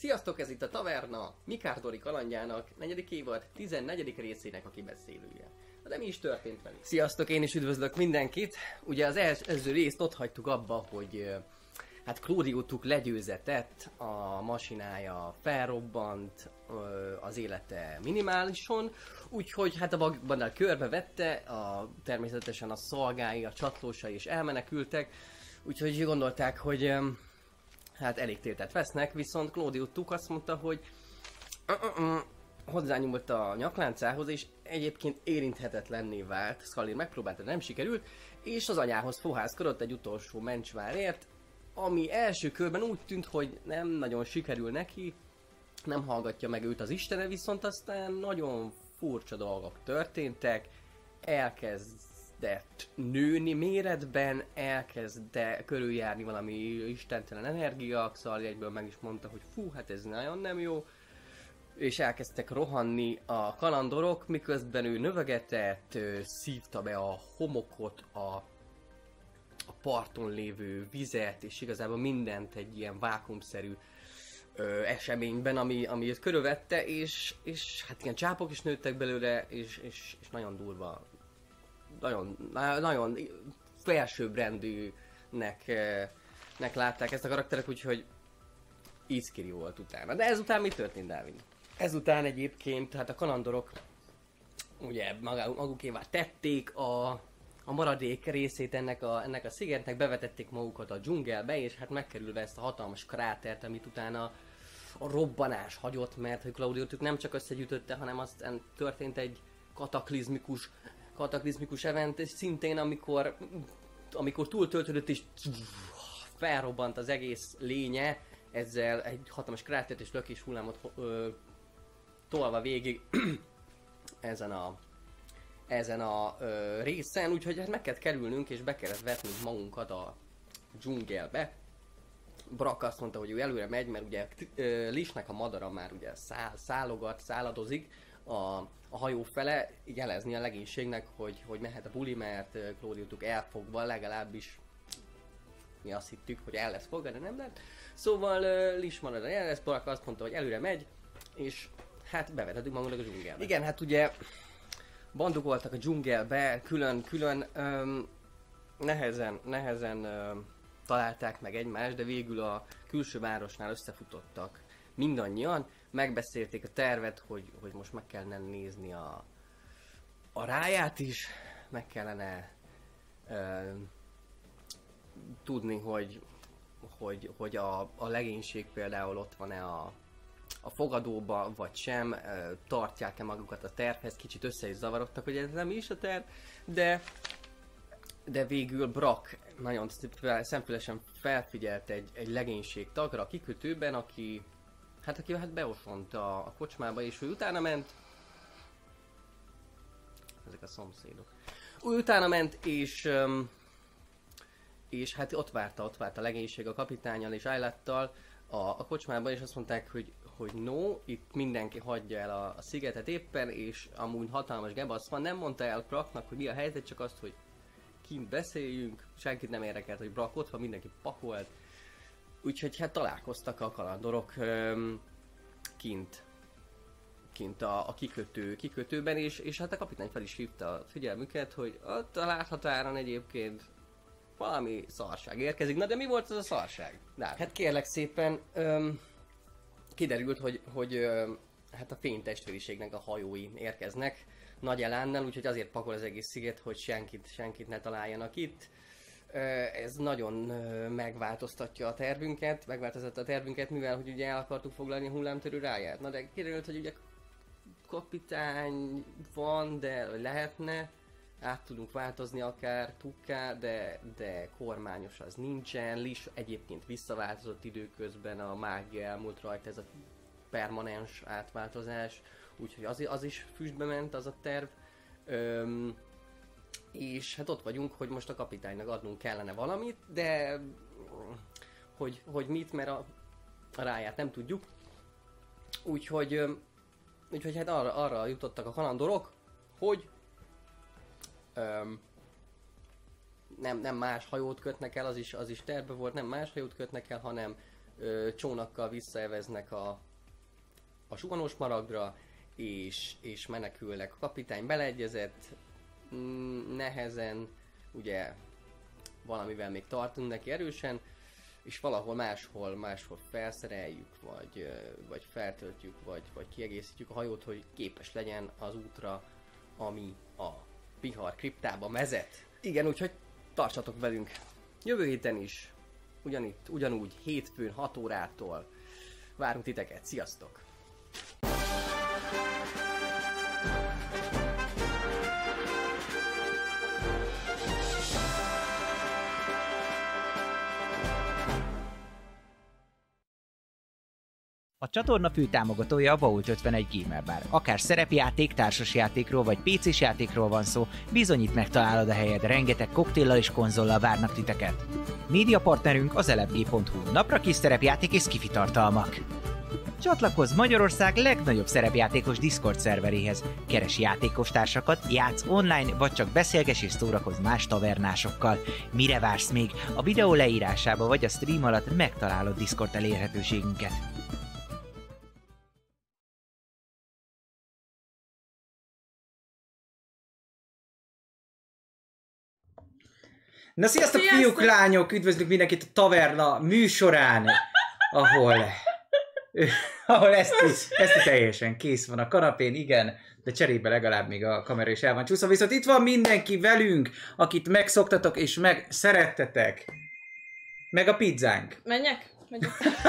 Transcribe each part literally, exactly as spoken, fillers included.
Sziasztok, ez itt a Taverna, Mikárdori kalandjának negyedik évad tizennegyedik részének a kibeszélője. De mi is történt velük? Sziasztok, én is üdvözlök mindenkit. Ugye az első részt ott hagytuk abba, hogy hát Claudio-tuk legyőzetett, a masinája felrobbant, az élete minimálisan, úgyhogy hát a vakbanál körbevette, a, természetesen a szolgái, a csatlósai is elmenekültek, úgyhogy gondolták, hogy hát elég tétet vesznek, viszont Claudio-tuk azt mondta, hogy hozzányúlt a nyakláncához, és egyébként érinthetetlenné vált. Scully megpróbálta, nem sikerült, és az anyához fohászkodott egy utolsó mencsvárért, ami első körben úgy tűnt, hogy nem nagyon sikerül neki, nem hallgatja meg őt az istene, viszont aztán nagyon furcsa dolgok történtek, elkezdett nőni méretben, elkezdett körüljárni valami istentelen energia, Scully egyből meg is mondta, hogy fú, hát ez nagyon nem jó, és elkezdtek rohanni a kalandorok, miközben ő növegetett, szívta be a homokot, a, a parton lévő vizet, és igazából mindent egy ilyen vákumszerű ö, eseményben, ami, ami őt körülvette, és, és hát ilyen csápok is nőttek belőle, és, és, és nagyon durva, nagyon, nagyon felsőbbrendűnek nek látták ezt a karakterek, úgyhogy ízkiri volt utána. De ezután mi történt, Dávid? Ezután egyébként hát a kalandorok ugye magukévá tették a, a maradék részét ennek a, ennek a szigetnek, bevetették magukat a dzsungelbe, és hát megkerülve ezt a hatalmas krátert, amit utána a robbanás hagyott, mert hogy Claudio-tuk nem csak összegyűjtötte, hanem aztán történt egy kataklizmikus, kataklizmikus event, és szintén amikor, amikor túltöltődött és felrobbant az egész lénye, ezzel egy hatalmas krátert és lökés hullámot ö, tolva végig ezen a, ezen a ö, részen, úgyhogy hát meg kellett kerülnünk és be kellett vetnünk magunkat a dzsungelbe. Brak azt mondta, hogy ő előre megy, mert ugye ö, Lishnek a madara már ugye száll, szállogat, szálladozik a, a hajó fele, jelezni a legénységnek, hogy, hogy mehet a buli, mert Claudio-tuk elfogva, legalábbis mi azt hittük, hogy el lesz fogva, de nem lett. Szóval uh, Lish marad a jelenleg, Brak azt mondta, hogy előre megy, és hát bevetettük magunknak a dzsungelbe. Igen, hát ugye bandok voltak a dzsungelbe, külön-külön, um, nehezen, nehezen um, találták meg egymást, de végül a külső városnál összefutottak mindannyian, megbeszélték a tervet, hogy, hogy most meg kellene nézni a, a ráját is, meg kellene um, tudni, hogy, hogy, hogy a, a legénység például ott van-e a, a fogadóba, vagy sem, tartják-e magukat a tervhez, kicsit össze is zavarodtak, hogy ez nem is a terv, de, de végül Brak nagyon szemfülesen felfigyelt egy, egy legénység tagra a kikötőben, aki hát aki hát beosont a, a kocsmába, és ő utána ment, ezek a szomszédok, ő utána ment, és um, és hát ott várta, ott várta a legénység a kapitánnyal és Aylattal a, a kocsmában, és azt mondták, hogy, hogy no, itt mindenki hagyja el a, a szigetet éppen, és amúgy hatalmas gebasz van, nem mondta el Braknak, hogy mi a helyzet, csak azt, hogy kint beszéljünk, senkit nem érdekelt, hogy Brak ott van, mindenki pakolt, úgyhogy hát találkoztak a kalandorok öm, kint, kint a, a kikötő, kikötőben, és, és hát a kapitány fel is hívta a figyelmüket, hogy ott a láthatáron egyébként valami szarság érkezik. Na de mi volt az a szarság? De hát kérlek szépen, öm, kiderült, hogy, hogy öm, hát a fénytestvériségnek a hajói érkeznek nagy elánnal, úgyhogy azért pakol az egész sziget, hogy senkit, senkit ne találjanak itt. Ö, ez nagyon megváltoztatja a tervünket, megváltoztatta a tervünket, mivel hogy ugye el akartuk foglalni a hullámtörő ráját. Na de kiderült, hogy ugye kapitány van, de lehetne, át tudunk változni akár tukká, de, de kormányos az nincsen. Lish egyébként visszaváltozott időközben, a mágia elmúlt rajta, ez a permanens átváltozás, úgyhogy az, az is füstbe ment, az a terv. Öm, és hát ott vagyunk, hogy most a kapitánynak adnunk kellene valamit, de hogy, hogy mit, mert a, a ráját nem tudjuk. Úgyhogy, úgyhogy hát arra, arra jutottak a kalandorok, hogy Öm, nem, nem más hajót kötnek el, az is, az is terve volt, nem más hajót kötnek el, hanem ö, csónakkal visszaeveznek a, a suhanós maragdra, és, és menekülnek. A kapitány beleegyezett, mm, nehezen, ugye valamivel még tartunk neki erősen, és valahol máshol, máshol felszereljük, vagy, vagy feltöltjük, vagy, vagy kiegészítjük a hajót, hogy képes legyen az útra, ami a Pihar kriptába vezet. Igen, úgyhogy tartsatok velünk jövő héten is, ugyanitt, ugyanúgy hétfőn hat órától várunk titeket. Sziasztok! A csatorna fő támogatója a Vault ötvenegy Gamer Bar. Akár szerepjáték, társasjátékról vagy pé cés játékról van szó, bizonyít megtalálod a helyed, rengeteg koktéllal és konzollal várnak titeket. Média partnerünk az elefg pont hu, napra kis szerepjáték és skifi tartalmak. Csatlakozz Magyarország legnagyobb szerepjátékos Discord szerveréhez. Keres játékostársakat, játsz online, vagy csak beszélges és szórakozz más tavernásokkal. Mire vársz még? A videó leírásába vagy a stream alatt megtalálod Discord elérhetőségünket. Na sziasztok, sziasztok fiúk, lányok! Üdvözlünk mindenkit a Taverna műsorán, ahol, ahol ezt, ezt teljesen kész van a kanapén, igen, de cserébe legalább még a kamera is el van csúszva. Viszont itt van mindenki velünk, akit megszoktatok és megszerettetek. Meg a pizzánk. Menjek? Menjek.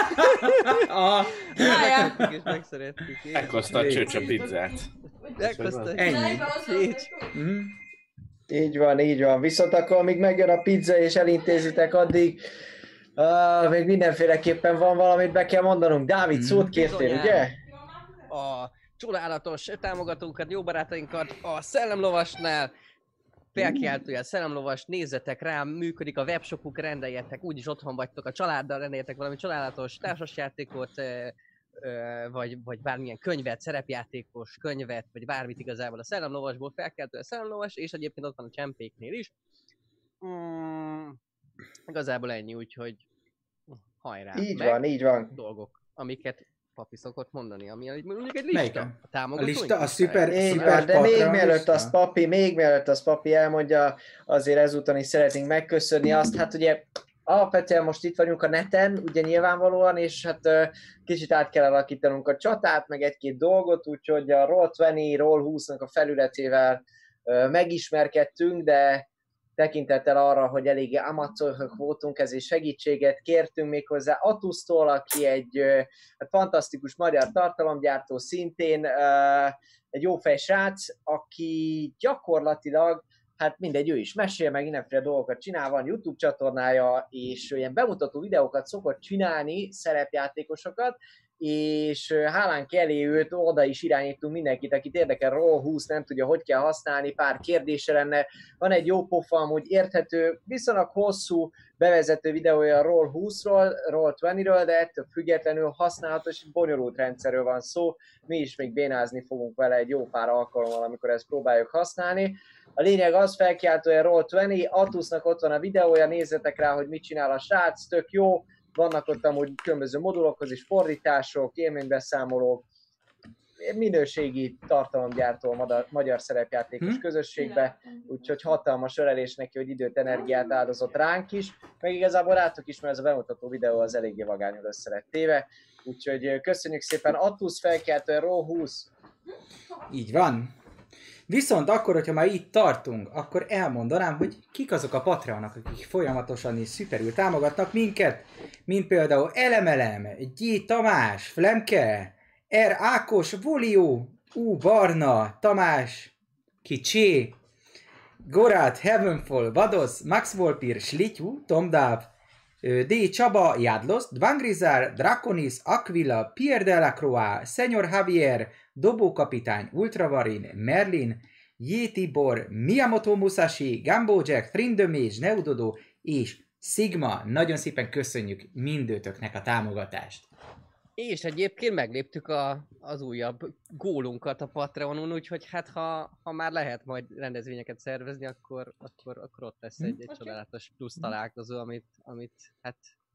a... Megszerettük és megszerettük. Meghozta a csöcs a pizzát. Ennyi. Mm. Így van, így van. Viszont akkor, amíg megjön a pizza és elintézitek, addig uh, még mindenféleképpen van valamit be kell mondanunk. Dávid, szót kértél, ugye? A csodálatos támogatókat, jó barátainkat a Szellemlovasnál, felkiáltójel Szellemlovas, nézzetek rám, működik a webshopuk, rendeljetek, úgyis otthon vagytok a családdal, rendeljetek valami csodálatos társasjátékot, vagy, vagy bármilyen könyvet, szerepjátékos könyvet, vagy bármit igazából a Szellemlovasból, felkeltő a Szellemlovas, és egyébként ott van a csempéknél is. Mm, igazából ennyi, úgyhogy hajrá. Így meg van, így van. Dolgok, amiket papi szokott mondani, ami mondjuk egy lista. Melyiken? A támogatóink. A lista, a szuper, így szuper van, de még mielőtt lista. az papi, még mielőtt az papi elmondja, azért ezúton is szeretnénk megköszönni azt, hát ugye alapvetően most itt vagyunk a neten, ugye nyilvánvalóan, és hát uh, kicsit át kell alakítanunk a csatát, meg egy-két dolgot, úgyhogy a roll húsz, roll húsznak a felületével uh, megismerkedtünk, de tekintettel arra, hogy eléggé amatőrök voltunk, ezért segítséget kértünk méghozzá Atusztól, aki egy uh, hát fantasztikus magyar tartalomgyártó, szintén uh, egy jófej srác, aki gyakorlatilag hát mindegy, ő is mesél, meg mindenféle dolgokat csinál, van YouTube csatornája, és ilyen bemutató videókat szokott csinálni, szerepjátékosokat, és hálánk elé őt oda is irányítunk mindenkit, akit érdekel roll húsz, nem tudja, hogy kell használni, pár kérdése lenne. Van egy jó pofa, amúgy érthető, viszonylag hosszú bevezető videója a roll húszról, roll húszról, de ettől függetlenül használható, és bonyolult rendszerről van szó. Mi is még bénázni fogunk vele egy jó pár alkalommal, amikor ezt próbáljuk használni. A lényeg az, felkiáltója roll húsz, Atusznak ott van a videója, nézzetek rá, hogy mit csinál a srác, tök jó. Vannak ott amúgy különböző modulokhoz is fordítások, élménybeszámolók, minőségi tartalomgyártó a magyar szerepjátékos hmm. közösségbe, úgyhogy hatalmas ölelés neki, hogy időt, energiát áldozott ránk is, meg igazából rátok is, mert ez a bemutató videó az eléggé vagányul össze lett téve, úgyhogy köszönjük szépen, Atusz, felkiáltó roll húsz! Így van. Viszont akkor, hogyha már itt tartunk, akkor elmondanám, hogy kik azok a Patreonok, akik folyamatosan és szuperül támogatnak minket, mint például Elemelem, G. Tamás, Flemke, R. Ákos, Volió, U. Barna, Tamás, Kicsé, Gorát, Heavenfall, Vados, Max Volpir, Slityu, Tomdáv, D. Csaba, Jadlos, Dvangrizár, Draconis, Aquila, Pierre Delacroix, Senior Javier, Dobókapitány, Ultravarin, Merlin, J. Tibor, Miyamoto Musashi, Gumbo Jack, Frindömés, Neudodo és Sigma. Nagyon szépen köszönjük mindőtöknek a támogatást. És egyébként megléptük a, az újabb gólunkat a Patreonon, úgyhogy hát ha, ha már lehet majd rendezvényeket szervezni, akkor, akkor, akkor ott lesz egy, egy csodálatos plusz találkozó, amit, amit hát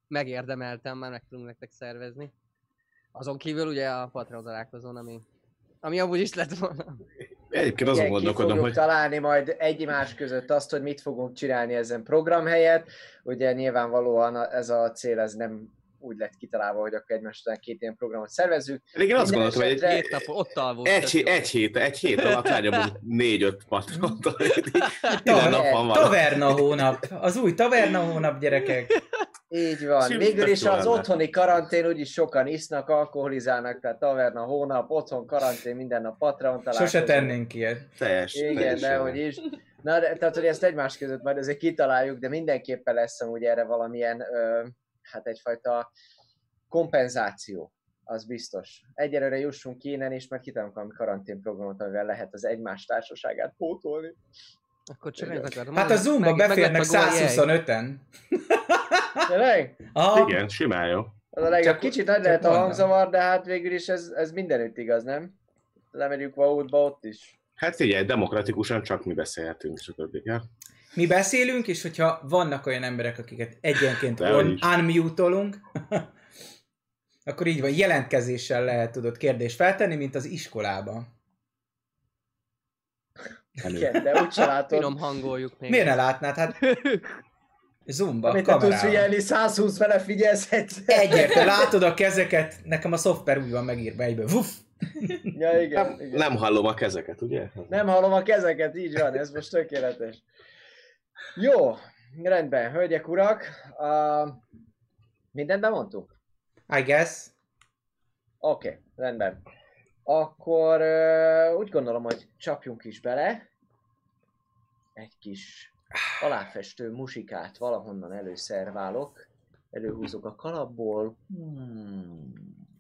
megérdemeltem, már meg tudunk nektek szervezni. Azon kívül ugye a Patreon találkozón, ami, ami amúgy is lett volna. Egyébként azon Igen, ki gondolkodom, fogjuk hogy találni majd egymás között azt, hogy mit fogunk csinálni ezen program helyett. Ugye nyilvánvalóan ez a cél, ez nem úgy lett kitalálva, hogy akkor egymás után két ilyen programot szervezzük. én azt Minden gondoltam, hogy esetre- egy, Két nap ott alvott. egy, hét, egy, hét, egy hét alatt rágyomunk négy-öt patront, minden Taver- nap van valami. Taverna hónap. Az új taverna hónap, gyerekek. Így van. Simán Végül is tök jó az lenne. otthoni karantén, úgyis sokan isznak, alkoholizálnak, tehát taverna hónap, otthon karantén, minden nap Patreon találkozó. Sose tennénk ilyet. Teljes, Igen, teljes de jó. hogy is. Na, de, tehát, hogy ezt egymás között majd ezért kitaláljuk, de mindenképpen lesz amúgy erre valamilyen, ö, hát egyfajta kompenzáció, az biztos. Egyelőre jussunk ki innen, és majd kitalálunk valami karanténprogramot, amivel lehet az egymás társaságát pótolni. Akkor csak ennyit akartam Hát a mondani. Zoomba Meg- meg beférnek lett a gól, jej. száz huszonöten. Tényleg? Aha. Igen, simán jó. Az a legjobb. Csak- Kicsit nagy csak lehet a mondom. hangzavar, de hát végül is ez, ez mindenütt igaz, nem? Lemegyünk Vautba ott is. Hát figyelj, demokratikusan csak mi beszélhetünk, és a többi, ja? Mi beszélünk, és hogyha vannak olyan emberek, akiket egyenként Dehogy on- is. unmute-olunk, akkor így van, jelentkezéssel lehet tudod kérdést feltenni, mint az iskolában. Igen, de úgy se látod. Finom hangoljuk még. Miért ne látnád? Hát Zoomba, Amit te tudsz kamerával. figyelni, száz húsz vele figyelsz egyszer. Egyértelmű, látod a kezeket, nekem a szoftver úgy van megírva egyből. Vuff! Ja, igen, Nem, igen. nem hallom a kezeket, ugye? Nem hallom a kezeket, így van, ez most tökéletes. Jó, rendben, hölgyek, urak. Uh, mindent bemondtunk? I guess. Oké, okay, rendben. Akkor uh, úgy gondolom, hogy csapjunk is bele. Egy kis aláfestő musikát valahonnan előszerválok. Előhúzok a kalapból. Hmm.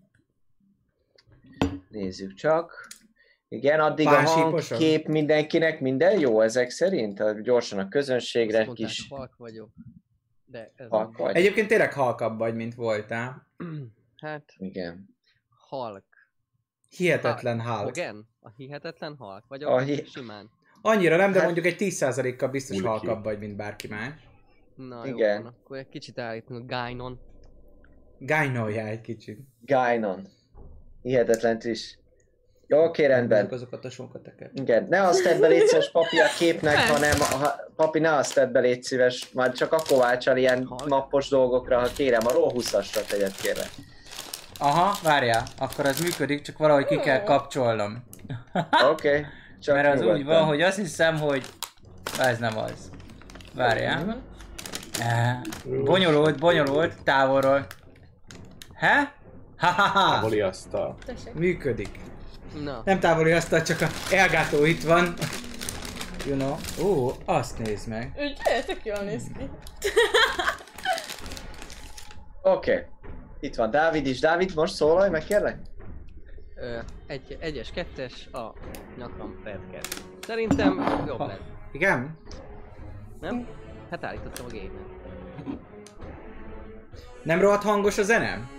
Nézzük csak. Igen, addig a Pánsíposan? hangkép mindenkinek minden jó ezek szerint? Hát gyorsan a közönségre Azt egy mondták, kis halk vagyok. De ez halk vagy. Egyébként tényleg halkabb vagy, mint voltál. Hát, Igen. halk. Hihetetlen halk. Igen? A hihetetlen halk vagyok? A hi- Simán. Annyira nem, de Hát- mondjuk egy tíz százalékkal biztos Ulki. halkabb vagy, mint bárki más. Na Igen. jó, van, akkor egy kicsit állítunk a gájnon. Gájnoljál egy kicsit. Gainon. Hihetetlen is. Jó, oké, rendben. Azok azokat a sonkateket. Igen, ne azt tedd be légy szíves papi a képnek, hanem ha, papi ne azt tedd be légy szíves, majd csak akkor váltsal ilyen Hallj. nappos dolgokra, ha kérem, a roll húszasra tegyed kérlek. Aha, várjál, akkor az működik, csak valahogy ki kell kapcsolnom. Oké, okay, csak Mert az úgy nyugodtan. van, hogy azt hiszem, hogy ez nem az. Várjál. Eh, Bonyolult, bonyolult, távolról. He? Ha-ha-ha! Távoli asztal. Tessék. Működik. Na, Nem távoli asztal, csak a elgátó itt van. You know. Ó, azt nézd meg. Ugye, tök jól néz ki. Oké, okay. Itt van Dávid is. Dávid, most szólalj meg kérlek? ö, egy, egyes, kettes, a nyakam redket. Szerintem jobb Ha. lett, Igen? nem? Hát állítottam a gémet. Nem rohadt hangos a zene?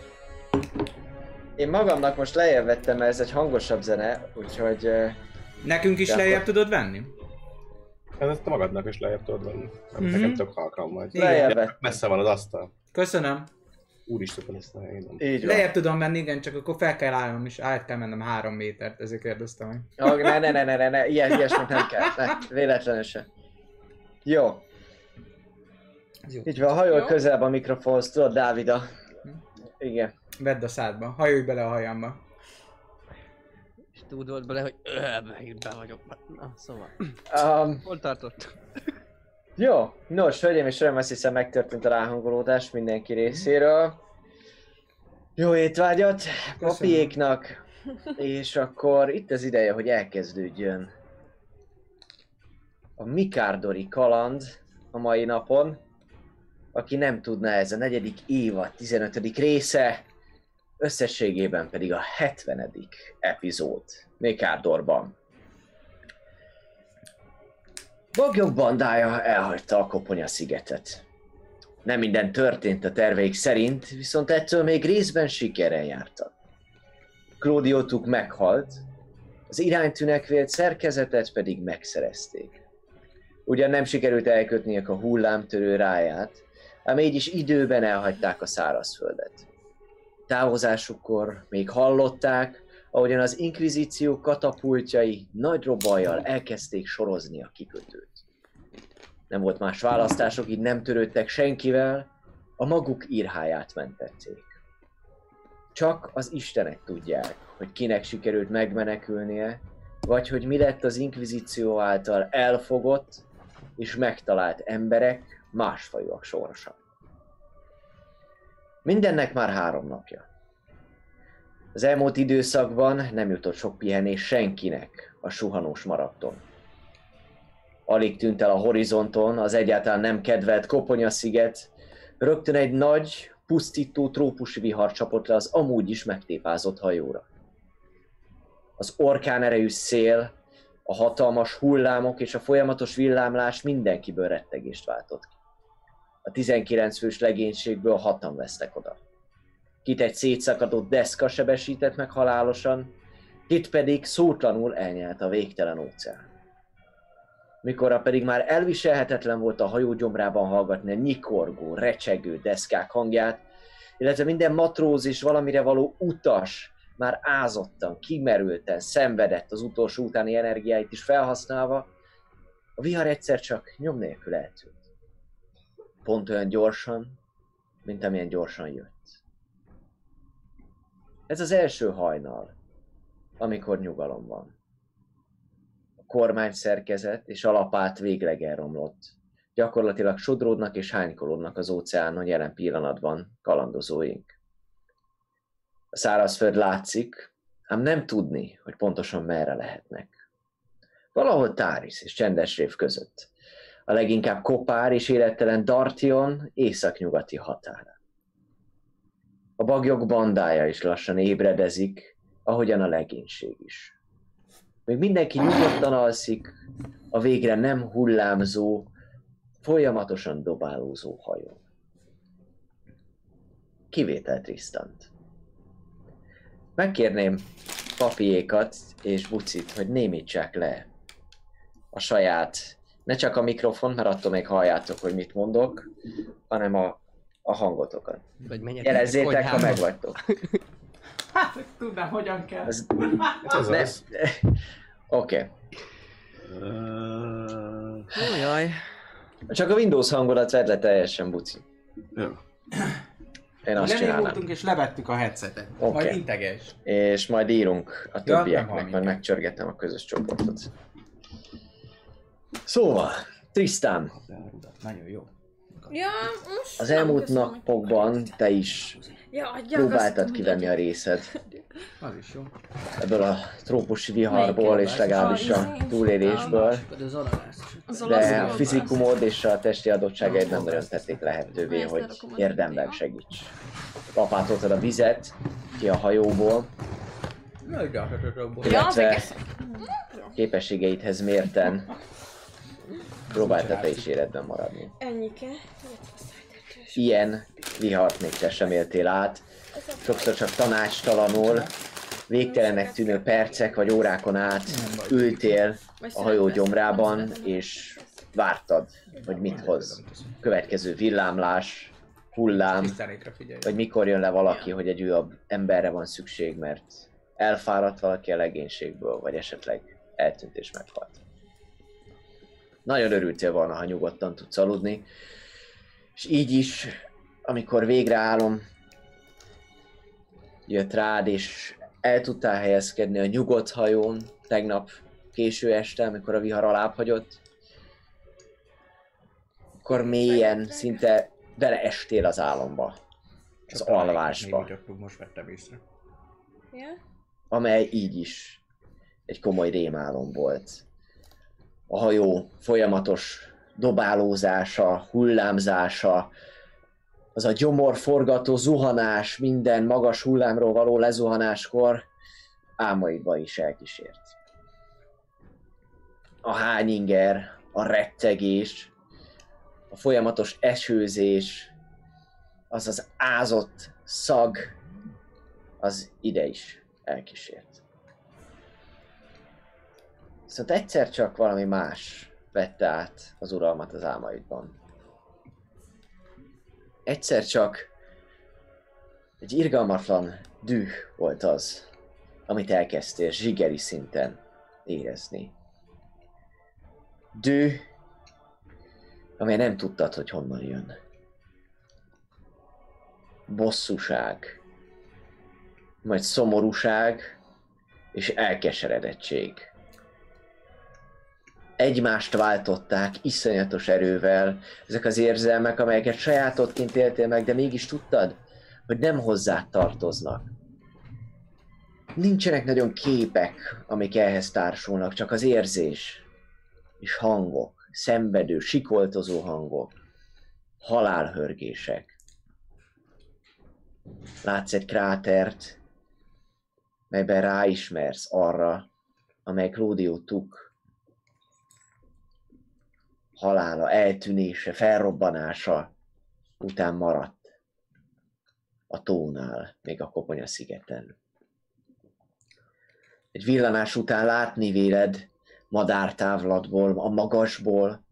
Én magamnak most lejjebb vettem, mert ez egy hangosabb zene, úgyhogy... Uh, Nekünk is De lejjebb akkor- tudod venni? Ez ezt te magadnak is lejjebb tudod venni. Mhm. Mm-hmm. Nekem tök halkan vagy. Igen. lejjebb Ja, vettem. messze van az asztal. Köszönöm. Úristen, ezt ne én nem. Így van. Lejjebb tudom menni, igen, csak akkor fel kell állnom, és át kell mennem három métert, ezért kérdeztem, hogy... Ja, ne, ne, ne, ne, ne, ne, ilyen ilyesmit nem kell. Ne, véletlenül se. Jó. Ez jó. Így van, hajol Jó. közelebb a mikrofonhoz, tudod, Dávida. Igen. Vedd a szádba, hajolj bele a hajamba. És tudod bele, hogy öh, be vagyok. Na, szóval. Um, Hol tartott? jó, nos, hölgyeim és uraim, azt hiszem megtörtént a ráhangolódás mindenki részéről. Jó étvágyat papiéknak, és akkor itt az ideje, hogy elkezdődjön a Mikárdori kaland a mai napon. Aki nem tudná, ez a negyedik évad tizenötödik része, összességében pedig a hetvenedik epizód Mikárdorban. Bagyok bandája elhagyta a Koponya szigetet. Nem minden történt a terveik szerint, viszont ettől még részben sikerrel jártak. Claudiotuk meghalt, az iránytűnek vélt szerkezetet pedig megszerezték. Ugyan nem sikerült elkötniük a hullámtörő ráját, ám így is időben elhagyták a szárazföldet. Távozásukkor még hallották, ahogyan az inkvizíció katapultjai nagy robajjal elkezdték sorozni a kikötőt. Nem volt más választások, így nem törődtek senkivel, a maguk írháját mentették. Csak az istenek tudják, hogy kinek sikerült megmenekülnie, vagy hogy mi lett az inkvizíció által elfogott és megtalált emberek másfajúak sorsa. Mindennek már három napja. Az elmúlt időszakban nem jutott sok pihenés senkinek a suhanós maraton. Alig tűnt el a horizonton az egyáltalán nem kedvelt Koponya-sziget, rögtön egy nagy, pusztító trópusi vihar csapott le az amúgy is megtépázott hajóra. Az orkán erejű szél, a hatalmas hullámok és a folyamatos villámlás mindenkiből rettegést váltott ki. A tizenkilenc fős legénységből hatan vesztek oda. Kit egy szétszakadott deszka sebesített meg halálosan, kit pedig szótlanul elnyelt a végtelen óceán. Mikorra pedig már elviselhetetlen volt a hajó gyomrában hallgatni a nyikorgó, recsegő deszkák hangját, illetve minden matróz és valamire való utas már ázottan, kimerülten szenvedett az utolsó utáni energiáit is felhasználva, a vihar egyszer csak nyom nélkül eltűnt. Pont olyan gyorsan, mint amilyen gyorsan jött. Ez az első hajnal, amikor nyugalom van. A kormányszerkezet és alapát végleg elromlott. Gyakorlatilag sodródnak és hánykolódnak az óceánon jelen pillanatban kalandozóink. A szárazföld látszik, ám nem tudni, hogy pontosan merre lehetnek. Valahol Táris és csendes rév között. A leginkább kopár és élettelen Dartion északnyugati határán. A baglyok bandája is lassan ébredezik, ahogyan a legénység is. Még mindenki nyugodtan alszik a végre nem hullámzó, folyamatosan dobálózó hajón. Kivétel Tristant. Megkérném Papiékat és Bucit, hogy némítsák le a saját, ne csak a mikrofon, mert attól még halljátok, hogy mit mondok, hanem a, a hangotokat. Jelezzétek, ha megvagytok. Hát, tudnám, hogyan kell. Ez, Ez ne, az. Oké. Ó, jaj. Csak a Windows hangodat vedd le teljesen, Buci. Jó. Én azt csinálnám. Lenémultunk és levettük a headsetet. Oké. Majd integes. És majd írunk a nem többieknek, hall majd minket. megcsörgetem a közös csoportot. Szóval, Tristan, Nagyon jó. Ja, most az nem elmúlt köszönöm, hogy napokban te is Ja, adják, azt próbáltad tudom, kivenni a hogy részed Az is jó. ebből a trópusi viharból, és legalábbis a túlélésből, Az ananász. az olasz de a kolbász. fizikumod és a testi adottságaid nem nagyon tették lehetővé, Ezt hogy lerakom az érdemben ütébe. segíts. Lapátoltad a vizet ki a hajóból, Na, igen, Ja, illetve megeszek. képességeidhez mérten próbáltad te is életben maradni. Ennyike. Ilyen vihart még te sem éltél át, sokszor csak tanácstalanul, végtelennek tűnő percek vagy órákon át ültél a hajó gyomrában, és vártad, hogy mit hoz. Következő villámlás, hullám, Tisztelékre figyelj. vagy mikor jön le valaki, hogy egy újabb emberre van szükség, mert elfáradt valaki a legénységből, vagy esetleg eltűnt és meghalt. Nagyon örültél volna, ha nyugodtan tudsz aludni, és így is, amikor végre álom jött rád, és el tudtál helyezkedni a nyugodt hajón tegnap késő este, amikor a vihar alább hagyott, akkor mélyen, szinte beleestél az álomba, az alvásba, Most vettem észre. Ja? amely így is egy komoly rémálom volt. A hajó folyamatos dobálózása, hullámzása, az a gyomorforgató zuhanás, minden magas hullámról való lezuhanáskor álmaidba is elkísért. A hányinger, a rettegés, a folyamatos esőzés, az az ázott szag, az ide is elkísért. Viszont egyszer csak valami más vette át az uralmat az álmaidban. egyszer csak egy irgalmatlan düh volt az, amit elkezdtél zsigeri szinten érezni. Düh, amely nem tudtad, hogy honnan jön. Bosszúság, majd szomorúság és elkeseredettség. Egymást váltották iszonyatos erővel ezek az érzelmek, amelyeket sajátodként éltél meg, de mégis tudtad, hogy nem hozzád tartoznak. Nincsenek nagyon képek, amik ehhez társulnak, csak az érzés és hangok, szenvedő, sikoltozó hangok, halálhörgések. Látsz egy krátert, melyben ráismersz arra, amely Claudio Tuk halála, eltűnése, felrobbanása után maradt a tónál, még a Koponya szigeten. Egy villanás után látni véled madártávlatból, a magasból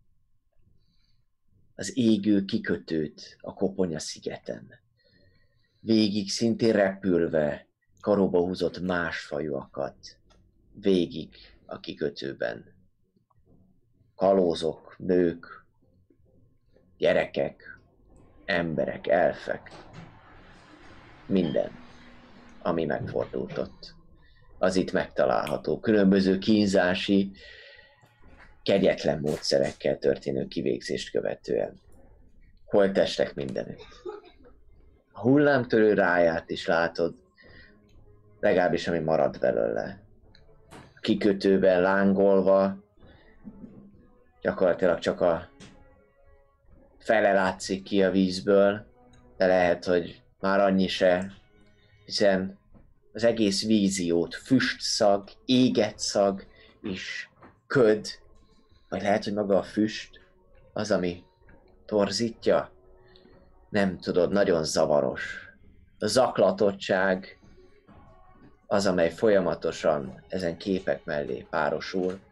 az égő kikötőt a Koponya szigeten. Végig szintén repülve karóba húzott más fajúakat, végig a kikötőben. Kalózok, nők, gyerekek, emberek, elfek. Minden, ami megfordult ott, az itt megtalálható. Különböző kínzási, kegyetlen módszerekkel történő kivégzést követően. Holttestek mindenütt. A hullámtörő ráját is látod, legalábbis ami marad belőle. A kikötőben lángolva, gyakorlatilag csak a fele látszik ki a vízből, de lehet, hogy már annyi se, hiszen az egész víziót füstszag, éget szag és köd, vagy lehet, hogy maga a füst az, ami torzítja. Nem tudod, nagyon zavaros. A zaklatottság az, amely folyamatosan ezen képek mellé párosul.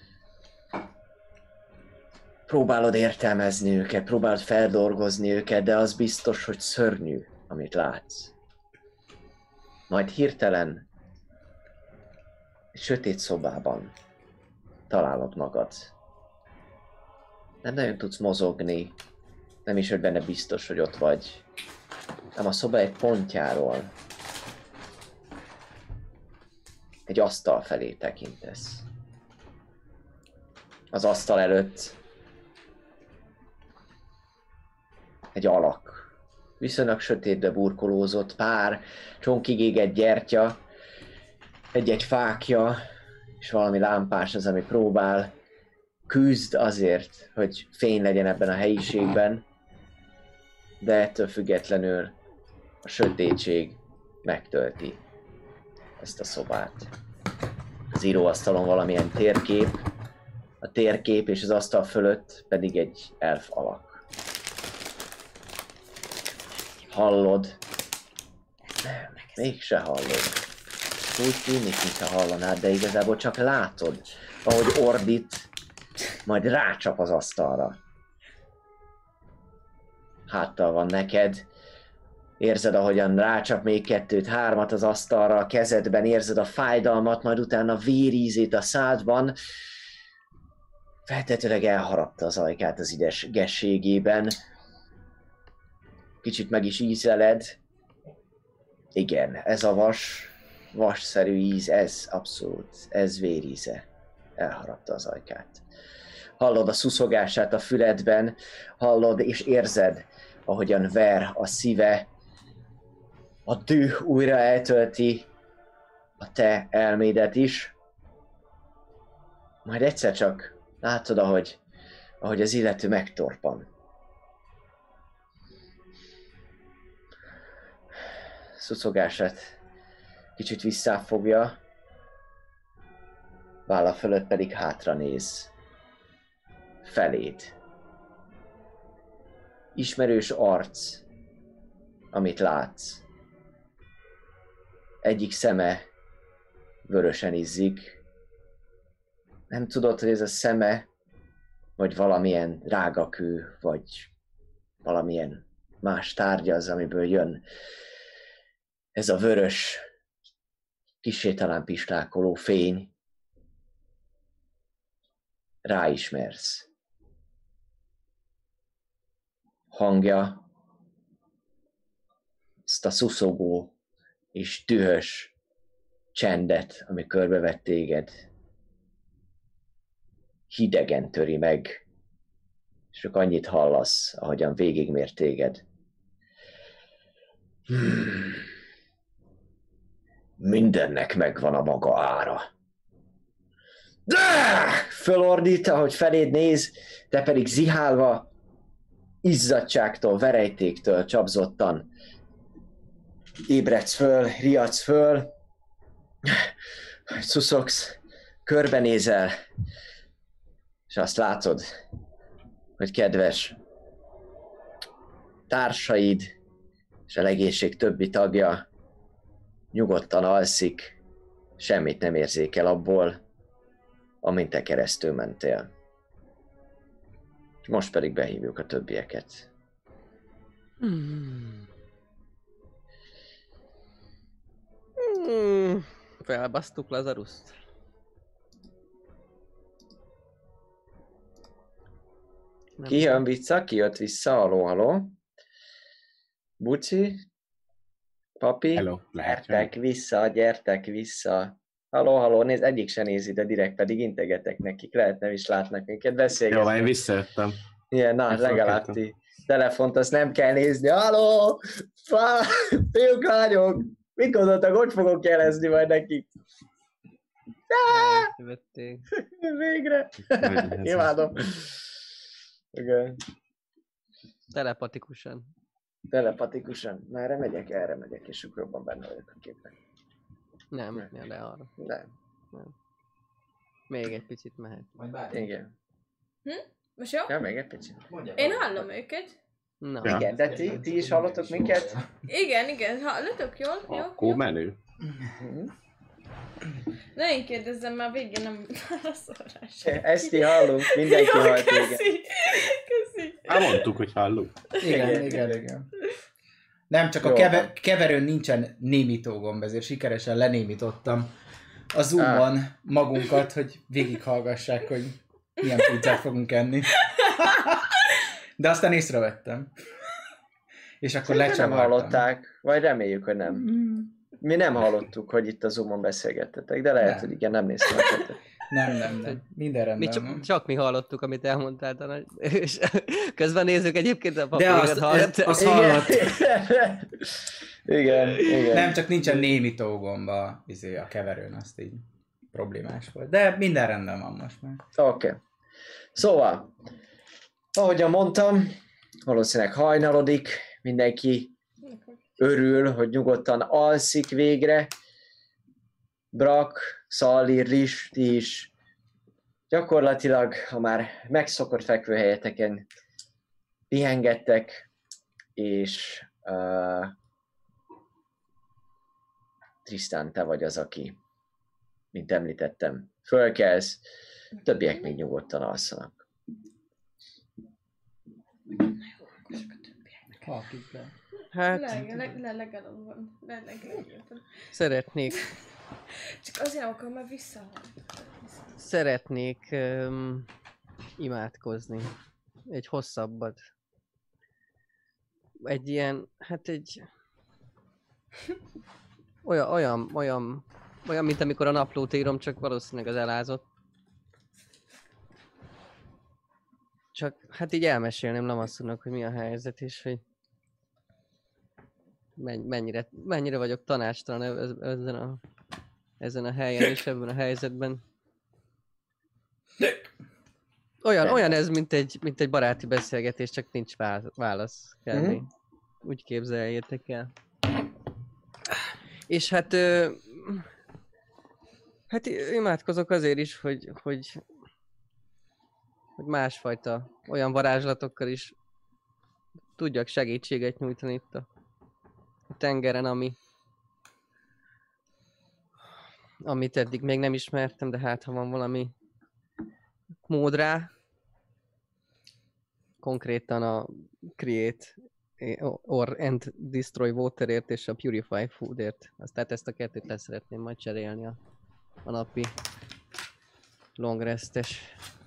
Próbálod értelmezni őket, próbálod feldolgozni őket, de az biztos, hogy szörnyű, amit látsz. Majd hirtelen egy sötét szobában találod magad. Nem nagyon tudsz mozogni, nem is vagy benne biztos, hogy ott vagy. Nem, a szoba egy pontjáról egy asztal felé tekintesz. Az asztal előtt egy alak. Viszonylag sötétbe burkolózott, pár csonkig égett gyertya, egy-egy fákja, és valami lámpás az, ami próbál. Küzd azért, hogy fény legyen ebben a helyiségben, de ettől függetlenül a sötétség megtölti ezt a szobát. Az íróasztalon valamilyen térkép, a térkép és az asztal fölött pedig egy elf alak. Hallod? Nem, mégse hallod. Úgy tűnik, mintha hallanád, de igazából csak látod, ahogy ordít, majd rácsap az asztalra. Háttal van neked. Érzed, ahogyan rácsap még kettőt, hármat az asztalra, a kezedben érzed a fájdalmat, majd utána vérízét a szádban. Feltetőleg elharapta az ajkát az idegességében. Kicsit meg is ízleled. Igen, ez a vas, vasszerű íz, ez abszolút, ez véríze. Elharapta az ajkát. Hallod a szuszogását a füledben, hallod és érzed, ahogyan ver a szíve. A düh újra eltölti a te elmédet is. Majd egyszer csak látod, ahogy, ahogy az illető megtorpan. Szuszogását kicsit visszáfogja, válla fölött pedig hátra néz. Feléd. Ismerős arc, amit látsz. Egyik szeme vörösen izzik. Nem tudod, hogy ez a szeme, vagy valamilyen rágakő, vagy valamilyen más tárgya az, amiből jön ez a vörös, kissé talán pislákoló fény. Ráismersz. Hangja, ezt a szuszogó és dühös csendet, ami körbevett téged, hidegen töri meg, és csak annyit hallasz, ahogyan végigmér téged. Hmm. Mindennek megvan a maga ára. De! Fölordít, ahogy feléd néz, te pedig zihálva, izzadságtól, verejtéktől csapzottan ébredsz föl, riadsz föl, szuszogsz, körbenézel, és azt látod, hogy kedves társaid és a legénység többi tagja nyugodtan alszik, semmit nem érzékel abból, amint te keresztül mentél. Most pedig behívjuk a többieket. Hmm. Hmm. Felbasztuk Lazaruszt. Nem Ki jön vissza? Ki jött vissza? Haló, haló. Buci? Papi? Hello, lehet Gyertek vissza, gyertek vissza. Haló, haló, nézd, egyik se nézi, de direkt pedig integetek nekik. Lehet nem is látnak minket, beszélgetünk. Jó, én visszajöttem. Igen, na, Ezt legalább akartam. ti. Telefont azt nem kell nézni. Haló! Fá, fiúk, lányok! Mit gondoltak, hogy fogok jelezni majd nekik? Á, Elvették. végre! Imádom. Igen. Telepatikusan. Telepatikusan. Na, erre megyek, erre megyek, és akkor jobban benne vagyok a képben. Nem, Nem. ne, de arra. Nem. Még egy picit mehet. Majd bár. Igen. Most jó? Ja, még egy picit. Én hallom őket. Na. Ja. Igen, de ti, ti is hallotok minket? Igen, igen, hallatok? Jól? Jó? Akkor Jó? menő. Mhm. Ne én kérdezzem, már végén nem válaszol rá senki. Ezt ti hallunk, mindenki Jó, hall téged. köszi. Köszi. Hát mondtuk, hogy hallunk. Igen, Igen. igen, igen. Nem, csak a Jó keve- van. keverőn nincsen némítógomb, ezért sikeresen lenémítottam a Zoom-on magunkat, hogy végighallgassák, hogy milyen pizzát fogunk enni. De aztán észrevettem. És akkor Nem lecsavartam. hallották, vagy reméljük, hogy nem. Mm, Mi nem hallottuk, hogy itt a Zoom-on beszélgettetek, de lehet, Nem. hogy igen, nem néztem a chatet. Nem, nem, nem. Minden Mi rendben csak, van. csak mi hallottuk, amit elmondtál, Tanács. És közben nézzük egyébként a De papírokat azt, hallott. ez, azt hallott. Igen, igen. Nem, csak nincsen némítógomb a, izé, a keverőn, azt így problémás volt. De minden rendben van most már. Oké. Okay. Szóval, ahogyan mondtam, valószínűleg hajnalodik, mindenki örül, hogy nyugodtan alszik végre. Brak, Szalli, Ris, ti is gyakorlatilag a már megszokott fekvőhelyeteken pihengettek, és uh, Tristan, te vagy az, aki, mint említettem, fölkelsz, többiek még nyugodtan alszanak. Halkít le. Hát, Le, le, le, legalább van. Le, legalább van. szeretnék, Csak azért nem akarom, mert visszahalni. szeretnék um, imádkozni. Egy hosszabbat. Egy ilyen, hát egy... Olyan, olyan, olyan, olyan, mint amikor a naplót írom, csak valószínűleg az elázott. Csak hát így elmesélném Lamasszunak, hogy mi a helyzet, és hogy men- mennyire, mennyire vagyok tanácstalan e- ezen a, ezen a helyen és ebben a helyzetben. Olyan, olyan ez, mint egy, mint egy baráti beszélgetés, csak nincs vá- válasz. Kb. Mhm. Úgy képzeljétek el. És hát... Ö, hát imádkozok azért is, hogy, hogy, hogy másfajta olyan varázslatokkal is tudjak segítséget nyújtani itt a, a tengeren, ami amit eddig még nem ismertem, de hát ha van valami mód rá. Konkrétan a Create or and Destroy Waterért és a Purify Foodért. Azt, tehát ezt a kettőt le szeretném majd cserélni a, a napi long restes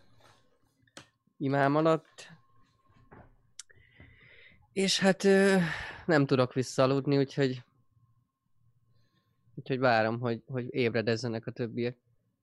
imám alatt. És hát ö, nem tudok visszaaludni, úgyhogy úgyhogy várom, hogy, hogy ébredezzenek a többiek.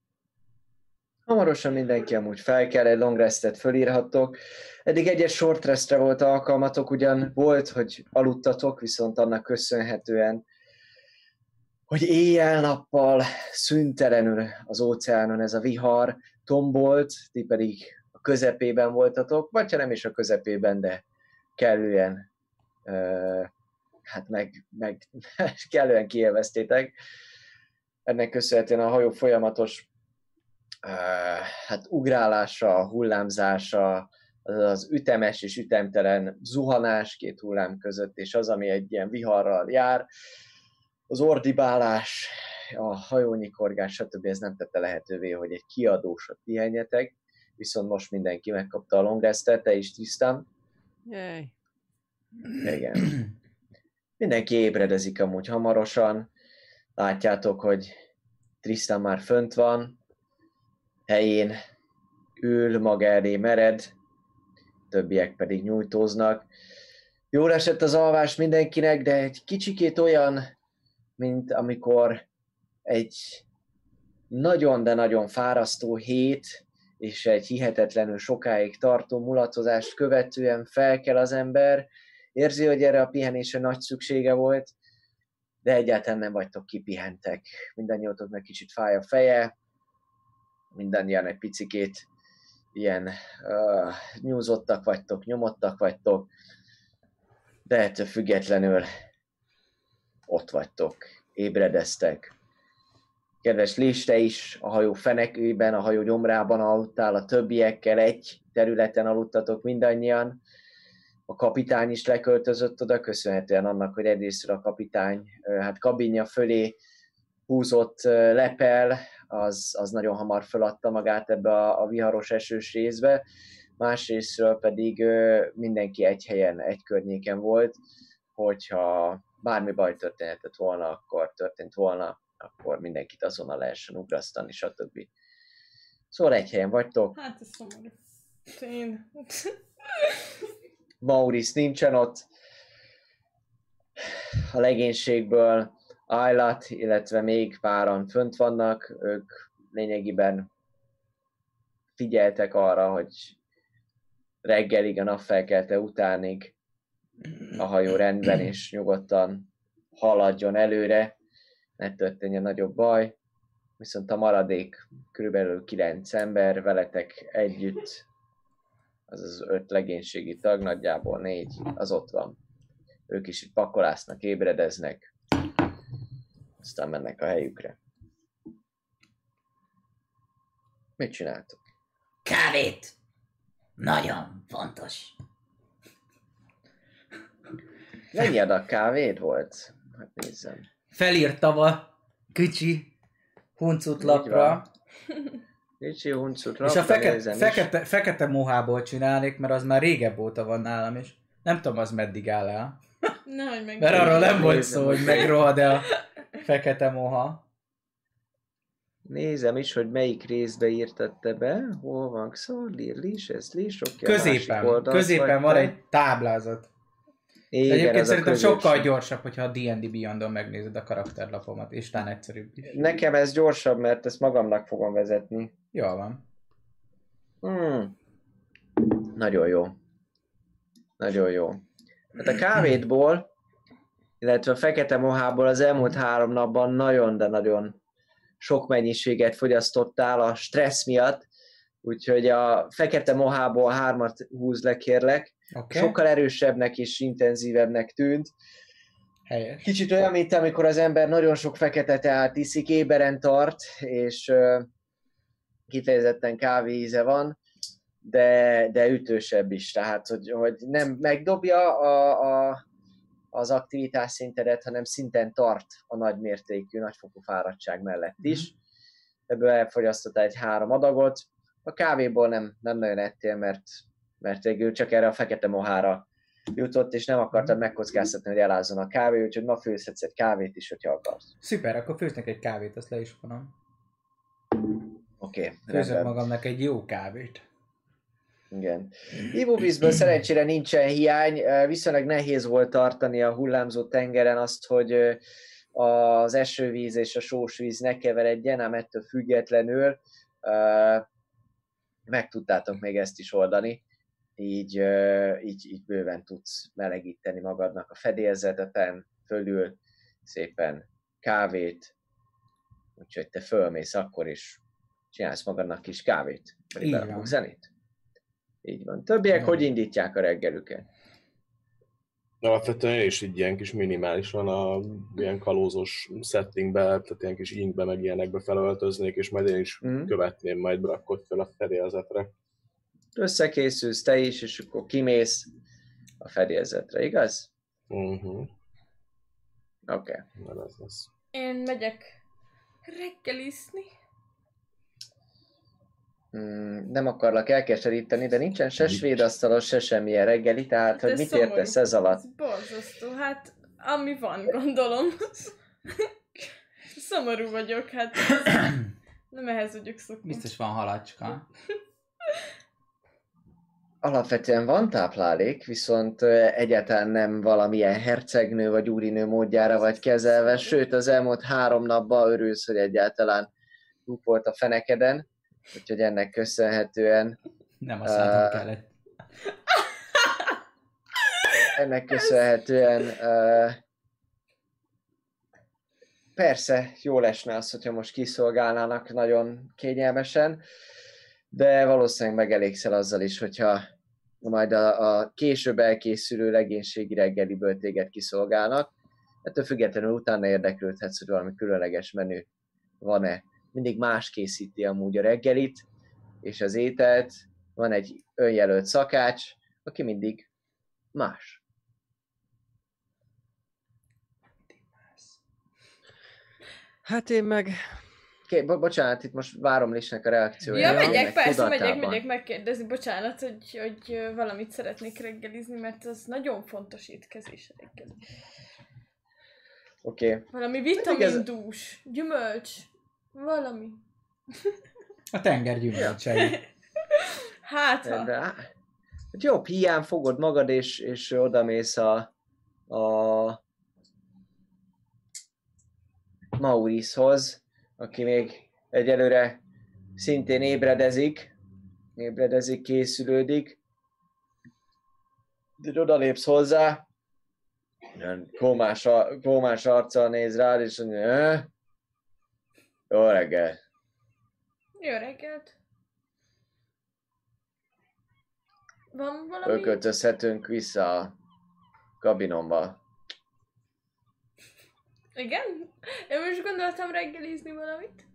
Hamarosan mindenki amúgy fel kell, egy long restet fölírhattok. Eddig egyes short restre volt alkalmatok, ugyan volt, hogy aludtatok, viszont annak köszönhetően, hogy éjjel-nappal szüntelenül az óceánon ez a vihar tombolt, ti pedig a közepében voltatok, vagy ha nem is a közepében, de kellően, uh, hát meg, meg kellően kielveztétek. Ennek köszönhetően a hajó folyamatos uh, hát ugrálása, hullámzása, az ütemes és ütemtelen zuhanás két hullám között, és az, ami egy ilyen viharral jár, az ordibálás, a hajónyikorgás, stb. Ez nem tette lehetővé, hogy egy kiadósat pihenjetek, viszont most mindenki megkapta a long restet, te is, Tristan. Yay. Igen. Mindenki ébredezik amúgy hamarosan. Látjátok, hogy Tristan már fönt van, helyén ül, maga elé mered, többiek pedig nyújtóznak. Jól esett az alvás mindenkinek, de egy kicsikét olyan, mint amikor egy nagyon, de nagyon fárasztó hét és egy hihetetlenül sokáig tartó mulatozást követően felkel az ember, érzi, hogy erre a pihenésre nagy szüksége volt, de egyáltalán nem vagytok kipihentek. Mindannyiótoknak kicsit fáj a feje, mindannyian egy picikét ilyen uh, nyúzottak vagytok, nyomottak vagytok, de ettől függetlenül ott vagytok, ébredeztek. Kedves Lis, te is a hajó fenekőben, a hajó gyomrában aludtál, a többiekkel egy területen aludtatok mindannyian. A kapitány is leköltözött oda, köszönhetően annak, hogy egyrészt a kapitány hát kabinja fölé húzott lepel, az, az nagyon hamar feladta magát ebbe a, a viharos esős részbe. Másrésztről pedig mindenki egy helyen, egy környéken volt, hogyha bármi baj történhetett volna, akkor történt volna, akkor mindenkit azonnal lehessen ugrasztani, stb. Szóval egy helyen vagytok. Hát ez szomorú. Én. Maurice nincsen ott. A legénységből Aylat, illetve még páran fönt vannak. Ők lényegében figyeltek arra, hogy reggelig, a napfelkelte utánig a hajó rendben és nyugodtan haladjon előre, ne történjen nagyobb baj. Viszont a maradék körülbelül kilenc ember veletek együtt, az az öt legénységi tag, nagyjából négy, az ott van. Ők is itt pakolásznak, ébredeznek, aztán mennek a helyükre. Mit csináltok? Kávét! Nagyon fontos. Mennyi adag kávéd volt? Hát nézzem. Felírtam a kicsi huncut lapra, Kicsi huncut és a lapra fekete, nézem fekete, fekete mohából csinálnék, mert az már régebb óta van nálam, és nem tudom, az meddig áll el. Nehogy meg. Mert arról nem volt Nézem, szó, hogy hogy- megrohad-e a fekete moha. Nézem is, hogy melyik részbe írtatta be. Hol van szó? Lis, ez Lis, oké, a Középen, másik oldalt középen van vagy egy táblázat. te. Igen, Egyébként ez a szerintem középső. sokkal gyorsabb, hogyha a dé and dé Beyondon megnézed a karakterlapomat, és talán egyszerűbb is. Nekem ez gyorsabb, mert ezt magamnak fogom vezetni. Jól van. Hmm. Nagyon jó. Nagyon jó. Hát a kávétból, illetve a fekete mohából az elmúlt három napban nagyon, de nagyon sok mennyiséget fogyasztottál a stressz miatt, úgyhogy a fekete mohából hármat húz le, kérlek. Oké, Sokkal erősebbnek és intenzívebbnek tűnt. helyes. Kicsit olyan, mint amikor az ember nagyon sok fekete teát iszik, éberen tart, és uh, kifejezetten kávéíze van, de, de ütősebb is. Tehát, hogy, hogy nem megdobja a, a, az aktivitás szintedet, hanem szinten tart a nagymértékű, nagyfokú fáradtság mellett is. Ebből elfogyasztottál egy három adagot. A kávéból nem, nem nagyon ettél, mert, mert végül csak erre a fekete mohára jutott, és nem akartad megkockáztatni, hogy elázzon a kávé, úgyhogy ma főzhetsz egy kávét is, hogyha akarsz. Szuper, akkor főznek egy kávét, azt le is vonom. Oké, okay, Főzök magamnak egy jó kávét. Igen. Ivóvízből szerencsére nincsen hiány, viszonylag nehéz volt tartani a hullámzó tengeren azt, hogy az esővíz és a sós víz ne keveredjen, ám ettől függetlenül meg tudtátok még ezt is oldani, így, így, így bőven tudsz melegíteni magadnak a fedélzeteten, fölül szépen kávét, úgyhogy te fölmész akkor is, csinálsz magadnak kis kávét, vagy berakok zenét. Így van. Többiek hogy indítják a reggelüket? Alapvetően én is így ilyen kis minimálisan a ilyen kalózos settingbe, tehát ilyen kis inkbe meg ilyenekbe felöltöznék, és majd én is mm. követném majd Brakkot fel a fedélzetre. Összekészülsz te is, és akkor kimész a fedélzetre, igaz? Uh-huh. Oké. Okay. Ez lesz. Én megyek reggelizni. Mm, nem akarlak elkeseríteni, de nincsen se svédasztalos, se semmilyen reggeli, tehát hogy mit szomorú. Értesz ez alatt? Ez borzasztó, hát ami van, gondolom. Szomorú vagyok, hát nem ehhez vagyok szokva. Biztos van halacska. Alapvetően van táplálék, viszont egyáltalán nem valamilyen hercegnő vagy úrinő módjára vagy kezelve, sőt az elmúlt három napban örülsz, hogy egyáltalán úgy volt a fenekeden. Úgyhogy ennek köszönhetően... Nem a szálltam uh, kellett. Ennek köszönhetően... Uh, persze, jó lesne az, hogyha most kiszolgálnának nagyon kényelmesen, de valószínűleg megelégszel azzal is, hogyha majd a, a később elkészülő legénységi reggeliből téged kiszolgálnak. Ettől függetlenül utána érdeklődhetsz, hogy valami különleges menü van-e. Mindig más készíti amúgy a reggelit, és az ételt. Van egy önjelölt szakács, aki mindig más. Hát én meg... Ké, bo- bocsánat, itt most várom Lisnek a reakciója. Ja, megyek, persze, megyek, megyek megkérdezni. Bocsánat, hogy, hogy valamit szeretnék reggelizni, mert az nagyon fontos étkezés reggel. Oké. Okay. Valami vitamindús, gyümölcs. Valami. A tenger gyümölcsei. Hát ha. De, hát jobb hiány fogod magad, és, és odamész a, a Mauricehoz, aki még egyelőre szintén ébredezik, ébredezik, készülődik. De odalépsz hozzá, kómás, kómás arccal néz rád, és mondja, eh? Jó reggel. Jó reggelt. Van valami? Ölköltözhetünk vissza a kabinomba. Igen? Én most gondoltam reggelizni valamit.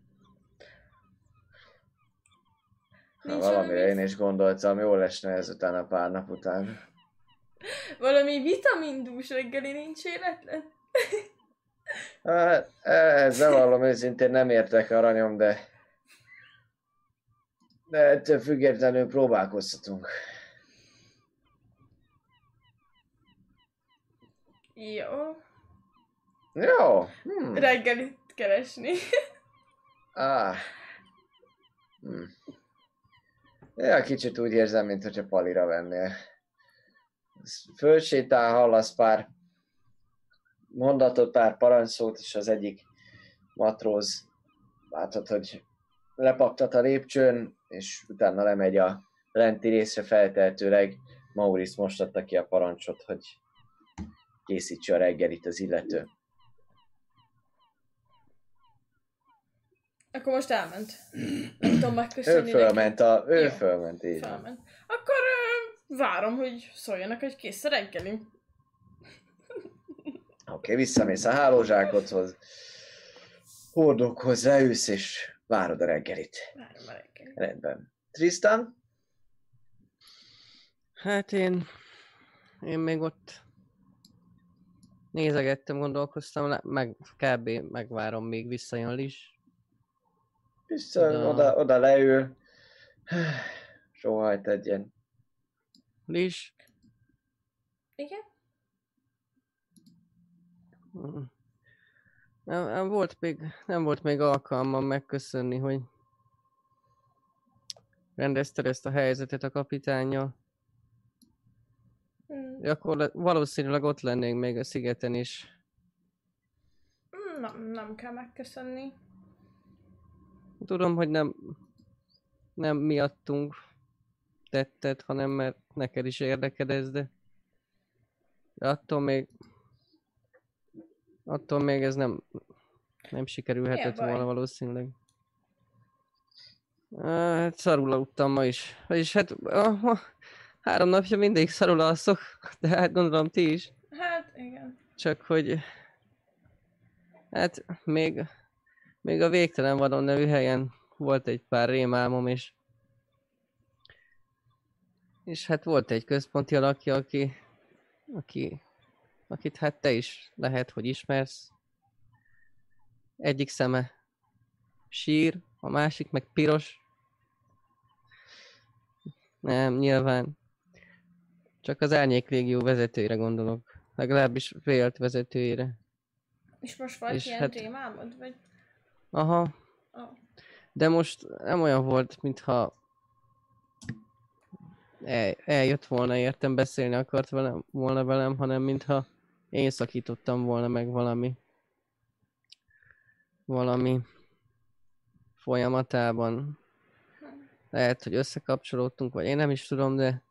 Ha valamire én is gondoltam, jól esne ezután a pár nap után. Valami vitamindús reggeli nincs életlen? Hát, ehhez bevallom őszintén nem értek aranyom, de... De ettől függetlenül próbálkozhatunk. Jó. Jó. Hmm. Reggelit keresni. Ah. Hmm. Ja, kicsit úgy érzem, mintha palira vennél. Fölsétál, hallasz pár mondatot, pár parancsszót, és az egyik matróz látod, hogy lepaktat a lépcsőn, és utána lemegy a lenti részre, feltehetőleg Maurice most adta ki a parancsot, hogy készítse a reggelit az illető. Akkor most elment. Nem tudom megköszönni. Ő fölment, a, ő Jó. fölment, így fölment. Akkor ö, várom, hogy szóljanak, hogy kész a reggelünk. Oké, okay, visszamész a hálózsákodhoz, hordókhoz leülsz, és várod a reggelit. Várom a reggelit. Rendben. Tristan? Hát én... Én még ott... Nézegettem, gondolkoztam, meg kb. Megvárom, még visszajön Lis. Vissza, oda, oda, oda leül. Sóhajt egyen. Lis? Igen? Nem, nem, volt még, nem volt még alkalmam megköszönni, hogy rendezted ezt a helyzetet a kapitánnyal. Hmm. Akkor le, valószínűleg ott lennénk még a szigeten is. Nem, nem kell megköszönni. Tudom, hogy nem, nem miattunk tetted, hanem mert neked is érdeked ez, de, de attól még attól még ez nem, nem sikerülhetett volna valószínűleg. Hát szarul aludtam ma is. Vagyis hát ah, három napja mindig szarul alszok, de hát gondolom ti is. Hát igen. Csak hogy hát még, még a Végtelen Vadon nevű helyen volt egy pár rémálmom is. És hát volt egy központi alakja, aki, aki, akit hát te is lehet, hogy ismersz. Egyik szeme sír, a másik meg piros. Nem, nyilván. Csak az Árnyék Légió vezetőire gondolok. Legalábbis vélt vezetőire. És most volt és ilyen hát... rémálmod, vagy? Aha. Oh. De most nem olyan volt, mintha el, eljött volna, értem, beszélni akart velem, volna velem, hanem mintha én szakítottam volna meg valami valami folyamatában. Lehet, hogy összekapcsolódtunk, vagy én nem is tudom, de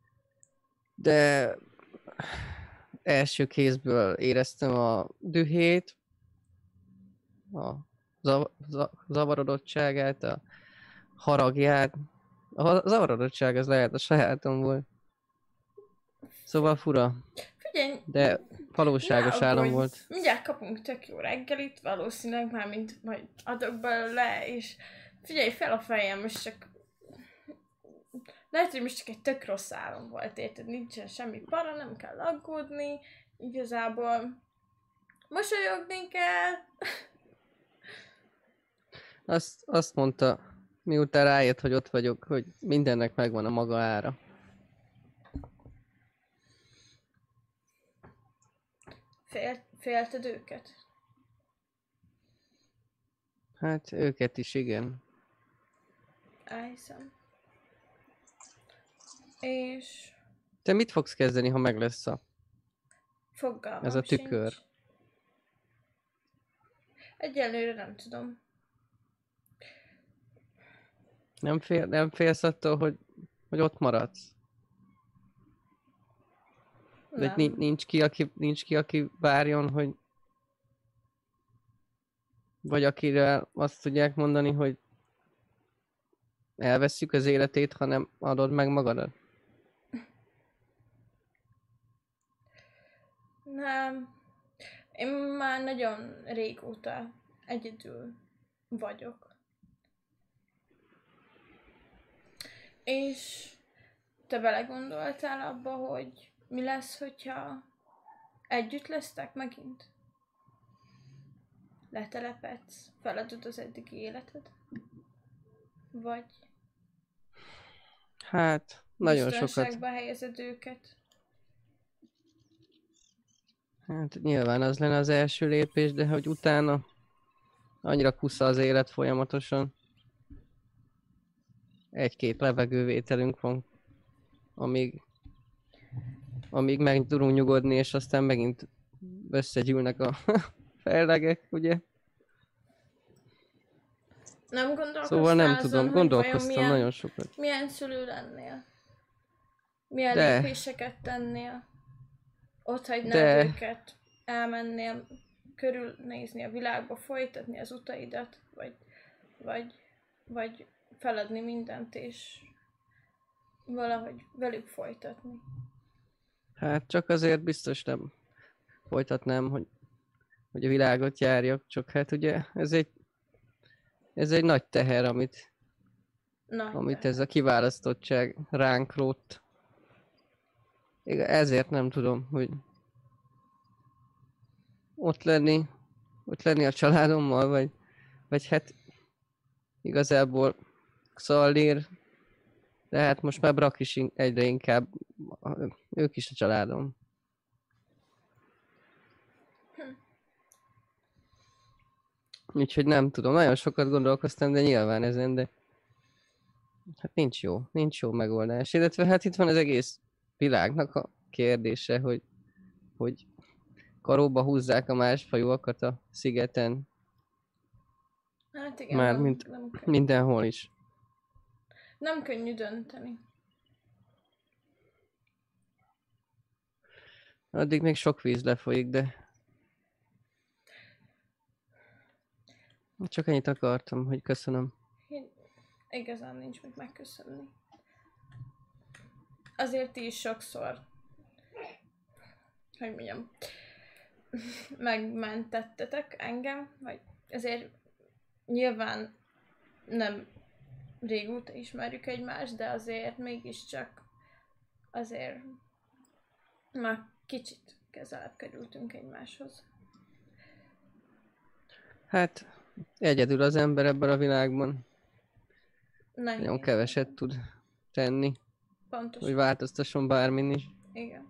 de első kézből éreztem a dühét, a zav- zav- zavarodottságát, a haragját. A zavarodottság az lehet a sajátom volt. Szóval fura. Figyelj, de valóságos álom volt. Mindjárt kapunk tök jó reggelit, valószínűleg már mint majd adok belőle, és figyelj fel a fejem, most csak lehet, hogy most csak egy tök rossz álom volt, érted? Nincsen semmi para, nem kell aggódni, igazából mosolyogni kell. Azt, azt mondta, miután rájött, hogy ott vagyok, hogy mindennek megvan a maga ára. Fél, félted őket? Hát őket is, igen. Elhiszem. És... Te mit fogsz kezdeni, ha meg lesz a... Fogalmam ez a tükör? Sincs. Egyelőre nem tudom. Nem, fél, nem félsz attól, hogy, hogy ott maradsz? De nincs, nincs, ki, aki, nincs ki, aki várjon, hogy... Vagy akire azt tudják mondani, hogy elvesszük az életét, ha nem adod meg magadat? Nem. Én már nagyon régóta egyedül vagyok. És te belegondoltál abba, hogy mi lesz, hogyha együtt lesztek megint? Letelepedsz, feladod az eddigi életed? Vagy hát, nagyon sokat. biztonságba helyezed őket? Hát nyilván az lenne az első lépés, de hogy utána annyira kusza az élet folyamatosan. Egy-két levegővételünk van, amíg, amíg meg tudunk nyugodni, és aztán megint összegyűlnek a fellegek, ugye? Nem gondolkoztál Szóval nem azon, tudom, hogy gondolkoztam milyen, nagyon sokat. Milyen szülő lennél? Milyen De. lépéseket tennél? Ott hagynád De. őket, elmennél körülnézni a világba, folytatni az utaidat, vagy, vagy, vagy feladni mindent, és valahogy velük folytatni. Hát csak azért biztos nem folytatnám, hogy, hogy a világot járjak, csak hát ugye ez egy ez egy nagy teher, amit, Nagy amit teher. ez a kiválasztottság ránk rótt. Ezért nem tudom, hogy ott lenni, ott lenni a családommal, vagy, vagy hát igazából Xallir, de hát most már Brak is egyre inkább, ők is a családom. Úgyhogy nem tudom, nagyon sokat gondolkoztam, de nyilván ezen, de hát nincs jó, nincs jó megoldás. Illetve hát itt van az egész világnak a kérdése, hogy, hogy karóba húzzák a másfajúakat a szigeten, Hát igen, már nem, mint nem, könnyű. mindenhol is. nem könnyű dönteni. Addig még sok víz lefolyik, de csak ennyit akartam, hogy köszönöm. Én igazán nincs mit megköszönni. Azért ti is sokszor, hogy mondjam, megmentettetek engem, vagy azért nyilván nem régóta ismerjük egymást, de azért mégiscsak azért már kicsit közelebb kerültünk egymáshoz. Hát egyedül az ember ebben a világban. Nehéz. Nagyon keveset tud tenni, Pontosan. hogy változtasson bármin is. Igen.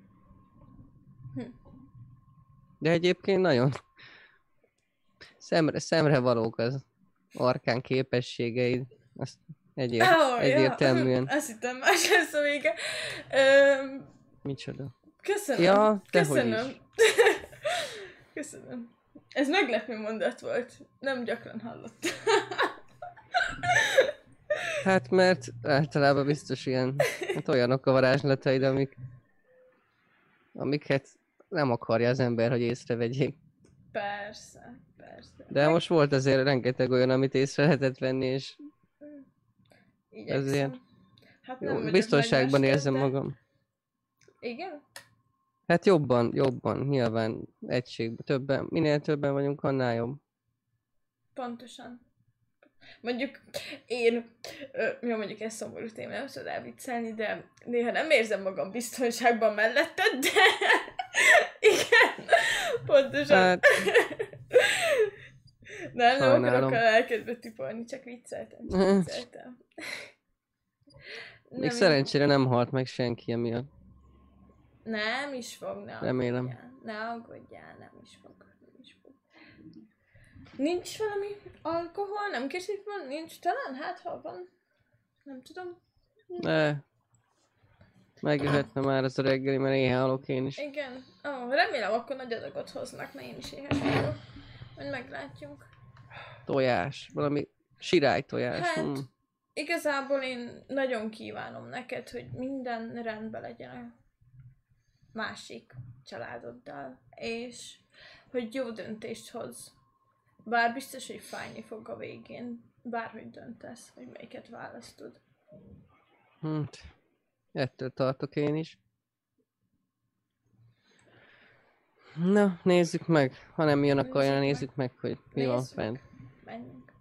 De egyébként nagyon szemre, szemre valók az arkán képességeid. Azt egyért, Oh, egyértelműen. Ja. Azt hittem más lesz a vége. Ö, Micsoda? köszönöm. Ja, dehogy köszönöm. is. Köszönöm. Ez meglepő mondat volt. Nem gyakran hallottam. Hát mert általában biztos ilyen, hát olyanok a varázslataid, amik, amiket nem akarja az ember, hogy észrevegyék. Persze, persze. De most volt azért rengeteg olyan, amit észre lehetett venni, és Igyekszem. ezért Hát nem jó, vagyok biztonságban nagy érzem mester, de- magam. Igen? Hát jobban, jobban, nyilván egységben, többen, minél többen vagyunk, annál jobb. Pontosan. Mondjuk én, ö, jó mondjuk ez szomorú téma, nem szabad elviccelni, de néha nem érzem magam biztonságban melletted, de igen, pontosan. Hát, nem, nem akarok sajnálom. a lelkedbe tipolni, csak vicceltem, csak vicceltem. még Nem, szerencsére nem halt meg senki emiatt. Nem is fog, ne Remélem. aggódjál, ne aggódjál, nem is fog, nem is fog. Nincs valami alkohol, nem készít van? Nincs talán? Hát ha van. Nem tudom. Ne. Megjöhetne már az a reggeli, mert éhen halok én is. Igen. Ó, remélem akkor nagy adagot hoznak, mert én is éhes vagyok. Majd meglátjuk. Tojás, valami sirály tojás. Hát, Hm. igazából én nagyon kívánom neked, hogy minden rendben legyen a másik családoddal, és hogy jó döntést hoz. Bár biztos, hogy fájni fog a végén, bárhogy döntesz, hogy melyiket választod. Hm. Ettől tartok én is. Na, nézzük meg. Ha nem jön, akkor Nézzük olyan meg. nézzük meg, hogy mi van Nézzük. fent. Menjünk.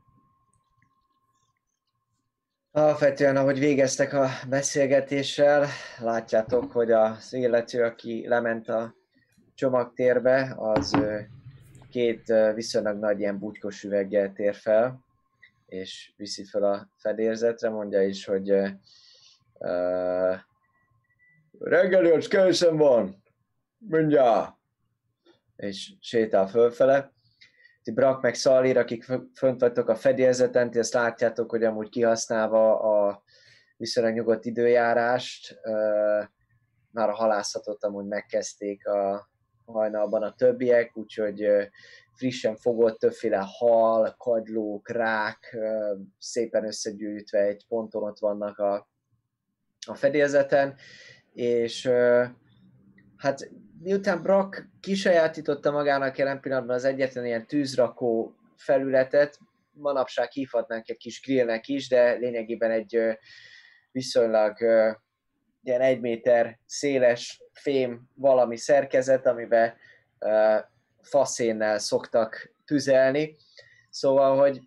Alapvetően, ahogy végeztek a beszélgetéssel, látjátok, hogy az illető, aki lement a csomagtérbe, az ö, két ö, viszonylag nagy ilyen bugykos üveggel tér fel, és viszi fel a fedélzetre, mondja is, hogy ö, ö, reggeli, az készen van, mondja, és sétál fölfele. Ti Brak meg Szalir, akik fönt vagytok a fedélzeten, ti ezt látjátok, hogy amúgy kihasználva a viszonylag nyugodt időjárást, már a halászatot amúgy megkezdték a hajnalban a többiek, úgyhogy frissen fogott többféle hal, kagylók, rák szépen összegyűjtve egy ponton ott vannak a, a fedélzeten, és hát miután Brak kisajátította magának jelen pillanatban az egyetlen ilyen tűzrakó felületet, manapság hívhatnánk egy kis grillnek is, de lényegében egy ö, viszonylag ö, ilyen egy méter széles fém valami szerkezet, amiben ö, faszénnel szoktak tüzelni. Szóval, hogy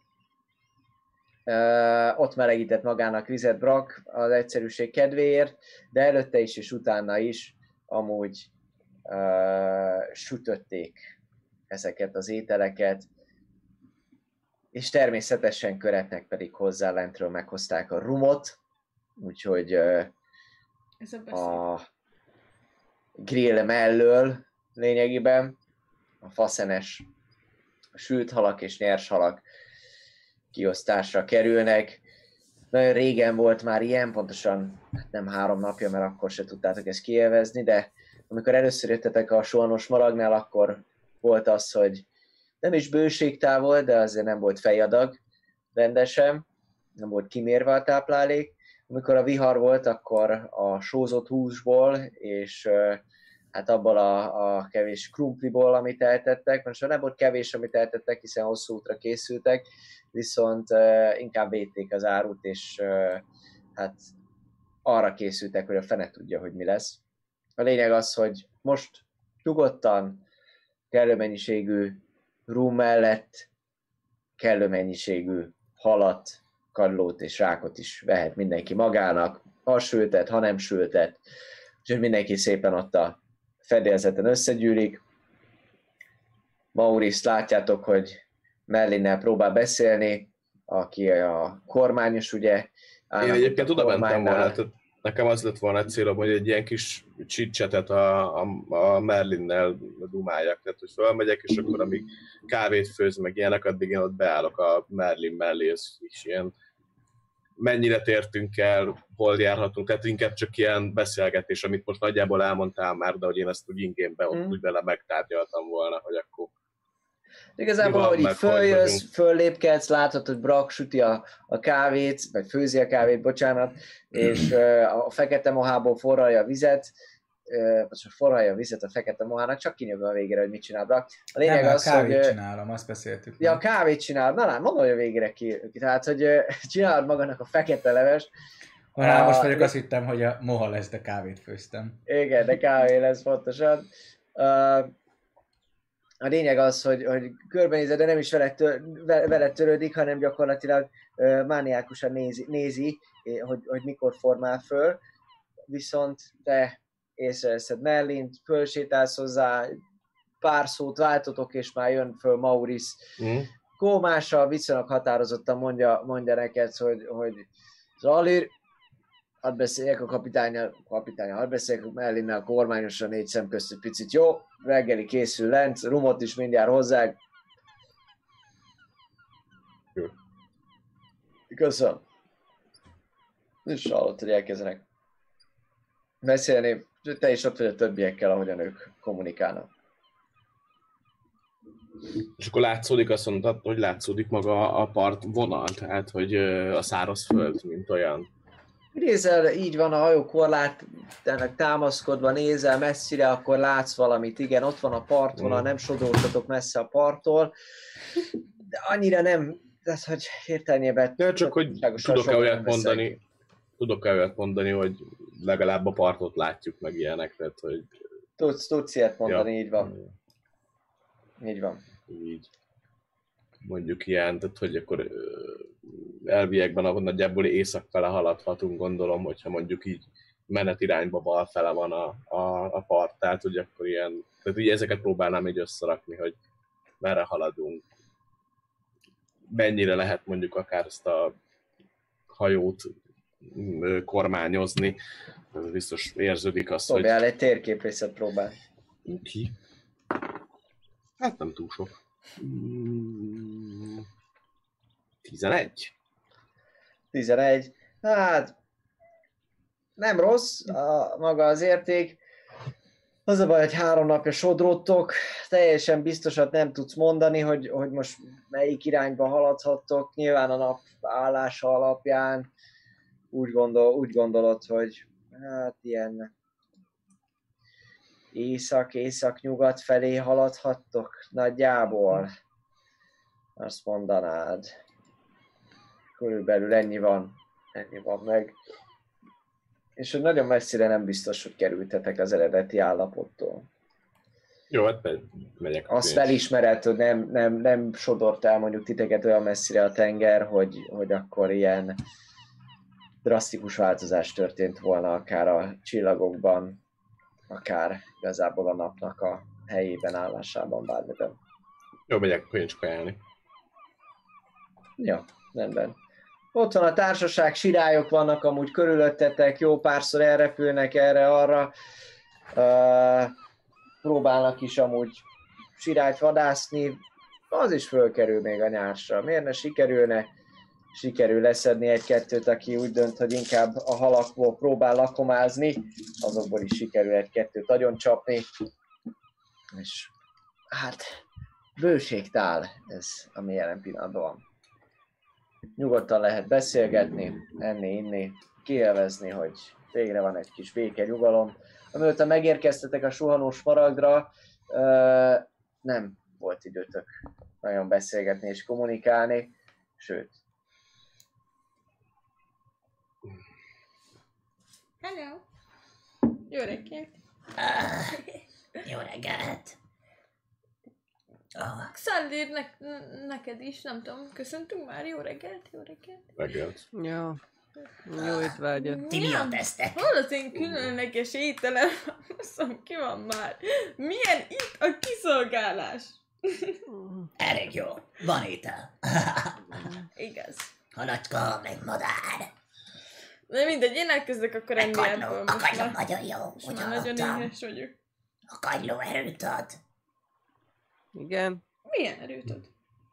ö, ott melegített magának vizet Brak az egyszerűség kedvéért, de előtte is és utána is amúgy Uh, sütötték ezeket az ételeket, és természetesen Köretnek pedig hozzá lentről meghozták a rumot, úgyhogy uh, Ez a beszéd. a grill mellől lényegében a faszenes sült halak és nyers halak kiosztásra kerülnek. Nagyon régen volt már ilyen, pontosan nem három napja, mert akkor se tudtátok ezt kielvezni, de amikor először jöttetek a Sohanos Maragnál, akkor volt az, hogy nem is bőségtál volt, de azért nem volt fejadag rendesen, nem volt kimérve a táplálék. Amikor a vihar volt, akkor a sózott húsból és hát abból a, a kevés krumpliból, amit eltettek, most nem volt kevés, amit eltettek, hiszen hosszú útra készültek, viszont uh, inkább védték az árut, és uh, hát arra készültek, hogy a fene tudja, hogy mi lesz. A lényeg az, hogy most nyugodtan, kellő mennyiségű rum mellett, kellő mennyiségű halat, kagylót és rákot is vehet mindenki magának, ha sültet, ha nem sültet, és mindenki szépen ott a fedélzeten összegyűlik. Maurice, látjátok, hogy Merlinnel próbál beszélni, aki a kormányos, ugye. Én egyébként oda mentem volna, tehát nekem az lett volna célom, hogy egy ilyen kis chit-chatet a, a, a Merlinnel dumáljak, tehát hogy felmegyek, és akkor amíg kávét főz, meg ilyenek, addig én ott beállok a Merlin mellé, ez is ilyen mennyire tértünk el, hol járhatunk, tehát inkább csak ilyen beszélgetés, amit most nagyjából elmondtál már, de hogy én ezt úgy ingénben ott mm. úgy vele megtárgyaltam volna, hogy akkor... Igazából, hogy itt följössz, föllépkedsz, látod, hogy Brak süti a, a kávét, vagy főzi a kávét, bocsánat, és uh, a fekete mohából forralja a vizet, uh, vagy forralja a vizet a fekete mohának, csak kinyögöl a végére, hogy mit csinál Brak. A lényeg nem, az, a kávét hogy, csinálom, azt beszéltük. Ja, a kávét csinálod, na lát, mondom, hogy a végére ki. Tehát, hogy uh, csinálod magadnak a fekete levest. Rá most vagyok, azt hittem, hogy a moha lesz, de kávét főztem. Igen, de kávé lesz pontosan. Uh, A lényeg az, hogy, hogy körbenézed, de nem is veled, tör, veled törődik, hanem gyakorlatilag uh, mániákusan nézi, nézi hogy, hogy mikor formál föl. Viszont te észreveszed Merlint, fölsétálsz hozzá, pár szót váltotok, és már jön föl Maurice. Mm. Kómással viszonylag határozottan mondja, mondja neked, hogy, hogy Zalír, hadd beszéljek a kapitánnyal, kapitánnyal, hadd beszéljek a Merlinnel, a kormányosan négy szem közt egy picit. Jó, reggeli készül lent, rumot is mindjárt hozzá. Köszönöm. És hallott, hogy elkezdenek beszélni. Te is ott vagy a többiekkel, ahogyan ők kommunikálnak. És akkor látszódik, azt mondtad, hogy látszódik maga a part vonal, tehát hogy a szárazföld, mint olyan. Nézel, így van a hajókorlátának támaszkodva, nézel messzire, akkor látsz valamit. Igen, ott van a partvonal, mm. nem sodortatok messze a parttól, de annyira nem, ez hogy értelmében... De csak, hogy tudok-e olyat mondani, tudok-e olyat mondani, hogy legalább a partot látjuk meg ilyenek, tehát hogy... Tudsz, tudsz ilyet mondani, ja. Így van. Így van. Így. Mondjuk ilyen, tehát hogy akkor elviekben ahol nagyjából észak fele haladhatunk, gondolom, hogyha mondjuk így menetirányba bal fele van a, a, a part, tehát hogy akkor ilyen, tehát ugye ezeket próbálnám így összerakni, hogy merre haladunk, mennyire lehet mondjuk akár ezt a hajót kormányozni, biztos érződik az, hogy... Dobjál egy térképrészet próbál. Ki? Hát nem túl sok. tizenegy? tizenegy. Hát nem rossz a, maga az érték. Az a baj, hogy három napja sodródtok, teljesen biztosat nem tudsz mondani, hogy, hogy most melyik irányba haladhattok. Nyilván a nap állása alapján úgy, gondol, úgy gondolod, hogy hát ilyen észak-észak-nyugat felé haladhattok nagyjából. Azt mondanád. Körülbelül ennyi van. Ennyi van meg. És hogy nagyon messzire nem biztos, hogy kerültetek az eredeti állapottól. Jó, hát megyek. Azt felismered, hogy nem, nem, nem sodort el mondjuk titeket olyan messzire a tenger, hogy, hogy akkor ilyen drasztikus változás történt volna akár a csillagokban, akár igazából a napnak a helyében, állásában, bármiben. Jó, megyek, akkor én csak ajánlni. Ja, rendben. Ott van a társaság, sirályok vannak amúgy körülöttetek, jó párszor elrepülnek erre-arra. Uh, próbálnak is amúgy sirályt vadászni, az is fölkerül még a nyársra. Miért ne sikerülne? Sikerül leszedni egy-kettőt, aki úgy dönt, hogy inkább a halakból próbál lakomázni, azokból is sikerül egy-kettőt agyon csapni. És hát bőségtál ez, ami jelen pillanatban van. Nyugodtan lehet beszélgetni, enni, inni, kielvezni, hogy végre van egy kis béke, nyugalom. Amióta megérkeztetek a suhanós maragdra, nem volt időtök nagyon beszélgetni és kommunikálni, sőt. Hello! Jó reggelt! Jó reggelt! Ah, Xalir, ne- neked is, nem tudom, köszöntünk már, jó reggelt, jó reggelt. Reggelt. Ja. Jó étvágyat. ti mi a tesztek? Hol az én különleges ételem? Mondom, ki van már? Milyen itt a kiszolgálás? Elég jó. Van étel. Igaz. Halacska, meg madár. De mindegy, én elkezdek akkor Meg enni kagyló. ebből A most kagyló már. nagyon jó. Most Úgy már nagyon hallottam. éhes vagyok. A kagyló erőt ad. Igen. Milyen erőt ad?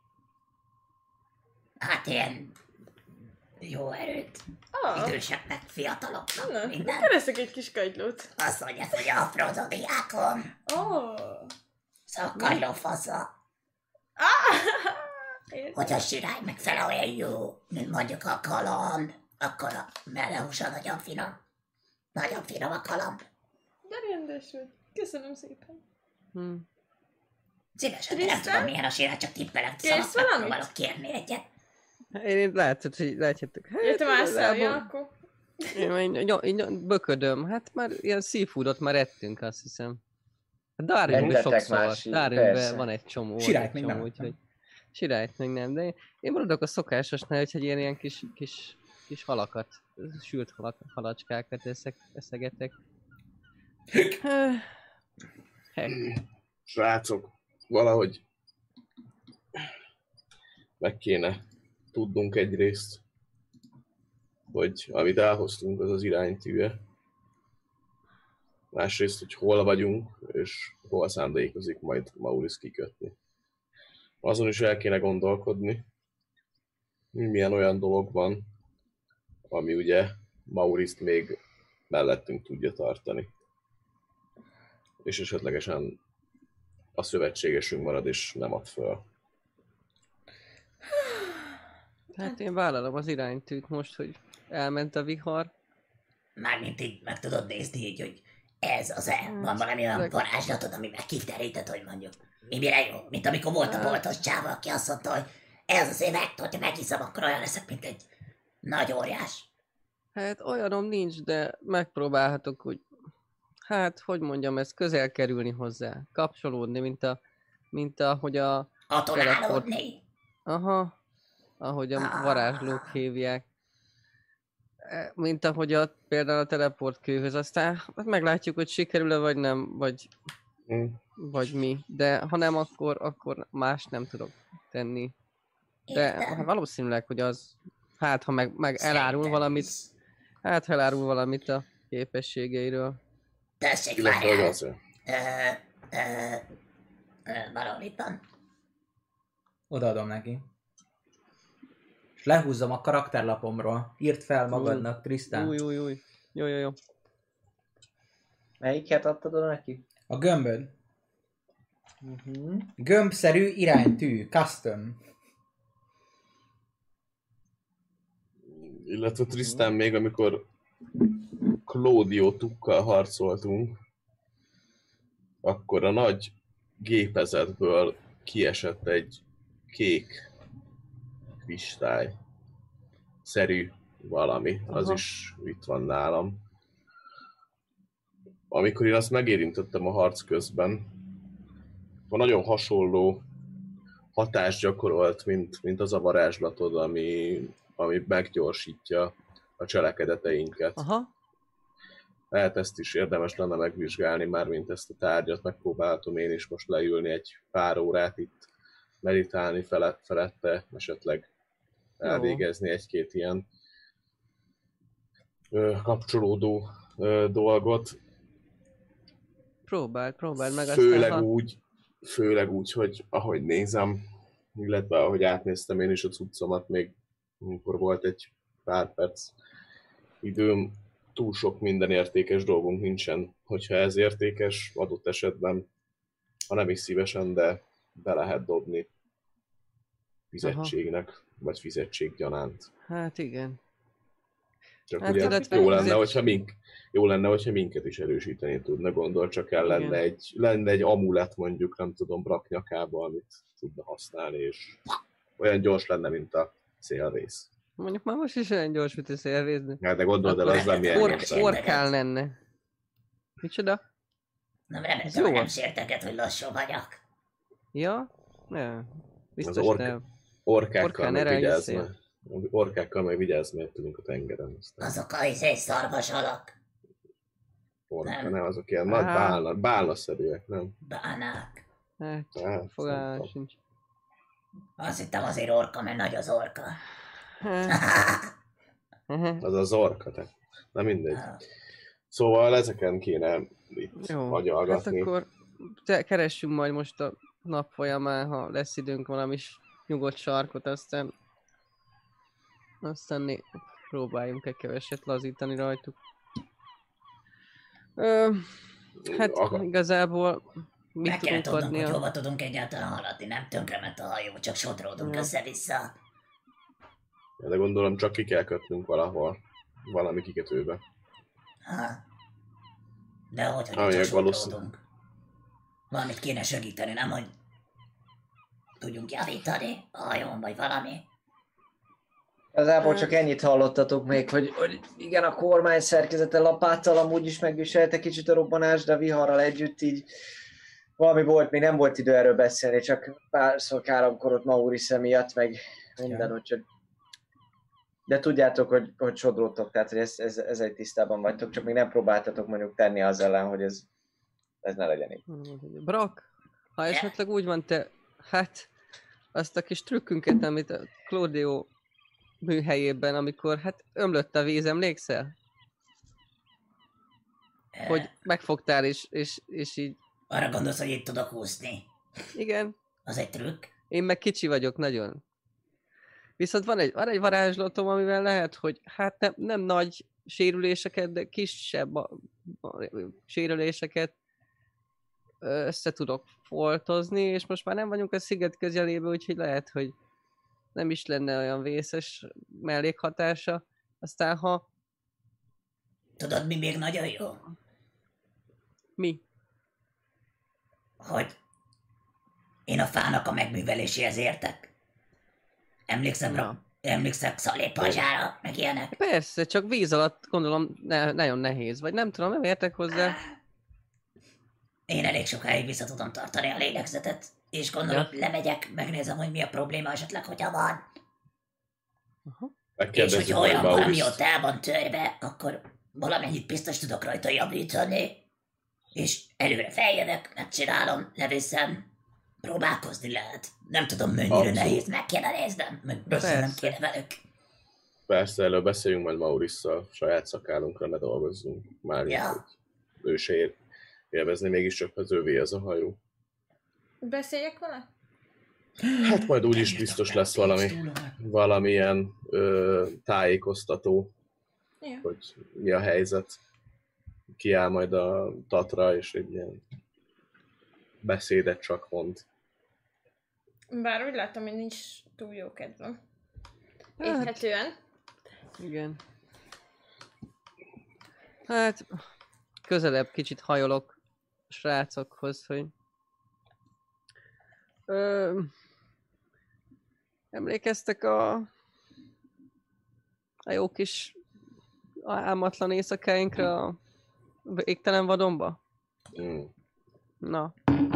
Hát ilyen jó erőt. Ah, Időseknek, fiataloknak, na, minden. keresztek egy kis kagylót. Azt mondja, hogy apró diákon. Oh. Szóval kagyló fasza. Ah! Értem. Hogyha sirály meg fel olyan jó, mint mondjuk a kaland, akkor a mellehúsa nagyon finom. Nagyon finom a kaland. De rendes vagy. Köszönöm szépen. Hm. Szívesen, de nem Tristan? tudom milyen a sirály, csak tippelek. Kérsz Szóval valamit? megpróbálok kérni egyet. Én látod, hogy látjátok. Hát, Jöttem már igazából- szállja, akkor. Én már így, így, így böködöm. Hát már ilyen seafoodot már ettünk, azt hiszem. A Darwinben Ettetek sokszor. már sí- Darwinben persze. van egy csomó. van Sirályt egy még csomó, nem. úgyhogy... Sirályt még nem, de én, én maradok a szokásosnál, hogy ilyen, ilyen kis, kis, kis halakat, sült halak, halacskákat eszek, eszegetek. Hey. Srácok, valahogy meg kéne tudnunk egyrészt, hogy amit elhoztunk, az az iránytűje. Másrészt, hogy hol vagyunk, és hol szándékozik majd Maurice kikötni. Azon is el kéne gondolkodni, milyen olyan dolog van, ami ugye Maurice-t még mellettünk tudja tartani. És esetlegesen a szövetségesünk marad és nem ad föl. Hát én vállalom az iránytűt most, hogy elment a vihar. Mármint így meg tudod nézni így, hogy ez az e, van valami olyan leg- varázslatod, ami megkiteríted, hogy mondjuk mi mire jó, mint amikor volt a boltos csáva, aki azt mondta, hogy ez az én vektől, hogyha megiszom, akkor olyan leszek, mint egy nagy óriás. Hát olyanom nincs, de megpróbálhatok, hogy hát, hogy mondjam, ezt közel kerülni hozzá, kapcsolódni, mint a, mint ahogy a, Atonálódni. aha, ahogy a varázslók hívják. E, Mint ahogy a, például a teleportkőhöz, aztán hát meglátjuk, hogy sikerül-e vagy nem, vagy, Mm. vagy mi. De ha nem, akkor, akkor más nem tudok tenni. De Értem. hát valószínűleg, hogy az, hát ha meg, meg elárul Szerintem valamit, is. hát ha elárul valamit a képességeiről. Tessék, Illetve, hogy várjál. azért. Ö, ö, ö, valahol itt van. Odaadom neki. És lehúzzam a karakterlapomról. Írd fel magadnak, Tristan. Új, új, új. Jó, jó, jó. Melyiket adtad oda neki? A gömböd. Uh-huh. Gömbszerű iránytű. Custom. Illetve Tristan még, amikor Claudio Tukkal harcoltunk, akkor a nagy gépezetből kiesett egy kék kristály szerű valami, az Aha. is itt van nálam. Amikor én azt megérintettem a harc közben, akkor nagyon hasonló hatást gyakorolt, mint, mint az a varázslatod, ami, ami meggyorsítja a cselekedeteinket. Aha. Lehet ezt is érdemes lenne megvizsgálni, mármint ezt a tárgyat, megpróbáltam én is most leülni egy pár órát itt, meditálni felett, felette, esetleg elvégezni egy-két ilyen ö, kapcsolódó ö, dolgot. Próbáld, próbáld meg Főleg aztán, ha... úgy, főleg úgy, hogy ahogy nézem, illetve ahogy átnéztem én is a cuccomat, még amikor volt egy pár perc időm, túl sok minden értékes dolgunk nincsen. Hogyha ez értékes, adott esetben, ha nem is szívesen, de be lehet dobni fizetségnek, aha, vagy fizetséggyanánt. Hát igen. Csak hát ugye jó lenne, hogyha mink, jó lenne, hogyha minket is erősíteni tudna, gondol, csak el lenne egy, lenne egy amulet mondjuk, nem tudom, Brak nyakába, amit tudna használni, és olyan gyors lenne, mint a szélvész. Mondjuk már most is olyan gyors, mint a szélvész. Hát de gondold el, az nem ilyen Or- Orkál lenne. Micsoda? Nem remélem, hogy nem sérteket, hogy lassú vagyok. Ja? Nem. Biztos az ork- nem. Orkákkal meg vigyázz, orkákkal meg vigyázz, mert tudunk a tengeren. Aztán. Azok a izé szarvas alak. Orka, nem, nem azok ilyen nagy bálna, bálnaszerűek, nem? Bálnák. Hát, hát fogalmam sincs. Azt hittem azért orka, mert nagy az orka. Az az orka, te. Na mindegy. Szóval ezeken kéne itt agyalgatni. Hát akkor te, keressünk majd most a nap folyamán, ha lesz időnk valami nyugodt sarkot, aztán aztán né- próbáljunk egy keveset lazítani rajtuk. Ö, hát Aha. igazából mit meg tudunk kell tudnunk, adni hogy a... hova tudunk egyáltalán haladni, nem tönkrement a hajó, csak sodródunk ja. össze-vissza. De gondolom csak ki kell kötnünk valahol, valami kikötőbe. Ha. De hogy, hogy csak sodródunk. Valamit kéne segíteni, nem hogy tudjunk javítani a hajón, vagy valami. Igazából csak ennyit hallottatok még, hogy, hogy igen, a kormány szerkezete lapáttal amúgy is megviselte kicsit a robbanás, de a viharral együtt így valami volt, még nem volt idő erről beszélni, csak párszor káromkodott Maurice miatt, meg minden, úgyhogy... De tudjátok, hogy, hogy sodródtok, tehát hogy ez, ez, ez egy tisztában vagytok, csak még nem próbáltatok mondjuk tenni az ellen, hogy ez, ez ne legyen így. Brak, ha esetleg úgy van, te, hát azt a kis trükkünket, amit a Claudio műhelyében, amikor hát ömlött a víz, emlékszel? E... Hogy megfogtál és, és, és így... Arra gondolsz, hogy itt tudok úszni? Igen. Az egy trükk? Én meg kicsi vagyok nagyon. Viszont van egy, van egy varázslatom, amivel lehet, hogy hát nem, nem nagy sérüléseket, de kisebb a, a, a sérüléseket össze tudok foltozni, és most már nem vagyunk a sziget közelében, úgyhogy lehet, hogy nem is lenne olyan vészes mellékhatása. Aztán ha... Tudod, mi még nagyon jó? Mi? Hogy én a fának a megműveléséhez értek. Emlékszem rá? Emlékszem szalépazsára, meg ilyenek? Persze, csak víz alatt gondolom ne, nagyon nehéz, vagy nem tudom, nem értek hozzá. Én elég sokáig vissza tudom tartani a lélegzetet, és gondolom ja. lemegyek, megnézem, hogy mi a probléma esetleg, hogyha van. Aha. És hogyha olyan valami ott el van törve, akkor valamennyit biztos tudok rajta javítani, és előre feljövök, megcsinálom, leviszem. Próbálkozni lehet. Nem tudom, mennyire Abszolút. nehéz, meg kéne néznem, meg beszélnem kéne velük. Persze, előbb beszéljünk majd Maurisszal, saját szakálunkra ne dolgozzunk. Már ja. így, ő se ér, élvezni, mégiscsak az ővé ez a hajó. Beszéljek vele? Hát majd úgyis biztos lesz valami, valamilyen ö, tájékoztató, ja. hogy mi a helyzet. Kiáll majd a Tatra, és egy ilyen beszédet csak mond. Bár úgy látom, hogy nincs túl jó kedvem. Érthetően. Hát, igen. Hát, közelebb kicsit hajolok a srácokhoz, hogy... Ö... Emlékeztek a... a jó kis álmatlan éjszakáinkra a égtelen vadonba? Mm. Na.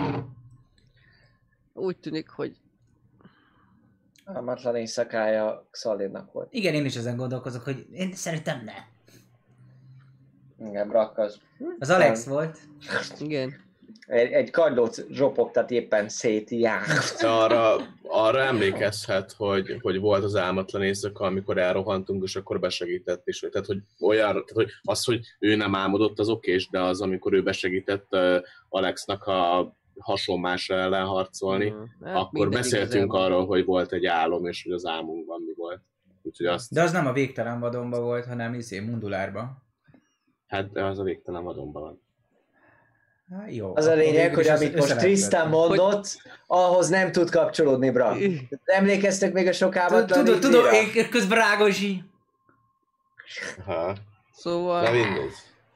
Úgy tűnik, hogy... Álmatlan éjszakája Xalidnak volt. Igen, én is ezen gondolkozok, hogy én szerintem ne. Igen, Brak az... Az Alex nem. volt. Igen. Egy, egy kagylót zsopogtat éppen szét, járt. Arra, arra emlékezhet, hogy, hogy volt az álmatlan éjszaka, amikor elrohantunk, és akkor besegített is. Tehát, hogy olyan, tehát, hogy az, hogy ő nem álmodott, az okés, de az, amikor ő besegített uh, Alexnak a hasonlásra ellen harcolni, Hmm. Hát akkor mindegy beszéltünk igazából. arról, hogy volt egy álom, és hogy az álmunkban mi volt. Úgyhogy azt, De az nem a végtelen vadonba volt, hanem izé Mundulárba. hát az a végtelen vadonban van. Hát jó. Az a akkor lényeg, végül hogy is amit össze most lehet Tristan vetni. mondott, ahhoz nem tud kapcsolódni, Bra. Emlékeztek még a sokábatlan Tudod, tudom, izére? én közben Rágozsi. Ha. Szóval... De mindegy.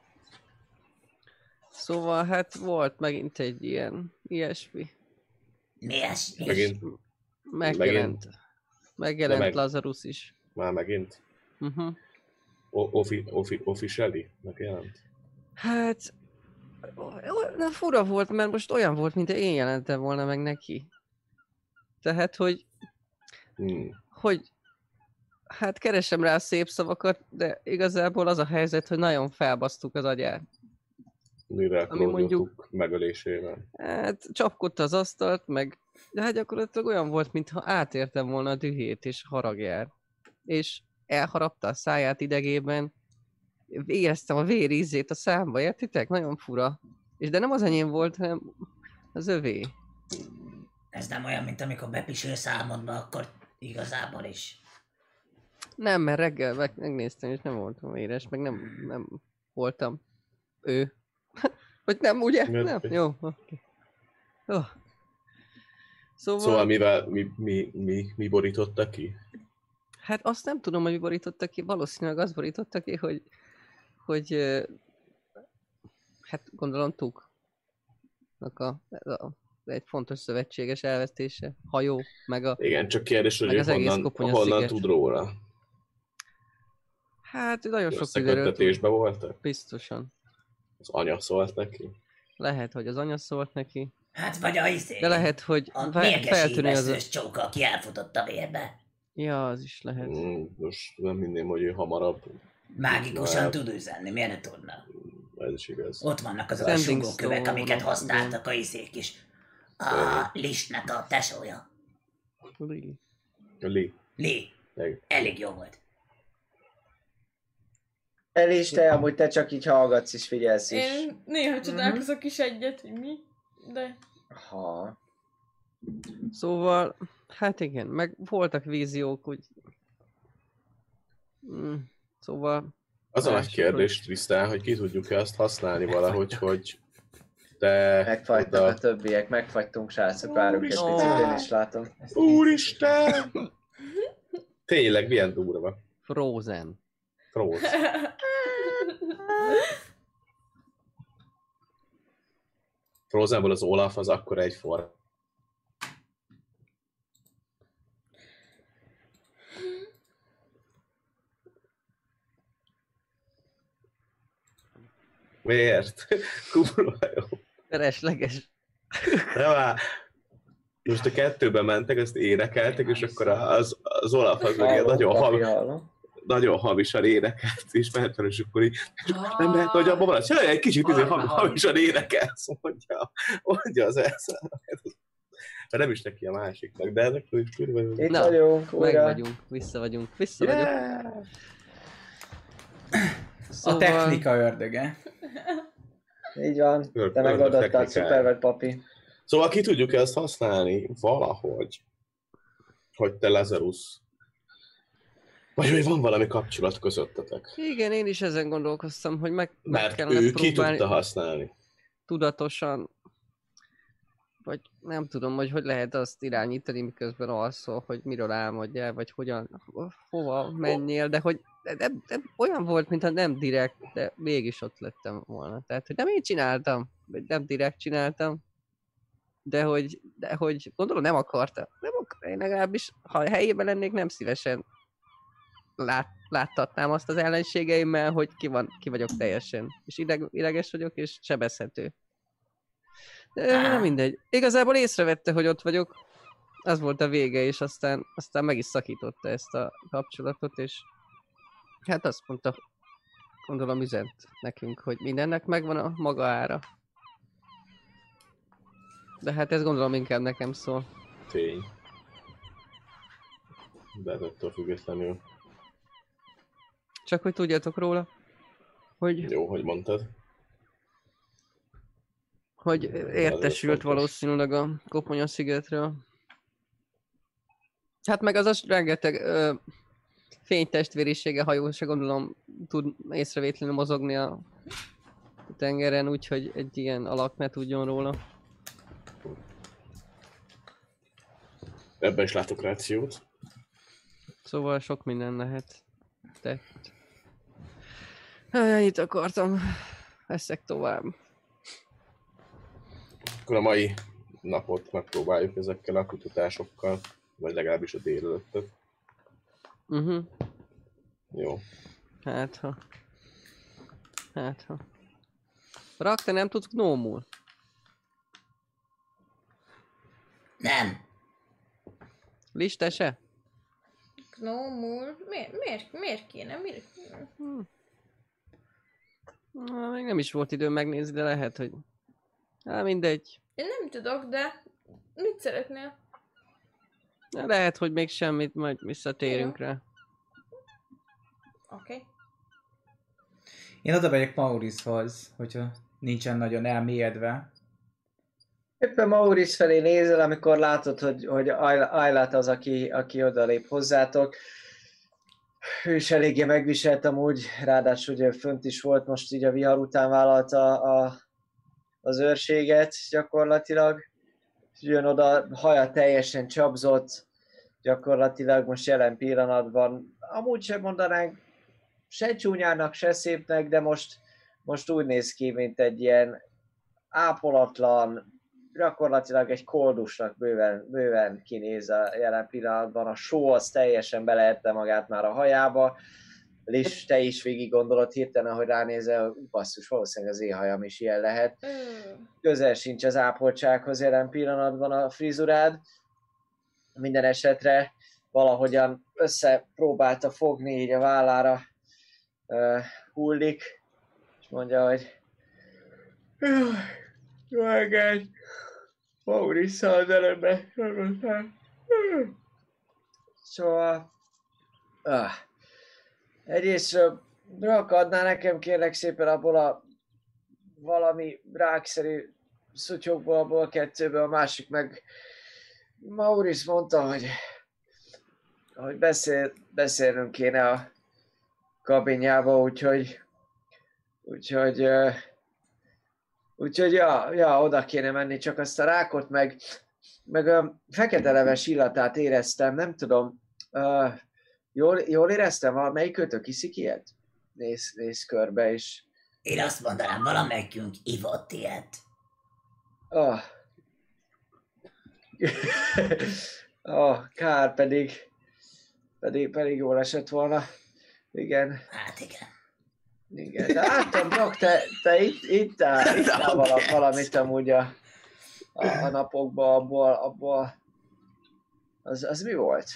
Szóval hát volt megint egy ilyen, ilyesmi. Mi ez? Mi? Megint, Megjelent. Megjelent meg- Lazarus is. már megint. Uh-huh. O- offi, offi, officially megjelent. Hát... Na, fura volt, mert most olyan volt, mint én jelentem volna meg neki. Tehát, hogy... Hmm. hogy hát keresem rá a szép szavakat, de igazából az a helyzet, hogy nagyon felbasztuk az agyát. Mire Ami mondjuk- mondjuk megölésével. Hát csapkodta az asztalt, meg... De hát gyakorlatilag olyan volt, mintha átértem volna a dühét és haragját. És elharapta a száját idegében. Éreztem a vér ízét a számba, értitek? Nagyon fura. És de nem az enyém volt, hanem az övé. Ez nem olyan, mint amikor bepisülsz álmodba, akkor igazából is. Nem, mert reggel meg, megnéztem, és nem voltam éres, meg nem, nem voltam ő. Vagy nem, ugye? Mert- Nem? Jó, oké. Jó. Szóval, Szóval mivel, mi, mi, mi, mi borította ki? hát azt nem tudom, hogy mi borította ki, valószínűleg az borította ki, hogy, hogy ö, hát gondolom Tuknak a, a, egy fontos szövetséges elvesztése, hajó, meg a, Igen, csak kérdés, hogy Meg ő az egész honnan, Koponya honnan sziget. tud róla. hát nagyon sok mindenről tud. Összeköttetésbe voltak? Biztosan. Az anya szólt neki? Lehet, hogy az anya szólt neki, Hát vagy a izé. de lehet, hogy A fe- mérges feltűnő az a... hívesztős csóka, aki elfutott a vérbe. Ja, az is lehet. Mm, most nem hinném, hogy ő hamarabb. Mágikusan Hát. tud üzenni, miért ne tudna? Ez is igaz. Ott vannak azok a Sending sugókövek, Stone, amiket igen. használtak a izék is. A Listnek a tesója. Lee. Lee. Lee. Meg- Elég jó volt. Elis, te amúgy te csak így hallgatsz és figyelsz is. Én néha csodálkozok is egyet, hogy mi, de... Ha. Szóval, hát igen, meg voltak víziók, úgy... Mm, szóval... Az a nagy Mások, kérdés, Trisztán, hogy ki tudjuk-e azt használni valahogy, hogy te... Megfagytak oda- a többiek, megfagytunk, srácok, várunk egy Úristen! picit, én is látom. Úristen! Tényleg, milyen durva. Frozen. Frozen. Frozenből az Olaf az akkor egy for. Miért? Kurva jó. Keresleges. Nem áll. Most a kettőben mentek, azt énekeltek, és akkor az, az Olaf az meg ilyen nagyon, Papi, havi, hallom. nagyon havisan énekelt, és ment fel, és akkor így, nem lehet, hogy abban van, csinálj egy kicsit izé, hav- havisan énekelsz, mondja, mondja az elszáll. Mert nem is neki a másiknak, de ennek is kurva jó. Itt Na, vagyunk, Meg újra. vagyunk, vissza vagyunk, vissza vagyok. Yeah! A Szóval, technika ördöge. Így van, Ör- te ördög megoldottad, technikája. szuper vagy, papi. Szóval ki tudjuk ezt használni valahogy, hogy te Lazarus, vagy hogy van valami kapcsolat közöttetek. igen, én is ezen gondolkoztam, hogy meg, meg Mert kellene ő ki próbálni tudta használni. tudatosan, vagy nem tudom, hogy hogy lehet azt irányítani, miközben alszol, hogy miről álmodjál, vagy hogyan, hova menjél, de hogy de, de, de olyan volt, mintha nem direkt, de mégis ott lettem volna. Tehát, hogy nem én csináltam, vagy nem direkt csináltam, de hogy, de hogy gondolom nem akarta. Nem akar, én legalábbis, ha a helyében lennék, nem szívesen lát, láttatnám azt az ellenségeimmel, hogy ki, van, ki vagyok teljesen. És ideg, ideges vagyok, és sebezhető. De nem mindegy. Igazából észrevette, hogy ott vagyok. Az volt a vége, és aztán, aztán meg is szakította ezt a kapcsolatot, és hát azt mondta, gondolom üzent nekünk, hogy mindennek megvan a maga ára. De hát ez gondolom inkább nekem szól. Tény. De ettől függetlenül. Csak hogy tudjatok róla, hogy, Jó, hogy mondtad. hogy értesült valószínűleg a Koponya szigetről. Hát meg az a rengeteg ö, fénytestvérisége hajó se gondolom tud észrevétlenül mozogni a tengeren, úgyhogy egy ilyen alak ne tudjon róla. Ebben is látok rációt. Szóval sok minden lehet tett. Ennyit akartam. Eszek tovább. Akkor a mai napot megpróbáljuk ezekkel a kutatásokkal, vagy legalábbis a délelőttöt. Uh-huh. Jó. Hát ha. Hát ha. Rak, te nem tudsz gnómul? Nem. Lis, te se? Gnómul? Miért, miért, miért kéne? Miért? Hm. Na, még nem is volt időm megnézni, de lehet, hogy... Hát mindegy. Én nem tudok, de mit szeretnél? Na, lehet, hogy még semmit, majd visszatérünk rá. Oké. Okay. Én oda megyek Mauricehoz, hogyha nincsen nagyon elmélyedve. Éppen Maurice felé nézel, amikor látod, hogy, hogy Aylat az, aki, aki odalép hozzátok. Ő is eléggé megviselt amúgy, ráadásul ugye fönt is volt, most így a vihar után vállalta a, az őrséget gyakorlatilag. Jön oda, haja teljesen csapzott, gyakorlatilag most jelen pillanatban. Amúgy sem mondanánk se csúnyának, se szépnek, de most, most úgy néz ki, mint egy ilyen ápolatlan, gyakorlatilag egy koldusnak bőven, bőven kinéz a jelen pillanatban. A só az teljesen beleette magát már a hajába. Lis, te is végig gondolod hirtelen, ahogy ránézel, basszus, valószínűleg az én hajam is ilyen lehet. Közel sincs az ápoltsághoz jelen pillanatban a frizurád. Minden esetre valahogyan összepróbálta fogni, így a vállára uh, hullik, és mondja, hogy jó reggelt, Maurice az előbb. Szóval uh, egyrészt Brak adná nekem kérlek szépen abból a valami rákszerű szutyokból, abból a kettőből, a másik meg Maurice mondta, hogy, hogy beszél, beszélnünk kéne a kabinjába, úgyhogy úgyhogy uh, úgyhogy ja, ja, oda kéne menni, csak azt a rákot meg meg a fekete leves illatát éreztem, nem tudom, uh, jól, jól éreztem, melyikőtök iszik ilyet? Nézz, nézz körbe is. Én azt mondanám, valamelyikünk ivott ilyet. Oh. oh, kár pedig, pedig, pedig jól esett volna. Igen. Hát igen. Igen, de láttam, Brak, te, te itt, itt áll, itt áll vala, valamit amúgy a, a, a napokban, abból, abból, az, az mi volt?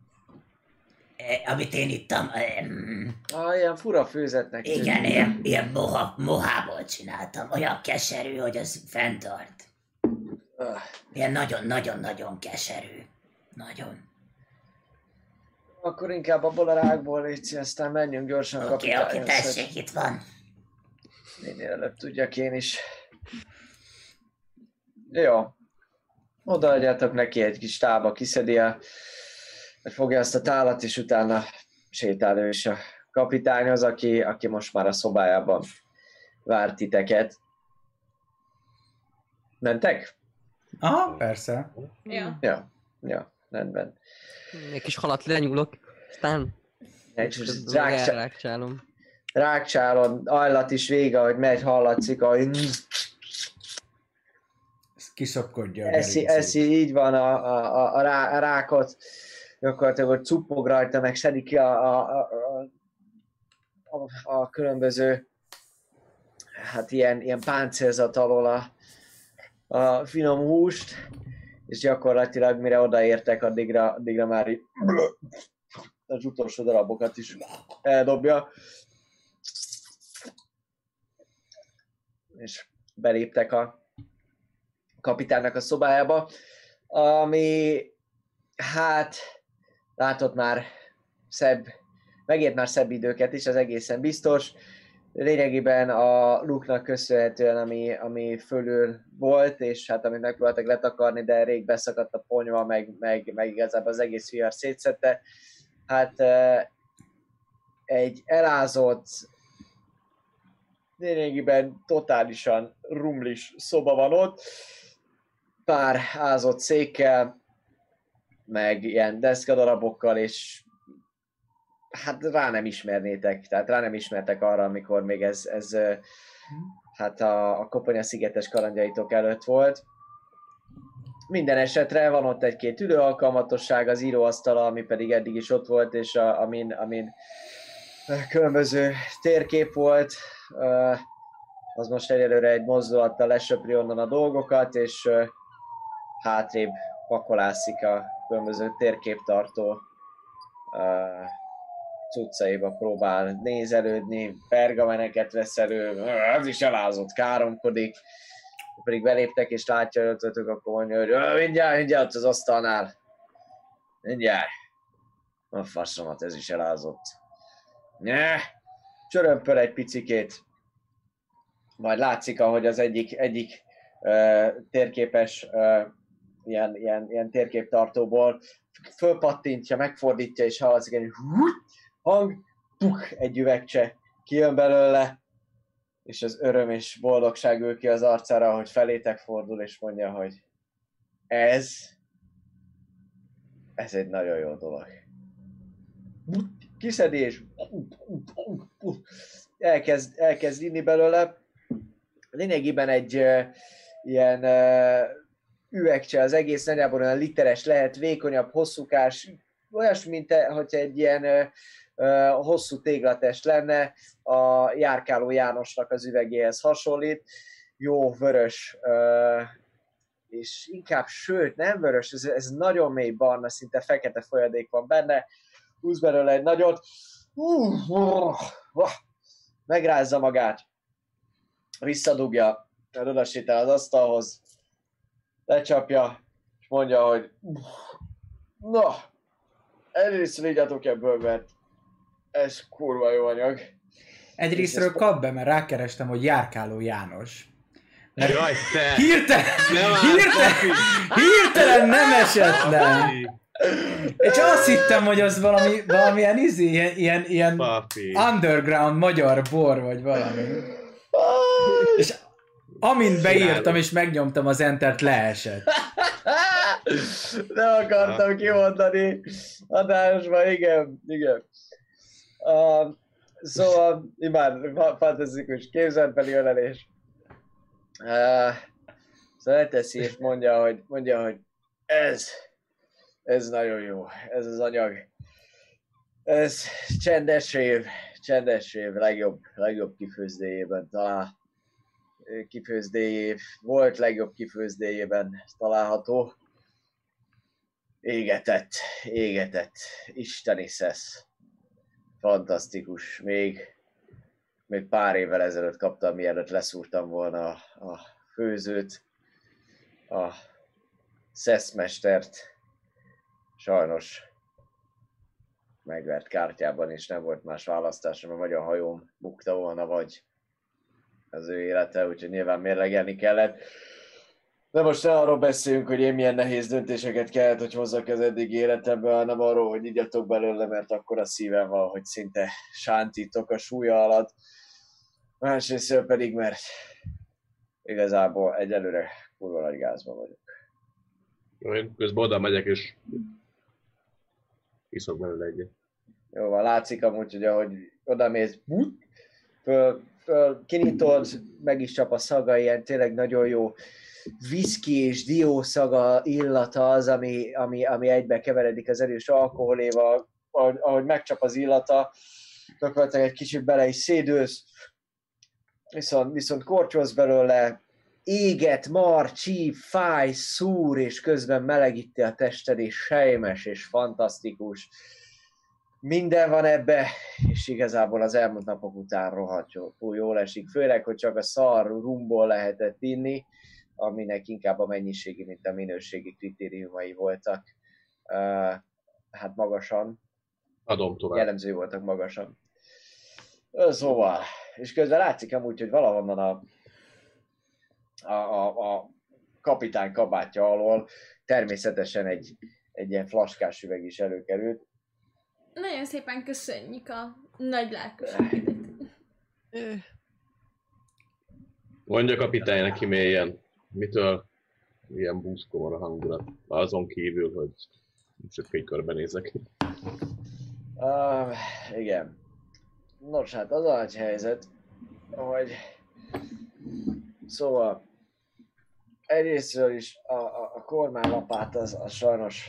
E, amit én ittam, e, mm, Ah, ilyen fura főzetnek. igen, ilyen, ilyen moha, mohából csináltam, olyan keserű, hogy az fenntart. Uh. Ilyen nagyon-nagyon-nagyon keserű. Nagyon. Akkor inkább abból a rákból légy, aztán menjünk gyorsan a Oké, oké, kapitányhoz. tessék, itt van. Minél előbb tudjak én is. Jó. Odaadjátok neki egy kis tába, kiszedi a... fogja azt a tálat, és utána sétál ő is a kapitányhoz, aki, aki most már a szobájában vár titeket. Mentek? Aha, persze. Ja. Ja, ja, rendben. Egy kis halat lenyúlok, aztán Egy rákcsá... rákcsálom. rákcsálon, Aylat is vége, hogy megy, hallatszik, hogy Kiszopkodja a eszi, gerincét. eszi, így van a, a, a, a, rá, a rákot, gyakorlatilag hogy cuppog rajta, meg szedi ki a, a, a, a, a különböző hát ilyen, ilyen páncélzat alól a, a finom húst, és gyakorlatilag mire odaértek, addigra, addigra már így az utolsó darabokat is eldobja. És beléptek a kapitánynak a szobájába, ami hát látott már szebb, megért már szebb időket is, az egészen biztos. lényegében a luknak köszönhetően, ami, ami fölül volt, és hát amit megpróbáltak letakarni, de rég beszakadt a ponyva, meg, meg, meg igazából az egész vihar szétszette. Hát egy elázott, lényegében totálisan rumlis szoba van ott, pár ázott székkel, meg ilyen deszkadarabokkal, és hát rá nem ismernétek, tehát rá nem ismertek arra, amikor még ez, ez hát a, a Koponya szigetes kalandjaitok előtt volt. Minden esetre van ott egy-két ülőalkalmatosság, az íróasztala, ami pedig eddig is ott volt, és a, amin, amin különböző térkép volt, az most egyelőre egy mozdulattal lesöpri onnan a dolgokat, és hátrébb pakolászik a különböző térképtartó cuccaiba, próbál nézelődni, pergameneket vesz elő, ez is elázott, káromkodik. Pedig beléptek és látja ötötök, akkor mondja, hogy mindjárt, mindjárt az asztalnál. Mindjárt. A faszomat, ez is elázott. Ne! Csörömpöl egy picikét. Majd látszik, ahogy az egyik, egyik uh, térképes uh, ilyen, ilyen, ilyen térképtartóból fölpattintja, megfordítja, és hallatszik egy hang, puk, egy üvegcse kijön belőle, és az öröm és boldogság ül ki az arcára, hogy felétek fordul, és mondja, hogy ez, ez egy nagyon jó dolog. Kiszedi, és elkezd, elkezd inni belőle. Lényegében egy uh, ilyen uh, üvegcse, az egész nagyjából olyan literes lehet, vékonyabb, hosszúkás, olyasmi, mint hogyha egy ilyen uh, uh, hosszú téglatest lenne, a Járkáló Jánosnak az üvegéhez hasonlít. Jó vörös, uh, és inkább, sőt, nem vörös, ez, ez nagyon mély barna, szinte fekete folyadék van benne. Húz belőle egy nagyot, uh, uh, uh, megrázza magát, visszadugja, odasétál az asztalhoz, lecsapja, és mondja, hogy na, egyrészt vigyatok ebből, mert ez kurva jó anyag. Egyrésztről kap be, mert rákerestem, hogy Járkáló János. Jaj, te! Hirtelen, hirtelen, hirtelen nem esett le. És azt hittem, hogy az valami, valamilyen izi, ilyen, ilyen, ilyen underground magyar bor, vagy valami. És amint beírtam és megnyomtam az entert, leesett. Nem akartam kimondani adásban, igen, igen. Uh, szóval, imád, fantasztikus, képzeltbeli ölelés. Uh, szóval leteszi és mondja, hogy, mondja, hogy ez, ez nagyon jó, ez az anyag. Ez csendes év, csendes év, legjobb, legjobb kifőzdéjében talál. Kifőzdéjév, volt legjobb kifőzdéjében található. Égetett, égetett, isteni szesz. Fantasztikus, még, még pár évvel ezelőtt kaptam, mielőtt leszúrtam volna a, a főzőt, a szeszmestert. Sajnos megvert kártyában, és nem volt más választásom, mert vagy a hajóm bukta volna, vagy az ő élete, úgyhogy nyilván mérlegelni kellett. De most ne arról beszéljünk, hogy én milyen nehéz döntéseket kellett, hogy hozzak az eddig életemben, hanem arról, hogy igyatok belőle, mert akkor a szívem van, hogy szinte sántítok a súlya alatt. Másrészt pedig, mert igazából egyelőre kurva nagy gázban vagyok. Én közben oda megyek, és iszok belőle egyet. Jó van, látszik amúgy, hogy ahogy odamész, föl, föl kinyitod, meg is csap a szaga, ilyen tényleg nagyon jó viszki és dió szaga, illata az, ami, ami, ami egybe keveredik az erős alkoholéval, ahogy, ahogy megcsap az illata, gyakorlatilag egy kicsit bele is szédülsz, viszont, viszont kortyolsz belőle, éget, mar, csíp, fáj, szúr, és közben melegíti a tested, és sejmes, és fantasztikus. Minden van ebbe, és igazából az elmúlt napok után rohadt jó, jól esik. Főleg, hogy csak a szar rumból lehetett inni, aminek inkább a mennyiségi, mint a minőségi kritériumai voltak. Uh, hát magasan. Adom tovább. Jellemző voltak magasan. Szóval, és közben látszik amúgy, hogy valahonnan a, a, a, a kapitány kabátja alól természetesen egy, egy ilyen flaskás üveg is előkerült. Nagyon szépen köszönjük a nagy lelkűségedet. Mondja kapitány neki mélyen, mitől ilyen búszkó van a hangulat, azon kívül, hogy csak egy körbenézek. Uh, igen. Nos, hát az a nagy helyzet, hogy szóval egyrésztről is a, a, a kormánylapát az, az sajnos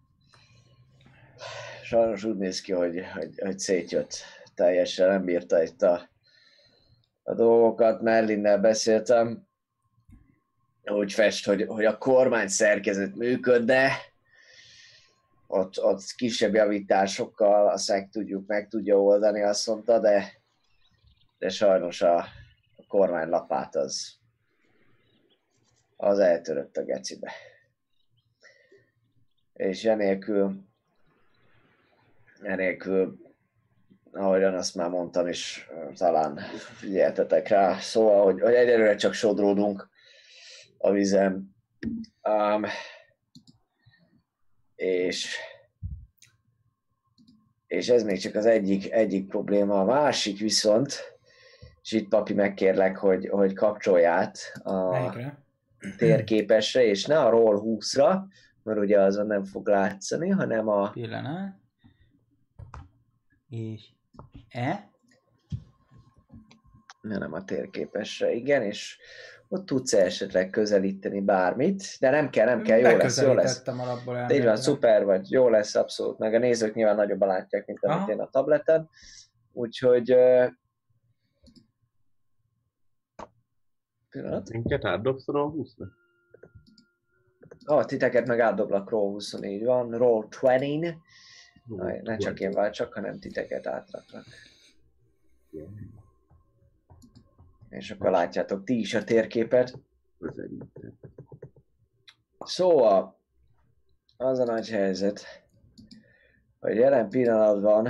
sajnos úgy néz ki, hogy, hogy, hogy szétjött teljesen, nem bírta itt a, a dolgokat. Merlinnel beszéltem, úgy fest, hogy, hogy a kormány szerkezet működne, ott, ott kisebb javításokkal a szeg tudjuk, meg tudja oldani, azt mondta, de, de sajnos a, a kormánylapát az, az eltörött a gecibe. És enélkül, enélkül, ahogyan azt már mondtam is, talán figyeltetek rá, szóval, hogy, hogy egyelőre csak sodródunk a vizen. Um, és, és ez még csak az egyik, egyik probléma. A másik viszont, és itt papi megkérlek, hogy, hogy kapcsolj át a Melyikre? térképesre, és ne a roll húszra, mert ugye azon nem fog látszani, hanem a... Pillanat. És E? Nem a térképesre, igen, és ott tudsz esetleg közelíteni bármit, de nem kell, nem kell, jó lesz, jó lesz. Alapból De így van, szuper vagy, jó lesz, abszolút, meg a nézők nyilván nagyobban látják, mint amit Aha. én a tableten, úgyhogy... Uh... Pillanat. Minket átdobsz a húsznak? Ah, titeket meg átdoblak roll húszon, így van, roll húszon. Aj, ne csak én váltsak, hanem titeket átraklak. És akkor látjátok ti is a térképet. Szóval, az a nagy helyzet, hogy jelen pillanatban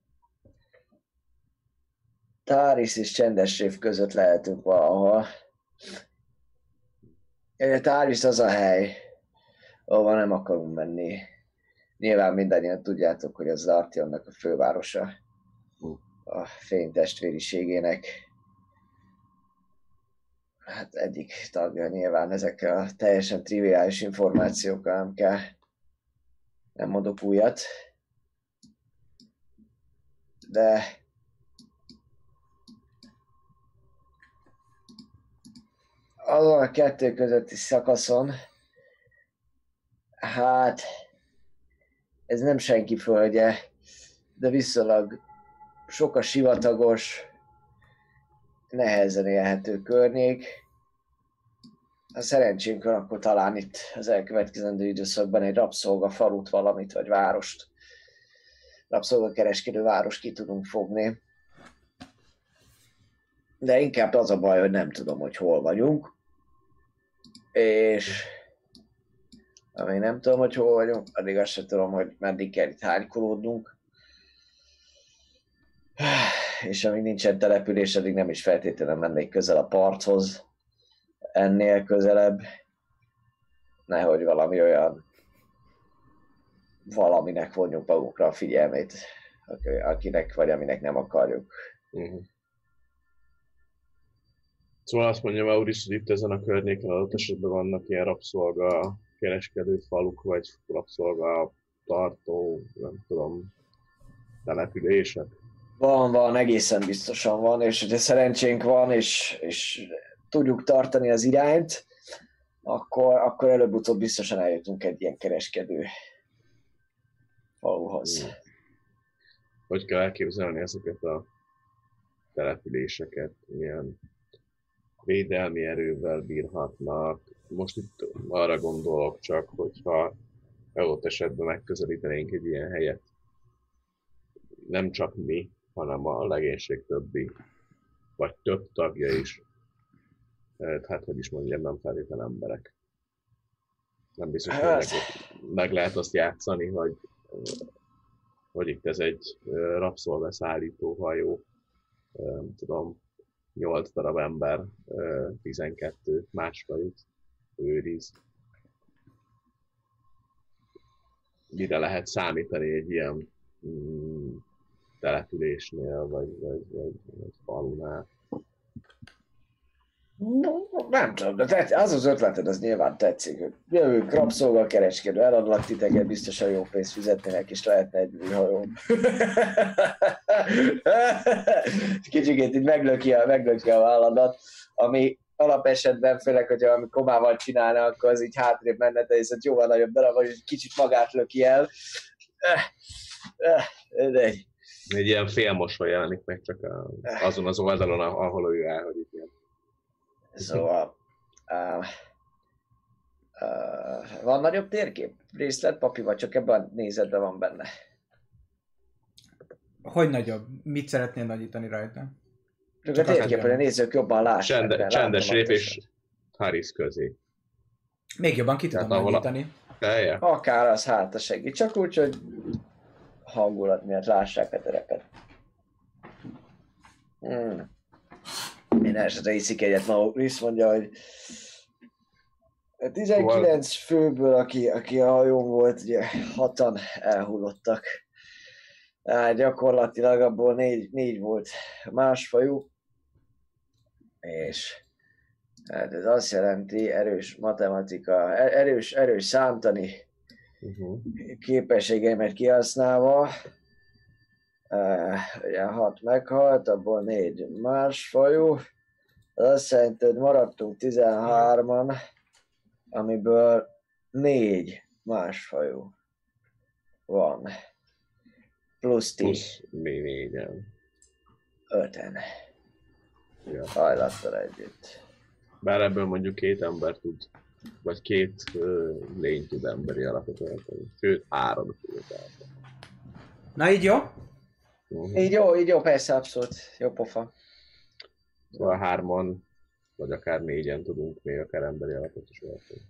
Táris és Csendes Rév között lehetünk valahol. Táris az a hely, ahova nem akarunk menni. Nyilván mindannyian tudjátok, hogy az Artionnak a fővárosa, a fénytestvériségének hát egyik tagja. Nyilván ezekkel a teljesen triviális információkkal nem kell, nem mondok újat. De azon a kettő közötti szakaszon, hát ez nem senki földje, de viszonylag sok a sivatagos, nehezen élhető környék. Ha szerencsénk van, akkor talán itt az elkövetkezendő időszakban egy rabszolga falut, valamit, vagy várost, rabszolgakereskedő város ki tudunk fogni. De inkább az a baj, hogy nem tudom, hogy hol vagyunk. És amíg nem tudom, hogy hol vagyunk, addig azt sem tudom, hogy meddig kell itt hánykolódnunk. És amíg nincsen település, addig nem is feltétlenül mennék közel a parthoz. Ennél közelebb. Nehogy valami olyan valaminek vonjuk magunkra a figyelmét, akinek vagy aminek nem akarjuk. Uh-huh. Szóval azt mondja Maurice, hogy itt ezen a környéken adott esetben vannak ilyen rabszolga kereskedő faluk, vagy rabszolga tartó, nem tudom, települések. Van, van, egészen biztosan van, és hogyha szerencsénk van, és, és tudjuk tartani az irányt, akkor, akkor előbb-utóbb biztosan eljutunk egy ilyen kereskedő faluhoz. Hogy kell elképzelni ezeket a településeket, milyen védelmi erővel bírhatnak. Most itt arra gondolok csak, hogyha adott esetben megközelítenénk egy ilyen helyet, nem csak mi, hanem a legénység többi, vagy több tagja is, hát hogy is mondjam, nem feltétlenül emberek. Nem biztos, hogy meg, meg lehet azt játszani, hogy, hogy itt ez egy rabszolgaszállító hajó, nem tudom, nyolc darab ember, tizenkettő másfajút őriz. Mire lehet számítani egy ilyen mm, településnél, vagy, vagy, vagy, vagy falunál? No, nem tudom, de tetszik, az az ötleted, az nyilván tetszik, hogy jövünk rabszolgakereskedő, eladlak titeket, biztosan jó pénzt fizetnének, és lehetne egy műhajóm. Kicsikét így meglöki a, meglöki a válladat, ami alapesetben, főleg, hogyha valami komával csinálna, akkor az így hátrébb menne, de ez egy jóval nagyobb darab, hogy kicsit magát löki el. De egy... egy ilyen félmosoly jelenik meg csak a, azon az oldalon, ahol ő áll, hogy itt ilyen. Szóval... Uh, uh, van nagyobb térkép? Részlet, papi, vagy csak ebben a nézetben van benne? Hogy nagyobb? Mit szeretnél nagyítani rajta? Csak a térkép, hogy a nézők jobban lássák. Csende, csendes rép és Harris közé. Még jobban ki tudom nagyítani. A... Akár az hát a segít, csak úgy, hogy hangulat miatt lássák a terepet. Hmm. Én esetre iszik egyet, Maurice mondja, hogy tizenkilenc főből, aki, aki a hajón volt, ugye hatan elhullottak. Hát gyakorlatilag abból négy, négy volt másfajú, és hát ez azt jelenti, erős matematika, erős, erős számtani uh-huh. képességeimet kihasználva, uh, ugye hat meghalt, abból négy másfajú, az azt jelenti, hogy maradtunk tizenhárman, amiből négy másfajú van. Plusz ti. Plusz mi négyen. Öten. Ja. Hajlattal együtt. Bár ebből mondjuk két ember tud, vagy két uh, lény tud emberi alapot ölteni. Sőt, három tud. Na így jó? Uh-huh. Így jó, így jó, persze, abszolút. Jó pofa. Szóval hárman, vagy akár négyen tudunk még akár emberi alapot is ölteni.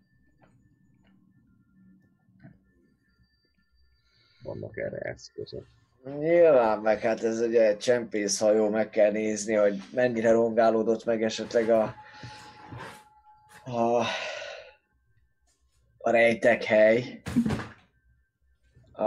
Vannak erre eszközök. Nyilván, meg hát ez ugye egy csempészhajó, meg kell nézni, hogy mennyire rongálódott meg esetleg a a, a rejtekhely. A,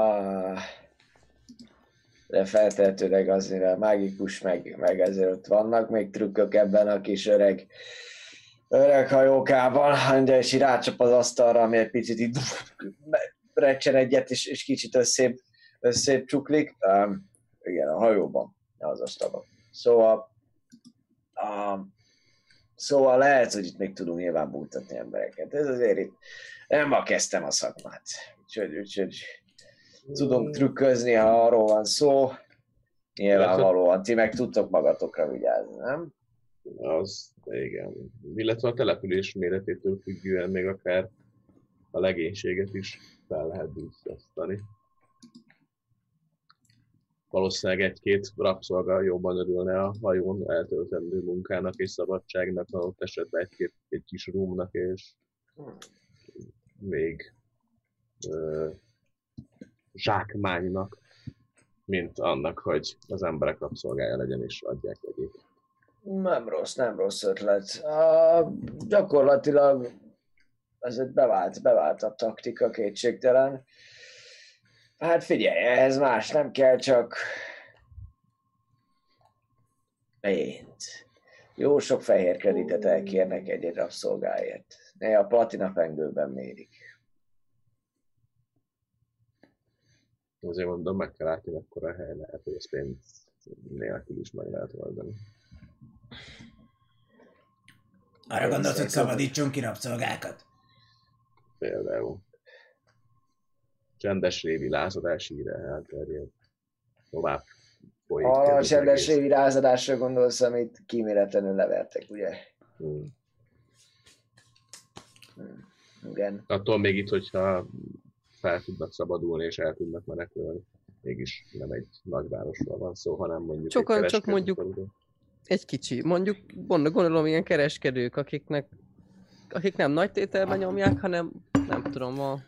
de feltehetőleg azért mágikus, meg, meg ezért ott vannak még trükkök ebben a kis öreg öreg hajókában, de és így rácsap az asztalra, ami egy picit így recsen egyet, és, és kicsit összébb, összébb csuklik. Um, igen, a hajóban, az asztalban. Szóval, um, szóval lehet, hogy itt még tudunk nyilván bújtatni embereket. Ez azért itt nem ma kezdtem a szakmát. Úgyhogy, úgyhogy tudunk trükközni, ha arról van szó. Nyilvánvalóan, ti meg tudtok magatokra vigyázni, nem? Az, igen. Illetve a település méretétől függően még akár a legénységet is fel lehet bújtatni. Valószínűleg egy-két rabszolga jobban örülne a hajón eltöltendő munkának és szabadságnak, ott esetben egy-két egy kis rúmnak és még ö, zsákmánynak, mint annak, hogy az emberek rabszolgája legyen és adják egyéb. Nem rossz, nem rossz ötlet. Uh, gyakorlatilag ez egy bevált, bevált a taktika, kétségtelen. Hát figyelj, ehhez más nem kell, csak pénz. Jó sok fehér kreditet elkérnek egy-egy rabszolgáért. Néha a platina pengőben mérik. Azért mondom, meg kell látni, akkor a hely lehet, hogy ezt pénz nélkül is meg lehet oldani. Arra gondolsz, hogy szabadítsunk ki rabszolgákat? Például. Csendes révi lázadás híre elterjed. Tovább folyik. A csendes révi lázadásra gondolsz, amit kíméletlenül levertek, ugye? Hmm. Hmm. Igen. Attól még itt, hogyha fel tudnak szabadulni és el tudnak menekülni, mégis nem egy nagyvárosról van szó, hanem mondjuk Sokan egy csak mondjuk korúról. Egy kicsi, mondjuk gondolom ilyen kereskedők, akiknek akik nem nagy tételben nyomják, hanem nem tudom, van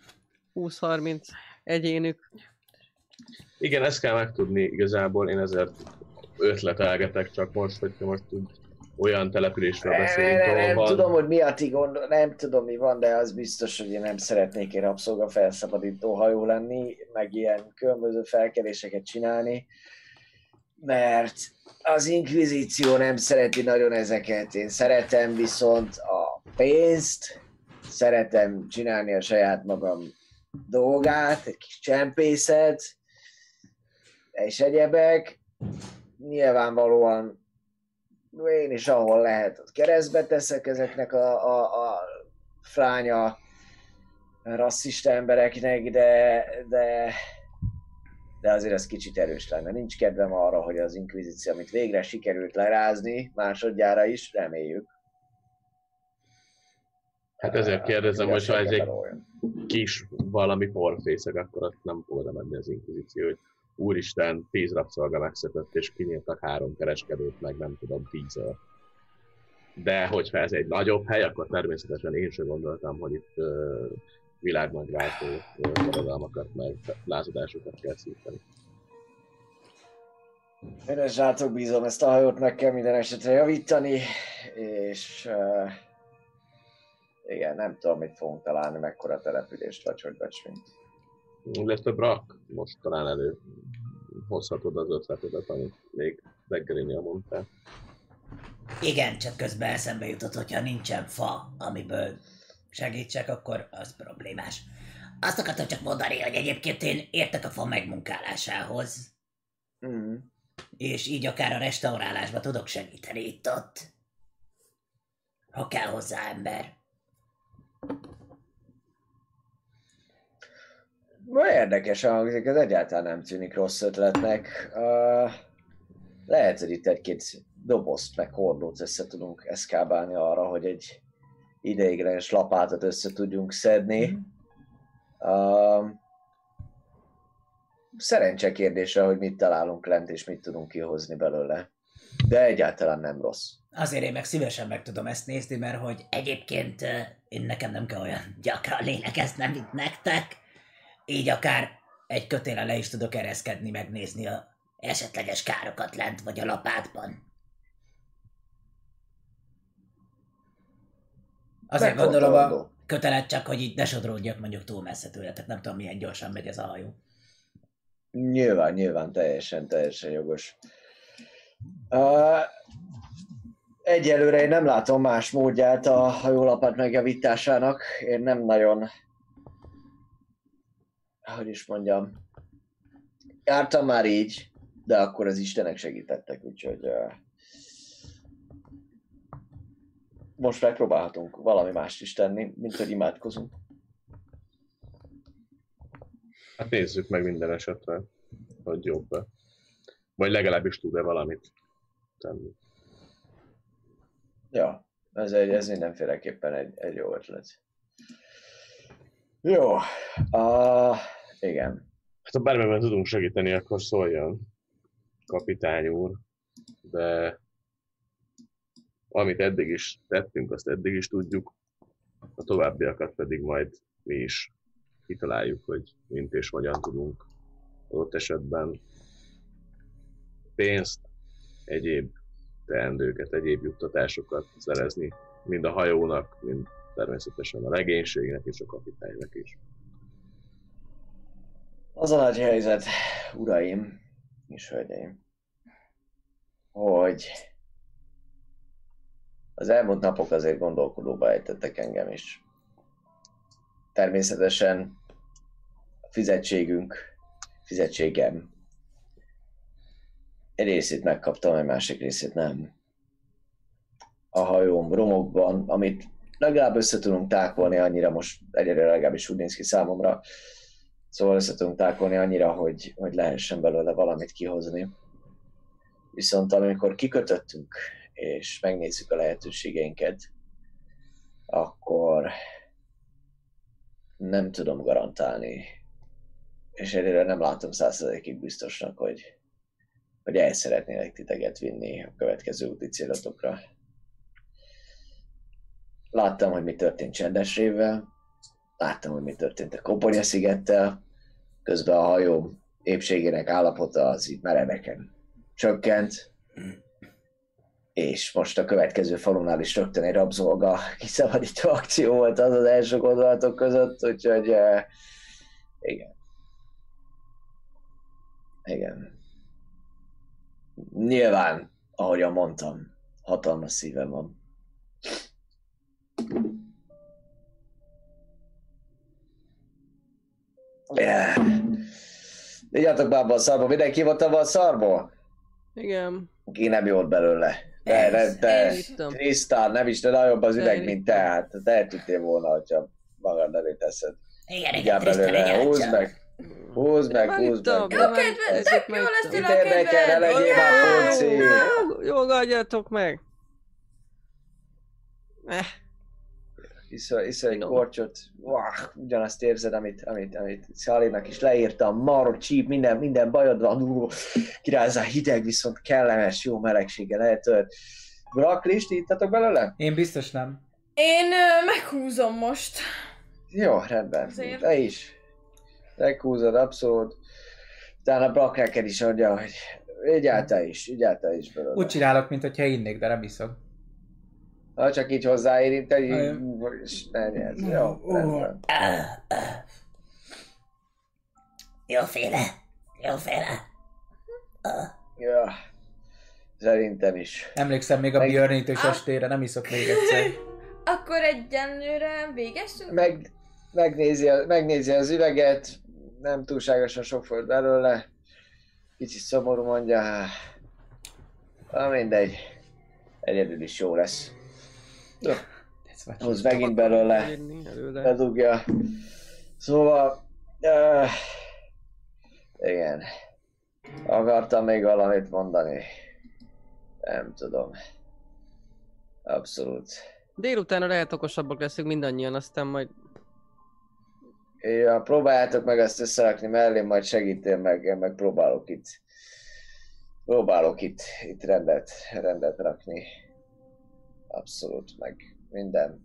húsz-harminc egyénük. Igen, ezt kell megtudni igazából, én ezért ötletelgetek csak most, hogyha most úgy olyan településről beszélünk, nem, nem, nem van... tudom, hogy mi a ti gond, nem tudom mi van, de az biztos, hogy én nem szeretnék egy rabszolga felszabadító hajó lenni, meg ilyen különböző felkeléseket csinálni, mert az inkvizíció nem szereti nagyon ezeket. Én szeretem viszont a pénzt, szeretem csinálni a saját magam dolgát, egy kis csempészet, és egyebek. Nyilvánvalóan én is ahol lehet, ott keresztbe teszek ezeknek a, a, a fránya rasszista embereknek, de, de, de azért ez kicsit erős lenne. Nincs kedvem arra, hogy az inkvizíció, amit végre sikerült lerázni, másodjára is, reméljük. Hát ezért kérdezem, hogy ha ez egy kis valami porfészeg, akkor azt nem fogod menni az inkvizíció, hogy úristen, tíz rabszolga megszökött, és kinyírtak három kereskedőt, meg nem tudom, tízzel. De hogyha ez egy nagyobb hely, akkor természetesen én sem gondoltam, hogy itt uh, világnagyváltó uh, forradalmakat, meg lázadásokat kell szíteni. Én is rátok bízom, ezt a hajót meg kell minden esetre javítani, és uh, igen, nem tudom, mit fogunk találni, mekkora települést vagy hogy becsmint. Lesz több rak, most talán elő hozhatod az ötletedet, amit még reggelinél mondtál. Igen, csak közben eszembe jutott, hogyha nincsen fa, amiből segítsek, akkor az problémás. Azt akartam csak mondani, hogy egyébként én értek a fa megmunkálásához. Mm. És így akár a restaurálásba tudok segíteni itt-ott. Ha kell hozzá ember. Érdekes hangzik, ez egyáltalán nem tűnik rossz ötletnek. Uh, lehet, hogy itt egy-két dobozt meg hordót össze tudunk eszkábálni arra, hogy egy ideiglenes lapátot össze tudjunk szedni. Uh, szerencse kérdése, hogy mit találunk lent és mit tudunk kihozni belőle. De egyáltalán nem rossz. Azért én meg szívesen meg tudom ezt nézni, mert hogy egyébként én nekem nem kell olyan gyakran lélegezni, mint nektek. Így akár egy kötélen le is tudok ereszkedni, megnézni a esetleges károkat lent vagy a lapátban. Azért gondolom a kötelet csak, hogy így ne sodródjak mondjuk túl messze tőle, tehát nem tudom milyen gyorsan megy ez a hajó. Nyilván, nyilván, teljesen, teljesen jogos. Uh, egyelőre én nem látom más módját a hajólapát megjavításának. Én nem nagyon... Hogy is mondjam, jártam már így, de akkor az istenek segítettek, úgyhogy uh, most megpróbálhatunk valami mást is tenni, mint hogy imádkozunk. Hát nézzük meg minden esetre, hogy jobb-e. Vagy legalábbis tud-e valamit tenni. Ja, ez, egy, ez mindenféleképpen egy, egy jó ötlet. Jó, uh, igen. Hát ha bármiben tudunk segíteni, akkor szóljon, kapitány úr, de amit eddig is tettünk, azt eddig is tudjuk, a továbbiakat pedig majd mi is kitaláljuk, hogy mint és hogyan tudunk ott esetben pénzt, egyéb teendőket, egyéb juttatásokat szerezni, mind a hajónak, mind természetesen a legénységnek és a kapitánynak is. Az a nagy helyzet, uraim és hölgyeim, hogy az elmúlt napok azért gondolkodóba ejtettek engem is. Természetesen a fizetségünk, fizetségem egy részét megkaptam, egy másik részét nem. A hajóm romokban, amit legalább össze tudunk tákolni annyira, most egyre legalábbis úgy néz ki számomra, szóval össze tudunk tákolni annyira, hogy, hogy lehessen belőle valamit kihozni. Viszont amikor kikötöttünk, és megnézzük a lehetőségeinket, akkor nem tudom garantálni, és egyre nem látom százszerzalékig biztosnak, hogy, hogy el szeretnélek titeket vinni a következő úti célatokra. Láttam, hogy mi történt Csendesrévvel, láttam, hogy mi történt a Koponya-szigettel, közben a hajó épségének állapota az itt meredeken. csökkent. És most a következő falunál is rögtön egy rabszolga kiszabadító akció volt az az első gondolatok között, úgyhogy uh, igen. Igen. Nyilván, ahogyan mondtam, hatalmas szívem van. Yeah. Vigyátok már abban a szarból, mindenki volt abban a szarból? Igen. Ki nem jót belőle. De, de, de, Trisztán, nem is, de nagyobb az üveg, mint te, hát te el tudtél volna, hogyha magad elé teszed. Igen, igen, Trisztán, igen. Húzd meg, húzd meg, húzd meg. Jó kedved, tök jó lesz tőle a kedved. Érdekel, ne legyél már póci. Jogadjatok meg. Eh. Iszol, iszol egy kortyot, Uah, ugyanazt érzed, amit, amit, amit Szalinak is leírtam, marok, csíp, minden, minden bajod van, kirázzál hideg, viszont kellemes, jó melegséggel eltölt. Braklist, ittatok belőle? Én biztos nem. Én ö, meghúzom most. Jó, rendben, Azért. te is. Meghúzod, abszolút. Utána Brak neked is adja, hogy vigyál te is, vigyál te is belőle. Úgy csinálok, mintha innék, de nem iszok. Ha csak így hozzáérinteni, és ne nyersz. Jó, rendben. Jóféle, jóféle. Ja, szerintem is. Emlékszem még a Meg- Björnítős estére, nem iszok még egyszer. Akkor egyenlőre végeztünk? Meg, megnézi, a, megnézi az üveget, nem túlságosan sok volt belőle. Kicsit szomorú mondja. Na mindegy. Egyedül is jó lesz. Hozz megint belőle. Bedugja. Szóval... Uh, igen. Akartam még valamit mondani. Nem tudom. Abszolút. Délutánra lehet okosabbak leszünk mindannyian, aztán majd... Ja, próbáljátok meg ezt összerakni mellé, majd segítél meg, én meg próbálok itt. Próbálok itt, itt rendet, rendet rakni. Abszolút, meg minden.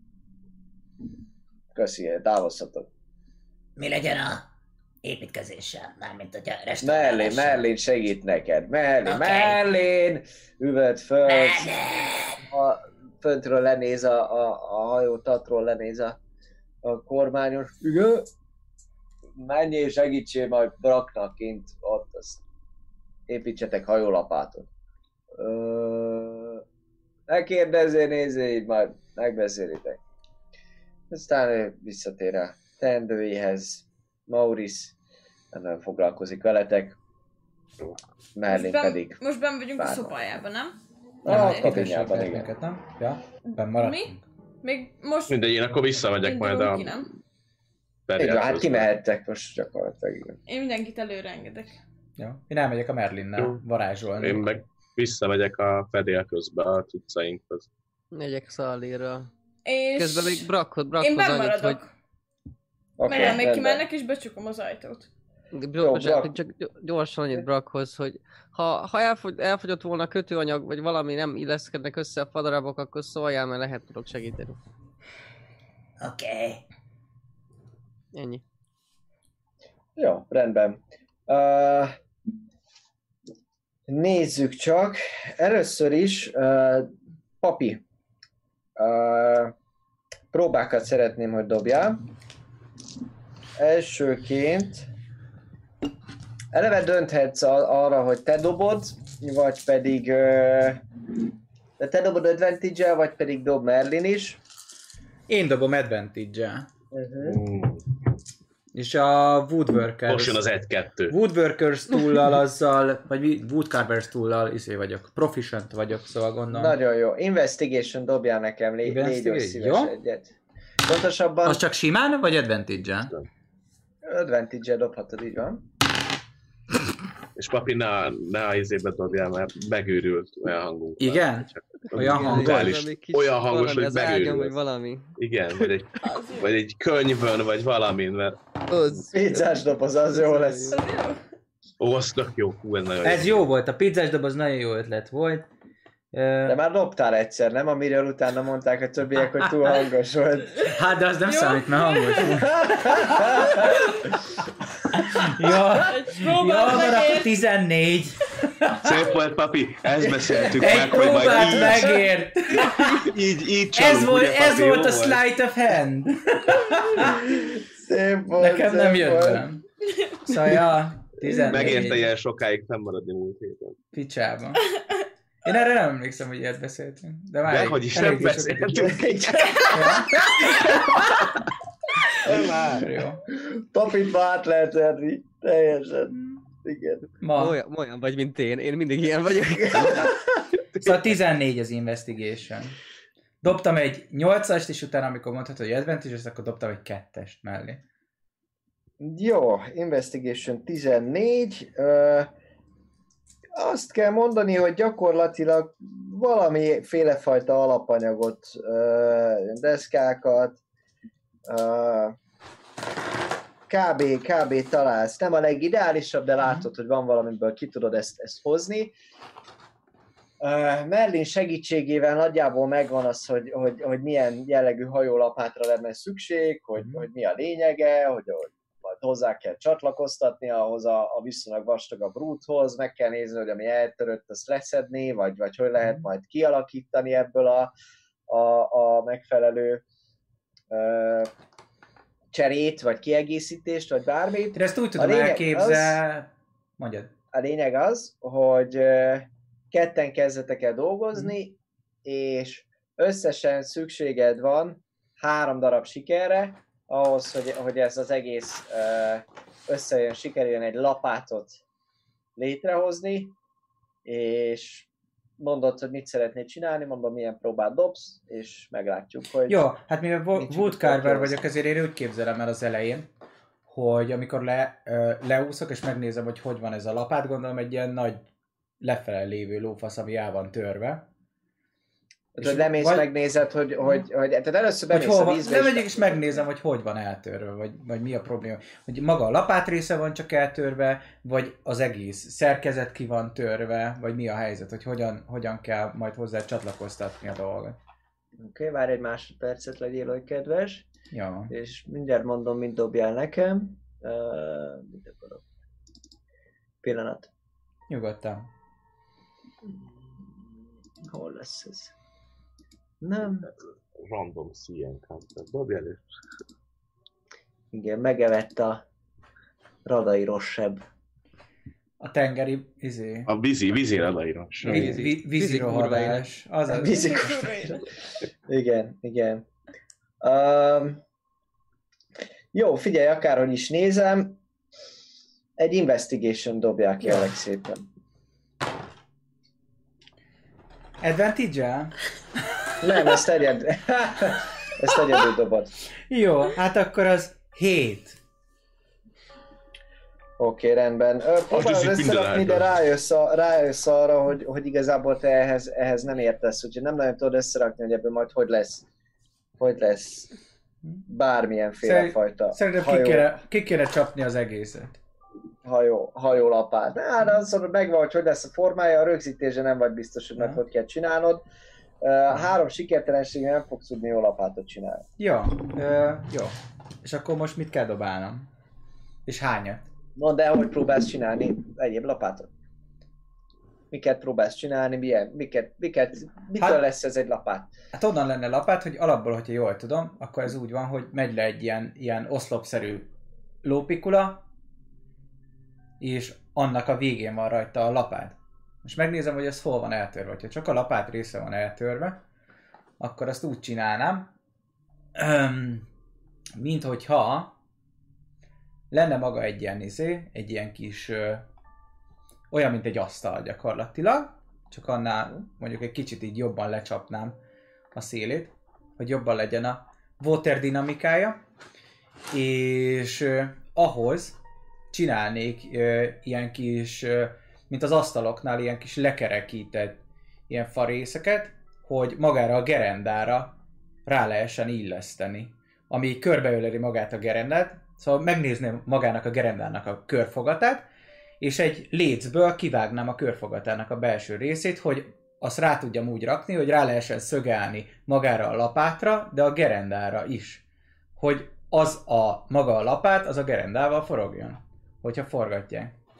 Köszi, távozhatok. Mi legyen a építkezéssel? Mármint a Merlin, restaurálással. Merlin segít neked. Merlin, Oké. Merlin! Üvölt föl. Merlin! A, föntről lenéz a, a, a hajó tatról lenéz a, a kormányos. Igen. Menj és segítsél majd Braknak kint ott, azt építsetek hajólapátot. Ö... Ne kérdezzél, nézzél így, majd megbeszélitek. Aztán ő visszatér a teendőihez. Maurice nem nagyon foglalkozik veletek. Merlin Most benn- pedig. Most benn vagyunk a Várva. szobájában, nem? Ah, Nem, kabinjában, nem, igen. minket, nem? Ja, benn maradtunk. Mi? Még most Mindegy, én akkor visszamegyek majd indulunk a ki, nem? Igen, hát feriáthoz. kimehettek most gyakorlatilag. Igen. Én mindenkit előre engedek. Ja. Én elmegyek a Merlinnel Jó. varázsolni. Én meg visszamegyek a fedél közbe a cuccainkhoz. Megyek Szallira. És Közben még Brakot, én Brakhoz benn annyit, hogy... maradok. Oké, Mert még rendben. kimennek és becsukom az ajtót. Bro, bocsánat, Brak. csak gyorsan annyit Brakhoz, hogy ha, ha elfogy, elfogyott volna a kötőanyag, vagy valami nem illeszkednek össze a fadarabok, akkor szóljál, mert lehet tudok segíteni. Oké. Okay. Ennyi. Jó, rendben. Uh, nézzük csak. Először is, uh, papi, uh, próbákat szeretném, hogy dobjál. Elsőként eleve dönthetsz a- arra, hogy te dobod, vagy pedig uh, de te dobod advantage-el, vagy pedig dob Merlin is. Én dobom advantage-el. Uh-huh. És a Woodworkers... Most jön az egy-kettő. Woodworkers túllal azzal, vagy mi- Woodcarvers túllal izé vagyok. Proficient vagyok, szóval gondolom. Nagyon jó. Investigation dobjál nekem, lé- légy Investigate? oly szíves Jó. egyet. Pontosabban Az csak simán, vagy advantage-el? advantage-el dobhatod, így van. És papi, ne, ne a izébe dobjál, mert megőrült olyan hangunk. van. Igen? Csak- Olyan Igen, hangos? brutális. Valami kis- Olyan hangos, valami hogy az ágyon, vagy megőrült. valami. Igen, vagy egy, vagy egy könyvön, vagy valamin, mert Az. Pizzás doboz, az jó lesz. Az jó. ó, az tök jó, hú, ez nagyon Ez jó volt, a pizzás doboz nagyon jó ötlet volt. De Ö, már dobtál egyszer, nem? Amiről utána mondták a többiek, hogy túl hangos volt. Hát, de az nem Jó. számít, mert hangos volt. Ja, Próbáld ja, meg van akkor én. tizennégy. Szép volt, papi, ezt beszéltük Egy meg, hogy majd próbát így, megért! így, így csalunk, Ez volt, ugye, ez papi, volt jó a sleight of hand! Szép volt, Nekem nem szép jött volt. velem. Szóval, ja, Megérte tizennégy. ilyen sokáig fennmaradni múlt héten. Picsába. Én erre nem emlékszem, hogy ilyet beszéltünk. De már Dehogy is nem beszéltünk. Már jó. Papit már át lehet verni. Teljesen. Igen. Ma. Olyan, olyan vagy, mint én. Én mindig ilyen vagyok. Szóval tizennégy az investigation. Dobtam egy nyolcast, és utána, amikor mondhatod, hogy advantage, akkor dobtam egy kettest mellé. Jó, investigation tizennégy. Ö, azt kell mondani, hogy gyakorlatilag valamiféle fajta alapanyagot, ö, deszkákat, ö, kb. kb. Találsz. Nem a legideálisabb, de látod, hogy van valamiből ki tudod ezt, ezt hozni. Uh, Merlin segítségével nagyjából megvan az, hogy, hogy, hogy milyen jellegű hajólapátra lenne szükség, hogy, hogy mi a lényege, hogy, hogy majd hozzá kell csatlakoztatni ahhoz a, a viszonylag vastagabb rúthoz, meg kell nézni, hogy ami eltörött, azt leszedni, vagy, vagy hogy lehet majd kialakítani ebből a, a, a megfelelő uh, cserét, vagy kiegészítést, vagy bármit. Én ezt úgy tudom elképzelni... Az... Mondjad. A lényeg az, hogy uh, ketten kezdetek el dolgozni, mm. és összesen szükséged van három darab sikerre, ahhoz, hogy, hogy ez az egész uh, összejön, sikerüljön egy lapátot létrehozni, és mondod, hogy mit szeretnéd csinálni, mondom, milyen próbát dobsz, és meglátjuk, hogy... Jó, hát mivel Woodcarver vagyok, ezért én úgy képzelem el az elején, hogy amikor le, uh, leúszok, és megnézem, hogy hogy van ez a lapát, gondolom egy ilyen nagy lefele lévő lófasz, ami el van törve. Tehát lemész, vagy... megnézed, hogy, hogy, hogy tehát először bemész hogy a vízbe. Nem megyek és megnézem, hogy hogy van eltörve, vagy, vagy mi a probléma. Hogy maga a lapát része van csak eltörve, vagy az egész szerkezet ki van törve, vagy mi a helyzet, hogy hogyan, hogyan kell majd hozzá csatlakoztatni a dolgot. Oké, okay, várj egy másodpercet, legyél olyan kedves. Ja. És mindjárt mondom, mint dobjál nekem. Uh, mit akarok? Pillanat. Nyugodtan. Hol lesz ez? Nem. Random C N counter. Dobj elő. Igen, megevett a radai rosszabb. A tengeri, izé... A vízi, vízi radai rosszabb. Vízi, vízi, vízi rohadás. Az a vízi Igen, igen. Um, jó, figyelj, akárhogy is nézem. Egy investigation dobják ki, ja. Szépen. Advantage-el? Nem, ezt egyed... ezt egyedül dobod. Jó, hát akkor az hét. Oké, okay, rendben. Próbálod összerakni, de rájössz, a, rájössz arra, hogy, hogy igazából te ehhez, ehhez nem értesz, úgyhogy nem nagyon tudod összerakni, hogy ebből majd hogy lesz, hogy lesz bármilyenféle Szerint, fajta Szerintem hajó, ki, kéne, ki kéne csapni az egészet. Hajó, hajólapát. Hát az, hogy megvan, hogy hogy lesz a formája, a rögzítésre nem vagy biztos, hogy meg hogy kell csinálnod. Uh, három sikertelenséggel nem fogsz tudni jó lapátot csinálni. Jó, uh, jó. És akkor most mit kell dobálnom? És hányat? Mondd el, hogy próbálsz csinálni egyéb lapátot. Miket próbálsz csinálni, milyen, miket, miket, mitől hát, lesz ez egy lapát? Hát onnan lenne lapát, hogy alapból, hogyha jól tudom, akkor ez úgy van, hogy megy le egy ilyen, ilyen oszlopszerű lópikula, és annak a végén van rajta a lapát. Most megnézem, hogy ez hol van eltörve. Ha csak a lapát része van eltörve, akkor azt úgy csinálnám, mint hogyha lenne maga egy ilyen izé, egy ilyen kis, ö, olyan, mint egy asztal gyakorlatilag, csak annál mondjuk egy kicsit így jobban lecsapnám a szélét, hogy jobban legyen a water dinamikája, és ö, ahhoz csinálnék ö, ilyen kis, ö, mint az asztaloknál, ilyen kis lekerekített ilyen farészeket, hogy magára a gerendára rá lehessen illeszteni, ami körbeöleli magát a gerendát. Szóval megnézném magának a gerendának a körfogatát, és egy lécből kivágnám a körfogatának a belső részét, hogy azt rá tudjam úgy rakni, hogy rá lehessen szögelni magára a lapátra, de a gerendára is. Hogy az a maga a lapát, az a gerendával forogjon, hogyha forgatják.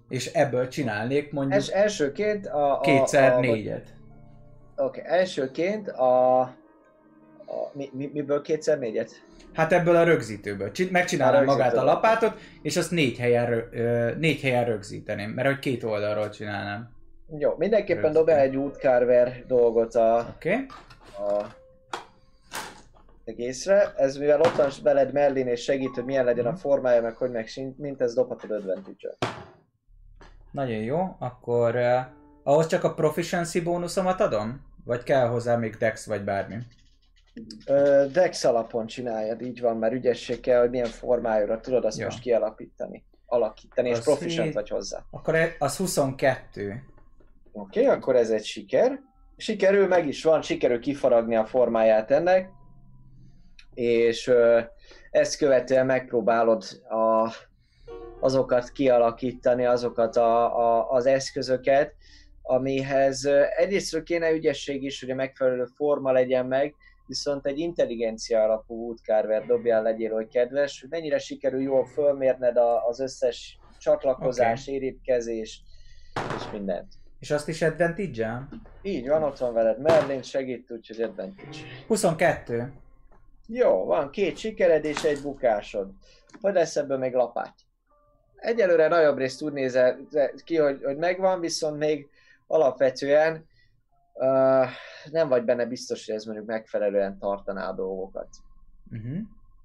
És ebből csinálnék mondjuk Es, elsőként a... a kétszer a, négyet. Oké, okay, elsőként a... a mi, mi, miből kétszer négyet? Hát ebből a rögzítőből. Csin- megcsinálnám A magát a rögzítőből. lapátot, és azt négy helyen, rö- ö, négy helyen rögzíteném, mert hogy két oldalról csinálnám. Jó, mindenképpen Rögzítő. dob el egy útcarver dolgot a, Oké? Okay? a egészre. Ez mivel ott van veled Merlin és segít, hogy milyen legyen a formája, meg hogy meg mint ez dobhatod advantage-et. Nagyon jó, akkor uh, ahhoz csak a proficiency bónuszomat adom? Vagy kell hozzá még dex vagy bármi? Ö, Dex alapon csináljad, így van, mert ügyesség kell, hogy milyen formájára tudod azt Jó. most kialakítani. Alakítani, és Az proficient hét. vagy hozzá. Akkor e- az huszonkettő. Oké, okay, akkor ez egy siker. Sikerül, meg is van, sikerül kifaragni a formáját ennek. És ö, ezt követően megpróbálod a, azokat kialakítani, azokat a, a, az eszközöket, amihez ö, egyrésztről kéne ügyesség is, hogy a megfelelő forma legyen meg, viszont egy intelligencia alapú útcarver dobjál, legyél oly kedves, hogy mennyire sikerül jól fölmérned a, az összes csatlakozás, okay. érintkezés és mindent. És azt is advantage-el? Így van, ott van veled Merlin, segít, úgyhogy advantage. huszonkettő. Jó, van két sikered és egy bukásod. Hogy lesz ebből még lapát? Egyelőre nagyobb részt úgy nézel ki, hogy, hogy megvan, viszont még alapvetően uh, nem vagy benne biztos, hogy ez mondjuk megfelelően tartaná a dolgokat. Uh-huh.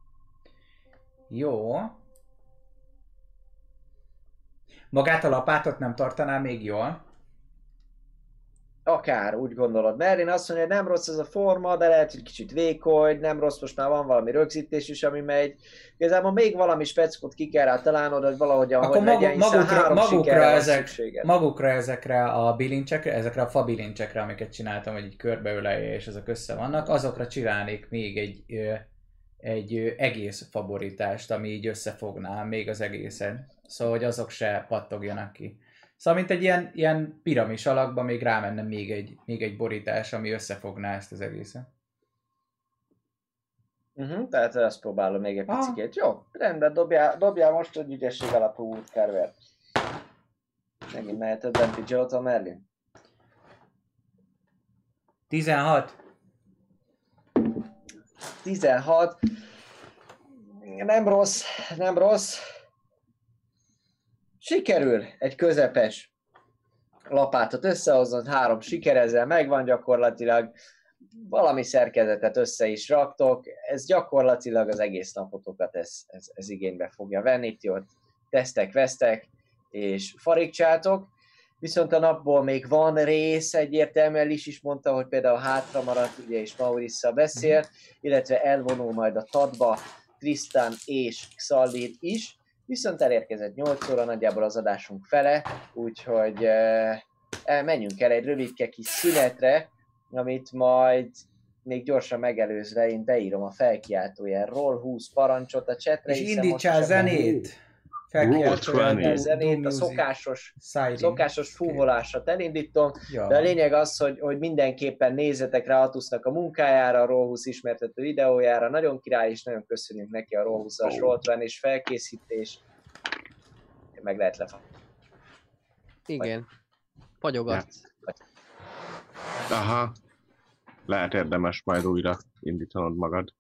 Jó. Magát a lapátot nem tartaná még jól? Akár, úgy gondolod. Merlin azt mondja, hogy nem rossz ez a forma, de lehet, hogy kicsit vékony, nem rossz, most már van valami rögzítés is, ami megy. Igazából még valami speckot ki kell rá találnod, hogy valahogy ahogy Akkor legyen, magu, magukra, három magukra, sikerre van ezek, szükséged. magukra ezekre a bilincsekre, ezekre a fa bilincsekre, amiket csináltam, hogy így körbeölelje és azok össze vannak, azokra csinálnék még egy, ö, egy ö, egész favorítást, ami így összefogná még az egészen. Szóval, hogy azok se pattogjanak ki. Szóval, mint egy ilyen, ilyen piramis alakban még rámenne még egy, még egy borítás, ami összefogná ezt az egészet. Uh-huh, tehát ezt próbálom még egy Ah. picit. Jó, rendben, dobjál, dobjál most egy ügyesség alapú útcarvert. Megint mehet advantage ott a Merlin. tizenhat. tizenhat. Nem rossz, nem rossz. Sikerül egy közepes lapátot összehoznod, három siker, ezzel megvan gyakorlatilag. Valami szerkezetet össze is raktok, ez gyakorlatilag az egész napotokat ez, ez, ez igénybe fogja venni, ti ott tesztek, vesztek és farigcsátok. Viszont a napból még van rész, egyértelműen is is mondta, hogy például hátra maradt, ugye, és Maurisszal beszél, illetve elvonul majd a Tadba, Tristan és Xaldin is. Viszont elérkezett nyolc óra, nagyjából az adásunk fele, úgyhogy eh, menjünk el egy rövidke kis szünetre, amit majd még gyorsan megelőzve én beírom a felkiáltójelról, húsz parancsot a chatre. És indítsál zenét! Felkiáltójelben zenét, a szokásos, szokásos fúvolásat elindítom, ja. De a lényeg az, hogy, hogy mindenképpen nézzetek rá Atusznak a munkájára, a Rollhusz ismertető videójára, nagyon király, és nagyon köszönjük neki a Rollhuszas Roll-húsz és felkészítés. Meg lehet lefagyni. Igen. Fagyogat. Aha. Lehet érdemes majd újra indítanod magad.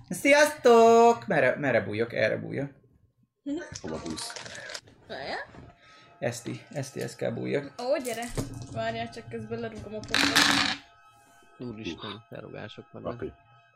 Sziasztok! Merre, merre bújjak? Erre bújjak. Hova bújsz? Várjál? Eszti, Eszti, ezt kell bújjak. Ó, gyere! Várjál, csak közben lerúgom a pontot. Úristen, felrugások vannak. Okay.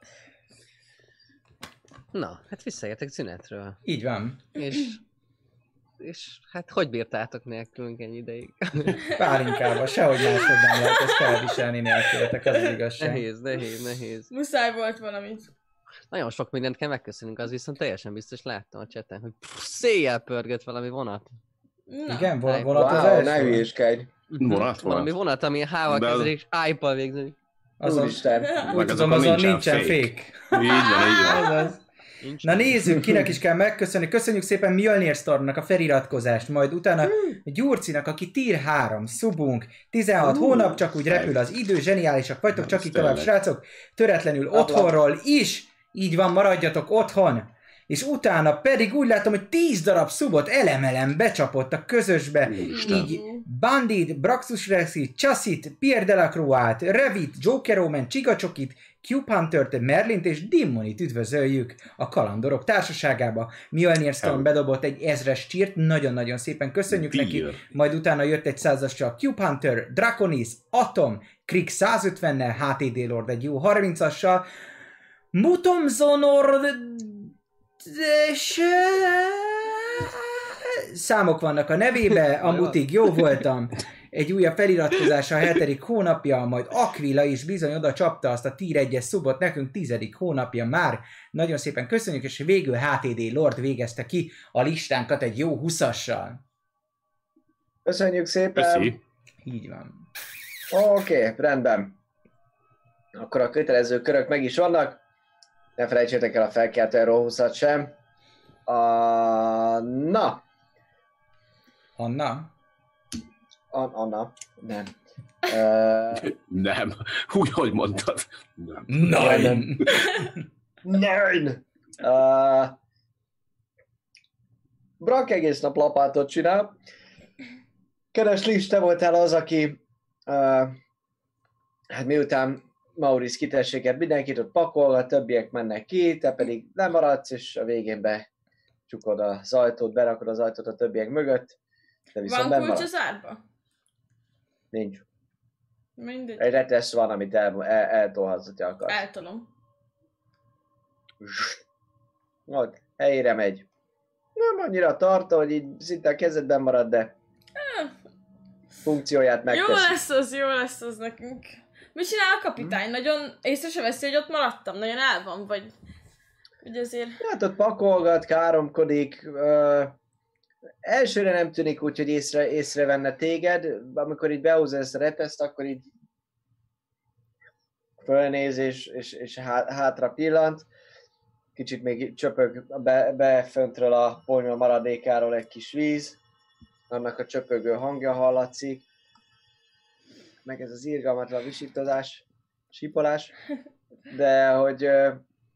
Na, hát visszajöttek szünetről. Így van. És... És hát hogy bírtátok nélkülünk ennyi ideig? Pálinkába, sehogy máshogy nem lehet ezt felviselni nélkületek, az, az igazság. Nehéz, nehéz, nehéz. Muszáj volt valamit. Nagyon sok mindent kell megköszönünk, az viszont teljesen biztos láttam a chaten, hogy pff, széjjel pörgött valami vonat. Na. Igen, vol- Wow, vonat az Wow, első. ne hülyéskedj. Vonat, Valami vonat. vonat, ami hával De az- kezdődik és ájpal végződik. Azon, Úristen. úgy Meg tudom, azokon azon nincsen nincsen fake. fék. Így van, így van. Azaz. Nincs. Na nézzük, kinek is kell megköszönni. Köszönjük szépen Mjölnir Stormnak a feliratkozást, majd utána Gyurcinak, aki tier három, szubunk, tizenhat hónap, csak úgy repül az idő, zseniálisak vagytok, csak így tovább, srácok. Töretlenül otthonról is, így van, maradjatok otthon. És utána pedig úgy látom, hogy tíz darab szubot elemelem becsapott a közösbe. Úristen. Így Bandit, Braxus Rexit, Chassit, Pierre Delacroix-t, Revit, Joker Omen, Csigacsokit, Cube Huntert, Merlint és Dimmonit üdvözöljük a Kalandorok társaságába. Mjölnir Storm bedobott egy ezres csírt, nagyon-nagyon szépen köszönjük neki. Tier. Majd utána jött egy százas csak Cube Hunter, Draconis, Atom, Krieg százötvennel, há té dé Lord egy jó harmincassal, Mutomzonor... Számok vannak a nevébe, a mutig jó voltam. Egy újabb feliratkozása a hetedik hónapja, majd Aquila is bizony oda csapta azt a tier egyes szubot nekünk tizedik hónapja már. Nagyon szépen köszönjük, és végül há té dé Lord végezte ki a listánkat egy jó húszassal. Köszönjük szépen. Köszi. Így van. Oké, okay, rendben. Akkor a kötelező körök meg is vannak. Ne felejtsétek el a felkeltő róhuszat sem. A... Na! Anna? An- Anna? Nem. Uh... Nem. Úgy, hogy mondtad. Nem. Nein! Nerd! Uh... Brak egész nap lapátot csinál. Keres Lis, te voltál az, aki uh... hát miután Maurice kitességet mindenkit ott pakol, a többiek mennek ki, te pedig nem maradsz, és a végén becsukod az ajtót, berakod az ajtót a többiek mögött, de viszont Van nem kulcs maradsz. az árba? Nincs. Mindegy. Egy retesz van, amit el, el, eltolhatsz, hogyha akarsz. Eltolom. Ott, helyére megy. Nem annyira tart, hogy így szinte a kezedben marad, de funkcióját Jó megteszi. lesz az, jó lesz az nekünk. Mit csinál a kapitány? Nagyon észre se veszi, hogy ott maradtam? Nagyon el van, vagy... Ugye azért... Hát ott pakolgat, káromkodik. Ö, elsőre nem tűnik úgy, hogy észre, észrevenne téged. Amikor így behúzza ezt a reteszt, akkor így fölnéz és, és, és há, hátra pillant. Kicsit még csöpög be, be föntről a ponyva maradékáról egy kis víz. Annak a csöpögő hangja hallatszik. Meg ez az irgalmatlan visítozás, sípolás. De hogy ö,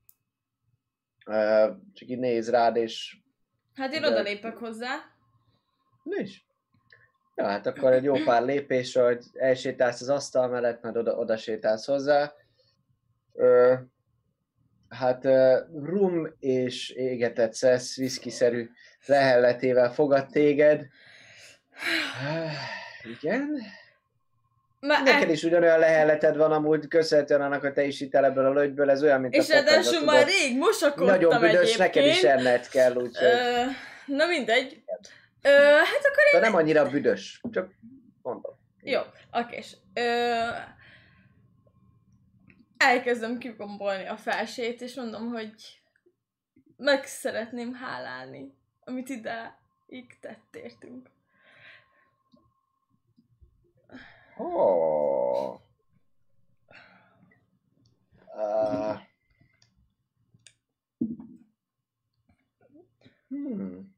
ö, csak így néz rád és... Hát én De- odalépek hozzá. Nincs. Ja, hát akkor egy jó pár lépés, hogy elsétálsz az asztal mellett, majd oda, oda sétálsz hozzá. Ö, hát ö, rum és égetett szesz, viszkiszerű lehelletével fogad téged. Igen? Ma, Neked is ugyanolyan lehelleted van amúgy, köszönhetően annak, hogy te is itt ebből a lögyből, ez olyan, mint és a pokladba, ráadásul már tudod. rég mosakodtam Nagyon büdös, egyébként. neked is enned kell, úgyhogy... Ö, na mindegy. Ö, hát akkor De én... nem annyira büdös, csak mondom. Jó, okés. Ö, elkezdem kigombolni a felsét, és mondom, hogy meg szeretném hálálni, amit idáig tettértünk. Oh. Uh. Hmm.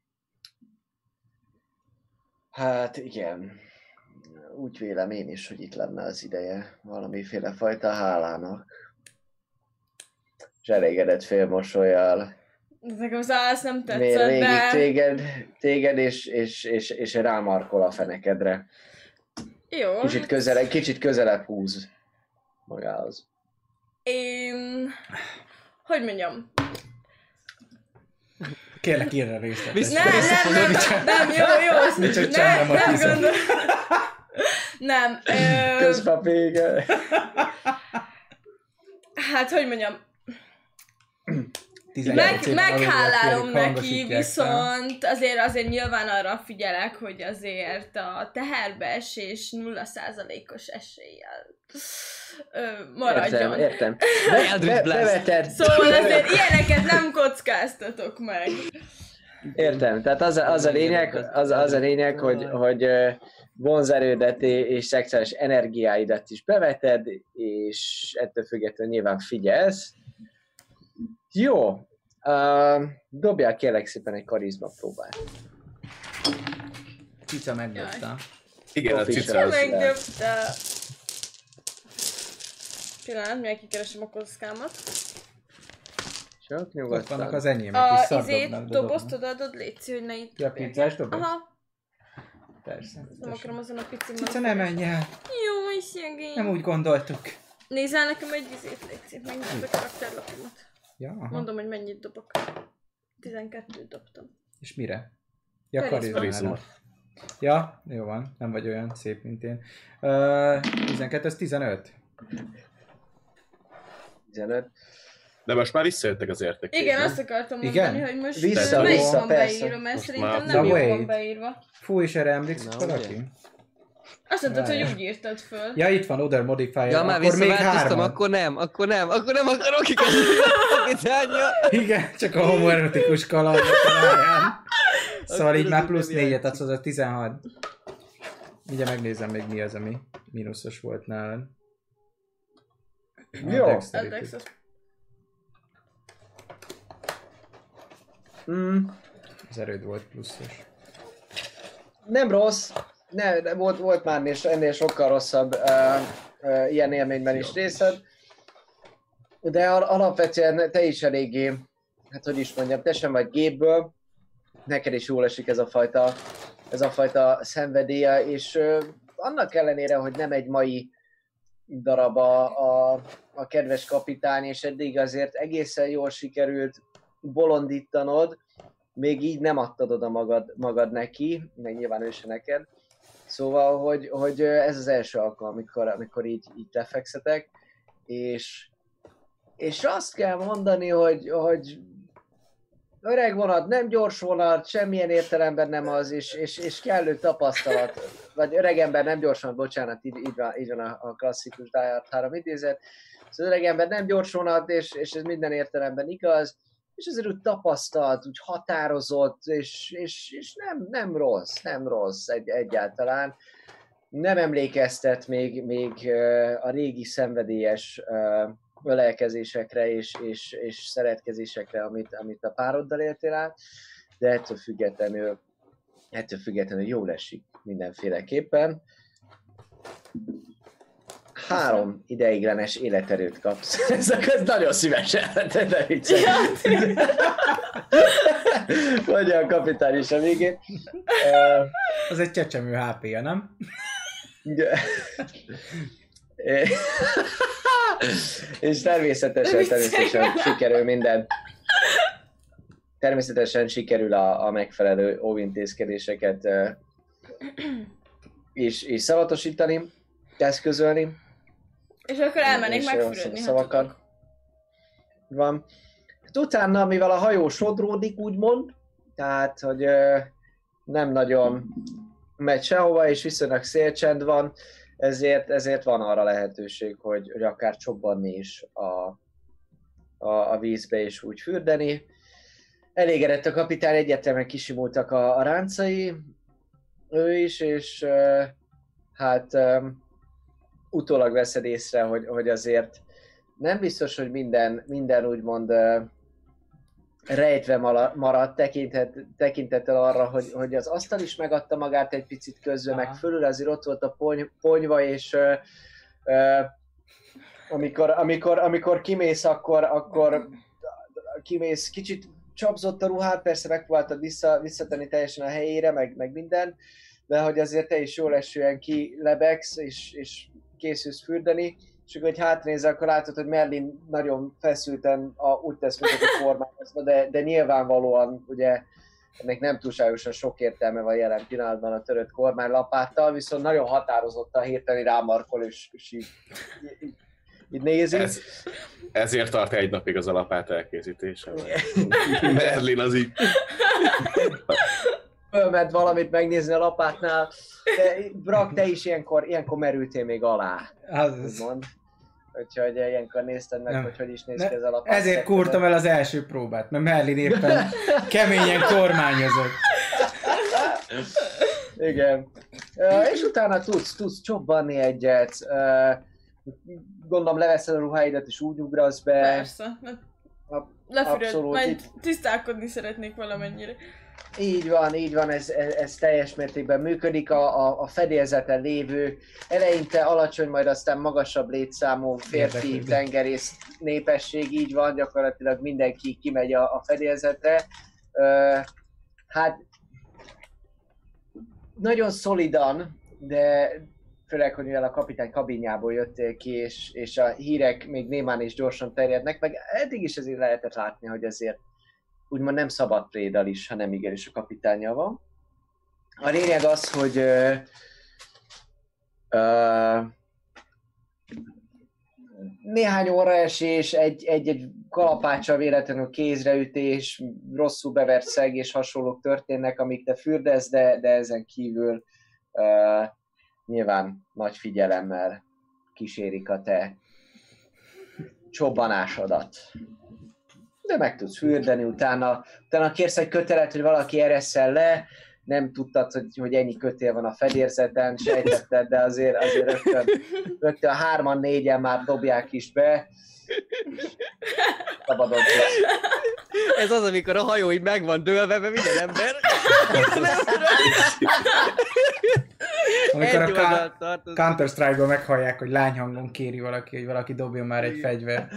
Hát igen. Úgy vélem én is, hogy itt lenne az ideje valamiféle fajta hálának. És elégedett félmosolyjal. Nekem az állasz nem Mér tetszett, végig de... téged, téged és, és, és, és rámarkol a fenekedre. Jó. Kicsit közelebb, kicsit közelebb húz magához. Én... hogy mondjam? Kérlek, írja részletes. Nem, nem, nem, nem, nem, jó, jó. Nincs, hogy nem, nem, nem gondol. Nem. Ö... Közpapír. Hát, hogy mondjam? Meg, meghálálom neki, viszont azért azért nyilván arra figyelek, hogy azért a teherbeesés nulla százalékos eséllyel ö, maradjon. Értem, értem. Be, be, beveted. Szóval azért ilyeneket nem kockáztatok meg. Értem, tehát az a, az a lényeg, az, az a lényeg, hogy, hogy vonzerődet és szexuális energiáidat is beveted, és ettől függetlenül nyilván figyelsz. Jó, uh, dobjál kérlek szépen egy karizma próbát. Cica megdobta. Igen, a cica az... megdobta. Pillanat, mivel kikeresem a kockámat. Csak nyugodtan. Ott vannak az enyémek is, a szar izét dobnak, dobozt odaadod, légy hogy ne itt. Ja, pizzás doboz? Aha. Persze. Nem akarom azon a pici Cica, ne menj el. Jó, szegény. Nem úgy gondoltuk. Nézel nekem egy izét, légy szép, megnézd a karakterlapomat. Ja, aha. Mondom, hogy mennyit dobok. tizenkettőt dobtam. És mire? Ja, Karizma. karizma. Ja, jó van, nem vagy olyan szép, mint én. Uh, tizenkettő, ez tizenöt. tizenöt. De most már visszajöttek az értékek. Igen, azt akartam mondani, Igen? hogy most Vissza, melyik vissza, van persze. beírva, mert Most szerintem már- nem The jó wait. van beírva. Fú, és erre emlékszik Na, valaki? ugye? Azt mondtad, Várj. hogy úgy írtad föl. Ja, itt van Other Modifier, Ja, már akkor még visszaváltoztam, hárman. akkor nem, akkor nem, akkor nem akarok igazolni a kapitánya. Igen, csak a homoerotikus kalandok ráján. Szóval Akkor így az már úgy plusz nem négyet játszik. adsz, az a tizenhat. Ugye megnézem még mi az, ami mínuszos volt nálad. Jó. A dexterity. Addex, az- Mm, Az erőd volt pluszos. nem rossz. Ne, de volt, volt már ennél, ennél sokkal rosszabb uh, uh, ilyen élményben is részed. De al- alapvetően te is eléggé, hát hogy is mondjam, te sem vagy gépből. Neked is jól esik ez a fajta, ez a fajta szenvedélye, és uh, annak ellenére, hogy nem egy mai darab a, a, a kedves kapitány, és eddig azért egészen jól sikerült bolondítanod, még így nem adtad oda magad, magad neki, meg nyilván ő se neked. Szóval, hogy, hogy ez az első alkalom, amikor, amikor így, így lefekszetek, és, és azt kell mondani, hogy, hogy öreg vonat, nem gyors vonat, semmilyen értelemben nem az, és, és, és kellő tapasztalat, vagy öreg ember nem gyors vonat, bocsánat, így, így, van, így van a, a klasszikus Die Hard három idézet, szóval öreg ember nem gyors vonat, és, és ez minden értelemben igaz, és azért úgy tapasztalt, úgy határozott, és, és, és nem, nem rossz, nem rossz egy, egyáltalán. Nem emlékeztet még, még a régi szenvedélyes ölelkezésekre és, és, és szeretkezésekre, amit, amit a pároddal éltél át, de ettől függetlenül, ettől függetlenül jól esik mindenféleképpen. Három ideiglenes életerőt kapsz. Ez nagyon szívesen, de ne viccelj. Mondja a kapitány is a végén. Az egy csecsemő há pé-ja, nem? És természetesen, természetesen sikerül minden. Természetesen sikerül a, a megfelelő óvintézkedéseket uh, és, és szavatosítani, eszközölni. És akkor elmennék És, megfürödni, uh, ha szavakat. tudok. Van. Hát utána, mivel a hajó sodródik, úgymond, tehát, hogy uh, nem nagyon megy sehova, és viszonylag szélcsend van, ezért, ezért van arra lehetőség, hogy, hogy akár csobbanni is a, a, a vízbe és úgy fürdeni. Elégedett a kapitány, egyértelműen kisimultak a, a ráncai, ő is, és uh, hát um, utólag veszed észre, hogy, hogy azért nem biztos, hogy minden, minden úgymond uh, rejtve maradt tekintet, tekintettel arra, hogy, hogy az asztal is megadta magát egy picit közben, meg fölül azért ott volt a pony, ponyva, és uh, uh, amikor, amikor, amikor kimész, akkor, akkor kimész, kicsit csapzott a ruhát, persze megpróbáltad vissza, visszatenni teljesen a helyére, meg, meg minden, de hogy azért te is jól esően kilebegsz, és, és készülsz fürdeni, és akkor, hogy hátrézel, akkor látod, hogy Merlin nagyon feszülten a, úgy tesz, mint a kormányozva, de, de nyilvánvalóan ugye ennek nem túlságosan sok értelme van jelen pillanatban a törött kormánylapáttal, viszont nagyon határozottan hirtelen rámarkol, és, és így, így, így nézi. Ez, ezért tart egy napig az a lapát elkészítése. Merlin az így... Fölment valamit megnézni a lapátnál, de Brak, te is ilyenkor, ilyenkor merültél még alá. Az... Mond. Úgyhogy ilyenkor nézted meg, nem. hogy hogy is néz ki ez a lapát. Ezért kurtam el az első próbát, mert Merlin éppen keményen kormányozott. Igen. Uh, és utána tudsz, tudsz csobbanni egyet. Uh, gondolom leveszed a ruháidat és úgy ugrasz be. Persze. Lefüred, majd tisztálkodni szeretnék valamennyire. Így van, így van, ez, ez, ez teljes mértékben működik. A, a, a fedélzeten lévő, eleinte alacsony, majd aztán magasabb létszámú férfi tengerész népesség, így van, gyakorlatilag mindenki kimegy a, a fedélzetre. Uh, hát nagyon szolidan, de főleg, hogy mivel a kapitány kabinjából jöttél ki, és, és a hírek még némán is gyorsan terjednek, meg eddig is azért lehetett látni, hogy azért úgymond nem szabad prédal is, hanem igenis a kapitánja van. A lényeg az, hogy uh, uh, néhány óraesés, egy-egy kalapáccsal véletlenül kézreütés, rosszul bevert szeg és hasonlók történnek, amik te fürdesz, de, de ezen kívül uh, nyilván nagy figyelemmel kísérik a te csobbanásodat. De meg tudsz fürdeni, utána, utána kérsz egy kötelet, hogy valaki eresszel le, nem tudtad, hogy, hogy ennyi kötél van a fedélzeten, sejtetted, de azért, azért rögtön, rögtön hárman, négyen már dobják is be. Szabadon. Ez az, amikor a hajó így meg van dőlve, mert minden ember... Amikor a Counter-Strike-ban meghallják, hogy lányhangon kéri valaki, hogy valaki dobjon már egy fegyvert.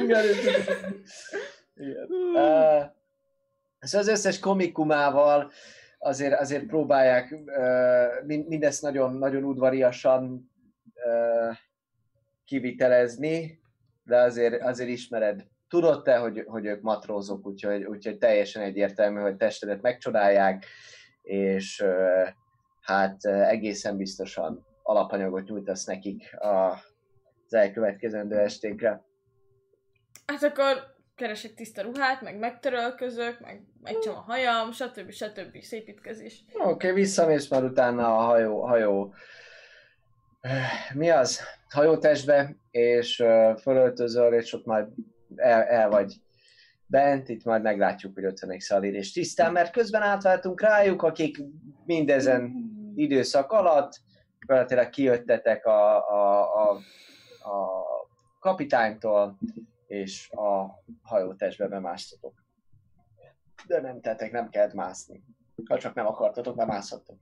Igen. Uh, szóval az összes komikumával azért, azért próbálják uh, mindezt nagyon, nagyon udvariasan uh, kivitelezni, de azért, azért ismered. Tudod te, hogy, hogy ők matrózok, úgyhogy, úgyhogy teljesen egyértelmű, hogy testedet megcsodálják, és uh, hát uh, egészen biztosan alapanyagot nyújtasz nekik a, az elkövetkezendő estékre. Hát akkor keresek tiszta ruhát, meg megtörölközök, meg megcsom a hajam, stb. stb. Szépítkezés. Oké, okay, visszamész már utána a hajó, hajó... Mi az? Hajótestbe, és uh, fölöltözöl, és ott majd el, el vagy bent, itt majd meglátjuk, hogy ötvenek Szalir és tisztán, mert közben átváltunk rájuk, akik mindezen időszak alatt gyakorlatilag kijöttetek a, a, a, a kapitánytól, és a hajótestbe bemásztatok. De nem tettek, nem kellett mászni. Ha csak nem akartatok, bemászhatok.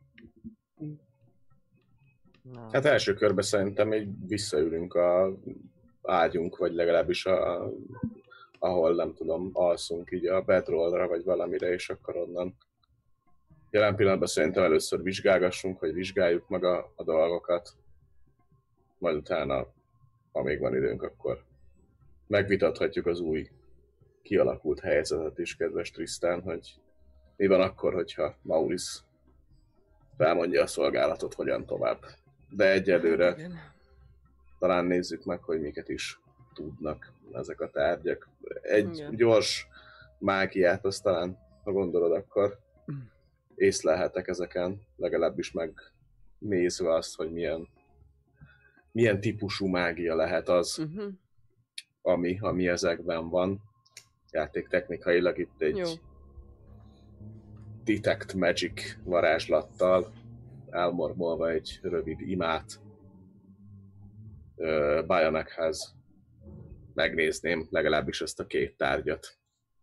Hát első körben szerintem így visszaülünk a ágyunk, vagy legalábbis a, ahol nem tudom, alszunk így a bedrollra, vagy valamire, és akkor onnan. Jelen pillanatban szerintem először vizsgálgassunk, vagy vizsgáljuk meg a, a dolgokat. Majd utána, ha még van időnk, akkor megvitathatjuk az új kialakult helyzetet is, kedves Tristan, hogy mi van akkor, hogyha Maurice felmondja a szolgálatot, hogyan tovább. De egyelőre talán nézzük meg, hogy miket is tudnak ezek a tárgyak. Egy igen. Gyors mágiát, azt talán, ha gondolod, akkor észlelhetek ezeken, legalábbis megnézve azt, hogy milyen, milyen típusú mágia lehet az, uh-huh. ami, ami ezekben van. Játéktechnikailag itt egy jó. Detect Magic varázslattal elmormolva egy rövid imát uh, Bionekhez megnézném legalábbis ezt a két tárgyat.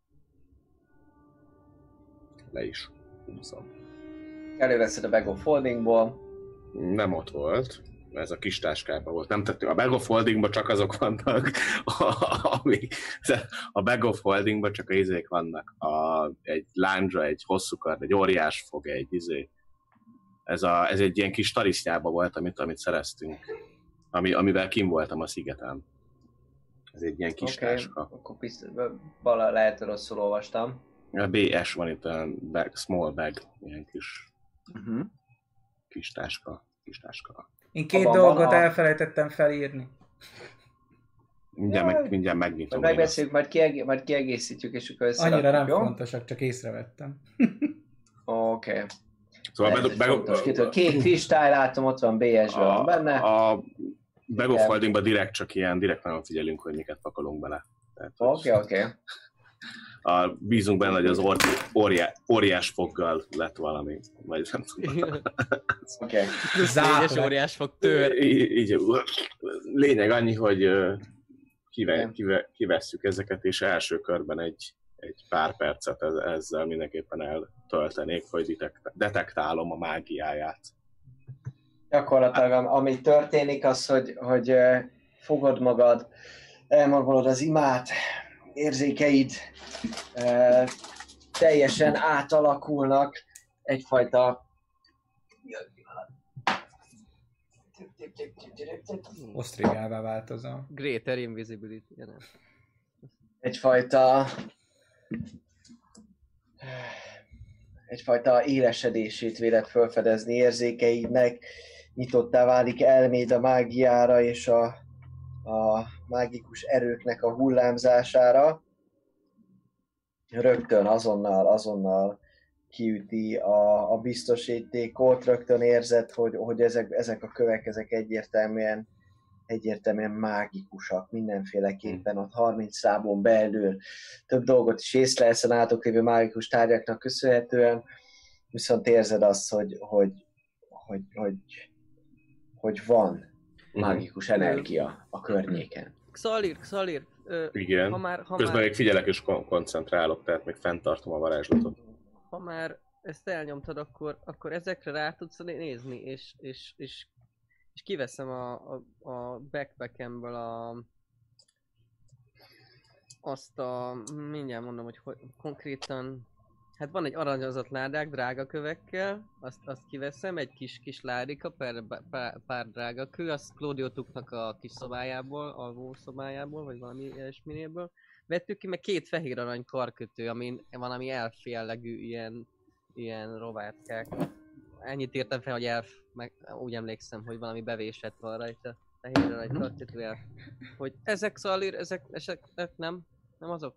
Le is húzom. Előveszed a Bag of Holdingból. Nem ott volt, ez a kis táskában volt. Nem tettük. A Bag of Holdingban csak azok vannak, amik... A Bag of Holdingban csak a izék vannak. A, egy lándzsa, egy hosszú kard, egy óriás fog, egy izé. Ez, a, ez egy ilyen kis tarisznyában volt, amit, amit szereztünk. ami, amivel kim voltam a szigeten. Ez egy ilyen kis okay. táska. Akkor biztos, vala lehet, rosszul olvastam. A bé es van itt a bag, small bag, ilyen kis, uh-huh. kis táska, kis táska. Én két Abban dolgot a... elfelejtettem felírni. Mindjárt, meg, mindjárt megnyitom. Majd megbeszéljük, majd, kieg- majd kiegészítjük, és akkor összerakjuk. Annyira nem jó? Fontosak, csak észrevettem. Oké. Okay. Szóval be, be, be, két kristály látom, ott van bé es-ben van benne. A Bag of Holdingban direkt csak ilyen, direkt nagyon figyelünk, hogy miket pakolunk bele. Oké, oké. A bízunk benne, hogy az or, óriá, óriás foggal lett valami, vagy nem tudom. Oké. Négyes óriás fog tör. Így, így, lényeg annyi, hogy kive, kive, kivesszük ezeket, és első körben egy, egy pár percet ezzel mindenképpen eltöltenék, hogy detektálom a mágiáját. Gyakorlatilag ami történik az, hogy, hogy fogod magad, elmagolod az imát, érzékeid e, teljesen átalakulnak egyfajta osztrigává változom. Greater Invisibility. Nem. Egyfajta egyfajta élesedését véled felfedezni érzékeidnek, nyitottá válik elméd a mágiára és a, a mágikus erőknek a hullámzására. Rögtön, azonnal, azonnal kiüti a, a biztosítékot, rögtön érzed, hogy, hogy ezek, ezek a kövek ezek egyértelműen, egyértelműen mágikusak, mindenféleképpen ott harminc számon belül több dolgot is észlelsz a nálatok lévő mágikus tárgyaknak köszönhetően, viszont érzed azt, hogy, hogy, hogy, hogy, hogy van mágikus energia a környéken. Xalir, Xalir, ö, igen, ha már, ha közben már... még figyelek és kon- koncentrálok, tehát még fenntartom a varázslatot. Ha már ezt elnyomtad, akkor, akkor ezekre rá tudsz nézni, és, és, és, és kiveszem a, a, a backpackemből a, azt a, mindjárt mondom, hogy, hogy konkrétan, hát van egy aranyozott ládák drága kövekkel, azt, azt kiveszem, egy kis, kis ládika, pár, pár, pár drága kő, azt Claudiotuknak a kis szobájából, alvó szobájából, vagy valami ilyesminéből. Vettük ki, meg két fehér arany karkötő, amin valami elf jellegű ilyen, ilyen rovátkák. Ennyit értem fel, hogy elf, meg úgy emlékszem, hogy valami bevésett van rajta. Fehér arany karkötő elf. Hogy ezek Xalir, ezek, ezek, ezek nem? Nem azok?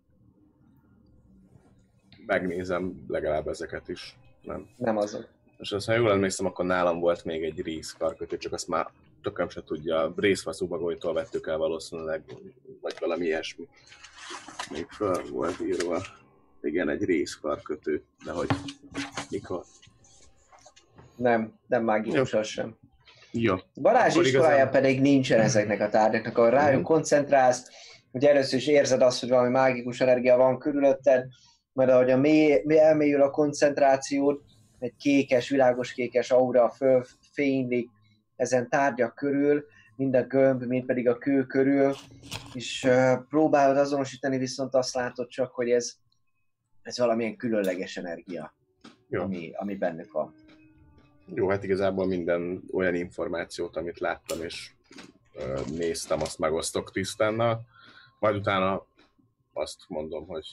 Megnézem legalább ezeket is. Nem. Nem azok. És azt, ha jól emlékszem, akkor nálam volt még egy rézkarkötő, csak azt már tököm se tudja. Részfaszú bagolytól vettük el valószínűleg, vagy valami ilyesmi. Még fel volt írva. Igen, egy részkarkötő, de hogy mikor? Nem, nem mágikus az sem. Jó. Varázsiskolája igazán... pedig nincsen ezeknek a tárgyaknak, ahol rájuk mm. koncentrálsz, hogy először is érzed azt, hogy valami mágikus energia van körülötted, mert ahogy a mély, mély elmélyül a koncentrációd, egy kékes, világos kékes aura fölfénylik ezen tárgyak körül, mind a gömb, mind pedig a kő körül, és uh, próbálod azonosítani, viszont azt látod csak, hogy ez, ez valamilyen különleges energia, ami, ami bennük van. Jó, hát igazából minden olyan információt, amit láttam és uh, néztem, azt megosztok Trisztánnal. Majd utána azt mondom, hogy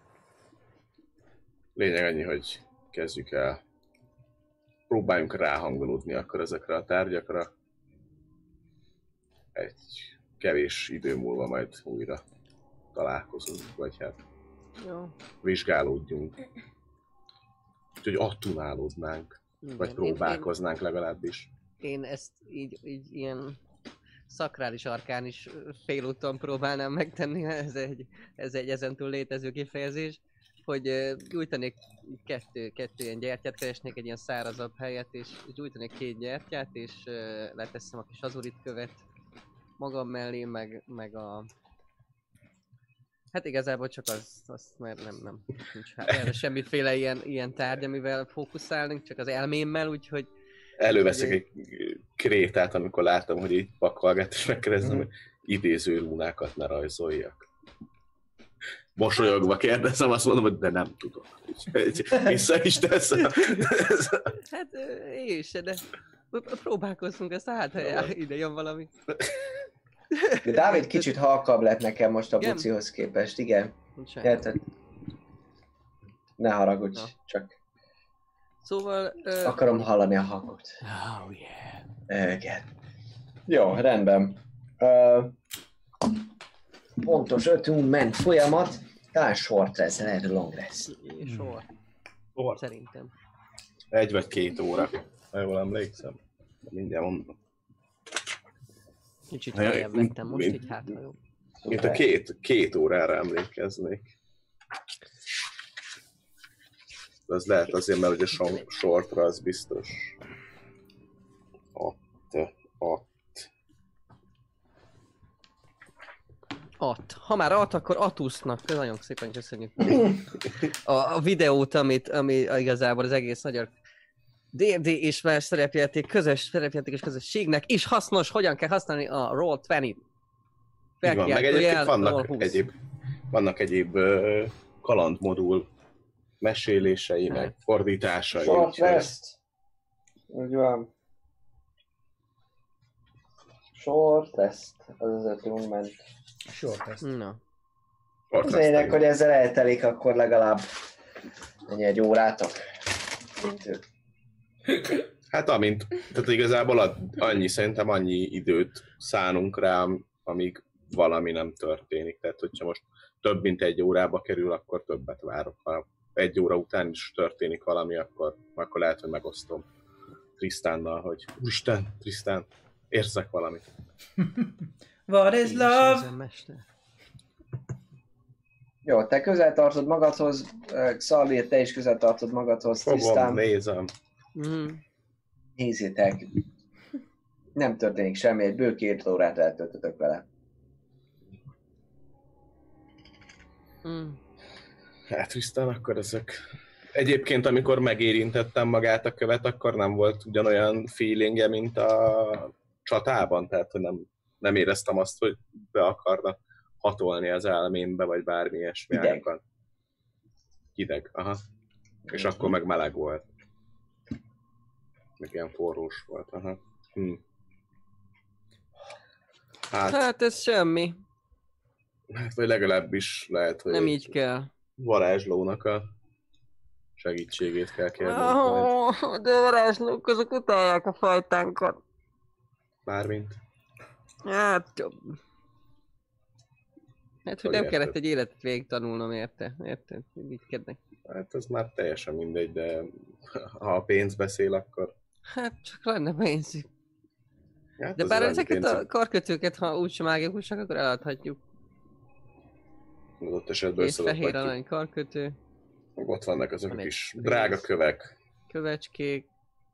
lényeg annyi, hogy kezdjük el. Próbáljunk ráhangolódni akkor ezekre a tárgyakra. Egy kevés idő múlva majd újra találkozunk, vagy hát jó. Vizsgálódjunk. Úgyhogy attunálódnánk, igen, vagy próbálkoznánk én, legalábbis. Én ezt így, így ilyen szakrális arkán is félúton próbálnám megtenni, ez egy, ez egy ezentúl létező kifejezés, hogy uh, gyújtanék kettő, kettő ilyen gyertyát, keresnék egy ilyen szárazabb helyet, és gyújtanék két gyertyát, és uh, leteszem a kis azurit követ magam mellé, meg, meg a... Hát igazából csak az, az mert nem, nem, nincs hát erre semmiféle ilyen, ilyen tárgy, amivel fókuszálnunk, csak az elmémmel, úgyhogy... Előveszek egy krétát, amikor láttam, hogy így pakolgat, és megkérdezem, hogy idéző rúnákat ne rajzoljak. Mosolyogva kérdezem, azt mondom, hogy de nem tudom. Vissza is teszem. Hát én is, de Próbálkozzunk ezt át, ha ide jön valami. De Dávid kicsit halkabb lett nekem most a Igen? bucihoz képest, igen. Nincs Érted? Ne haragudj, Na. csak Szóval... Ö... akarom hallani a hangot. Oh yeah. Igen. Jó, rendben. Uh, pontos ötünk ment folyamat. Talán short lesz, lehet long lesz. Sor. Sor. Szerintem. Egy vagy két óra, ha jól emlékszem. Mindjárt mondom. Kicsit Jaj, feljebb vettem most, mint- így hát ha jó. Mint a két, két órára emlékeznék. De az lehet azért, mert ugye so- shortra az biztos. Ott, ott. At. Ha már at, akkor Atusznak. Nagyon szépen köszönjük. A, a videót, amit, ami igazából az egész magyar dé és dé és más szerepjáték, közös szerepjátékos közösségnek is hasznos, hogyan kell használni a Roll húsz. Így van, meg egyébként Roll vannak húsz. egyéb, vannak egyéb uh, kalandmodul mesélései, Hát. meg fordításai. Short úgyhogy- rest. Úgy van. Short rest. Az az ötünk ment. Short test. Na. short Az rest. lényeg, hogy ezzel eltelik akkor legalább ennyi egy órátok. Mint ő. Hát amint, tehát igazából a, annyi, szerintem annyi időt szánunk rá, amíg valami nem történik. Tehát, hogyha most több mint egy órába kerül, akkor többet várok. Ha egy óra után is történik valami, akkor, akkor lehet, hogy megosztom Trisztánnal, hogy úristen, Trisztán, érzek valamit. What is love? Mester. Jó, te közel tartod magadhoz, eh, Xalir, te is közel tartod magadhoz, Fogom, Trisztán. nézem. Mm. Nézzétek. Nem történik semmi, egy bő két órát eltöltötök vele. Mm. Hát Trisztán, akkor ezek... Egyébként, amikor megérintettem magát a követ, akkor nem volt ugyanolyan feelingje, mint a csatában, tehát hogy nem, nem éreztem azt, hogy be akarna hatolni az elmémbe, vagy bármi ilyesmi. Hideg. állakat. Hideg, aha. És akkor meg meleg volt. Meg ilyen forrós volt, aha. Hm. Hát, Hát ez semmi. hát, vagy legalábbis lehet, hogy Nem egy így kell. varázslónak a segítségét kell kérnünk majd. Oh, de a varázslók azok utálják a fajtánkat. Bármint. Hát, jobb. Hát, hogy Hogy nem érted? kellett egy életet végig tanulnom, érte? Érted? Ügykednek. Hát ez már teljesen mindegy, de ha a pénz beszél, akkor... Hát, csak lenne pénzük. Hát De az bár annyi ezeket pénz, a karkötőket, ha úgysem mágikusak, akkor eladhatjuk. adott esetben Kész fehér összeadhatjuk. arany karkötő, Meg ott vannak azok Van a egy kis pénz. drága kövek, kövecskék.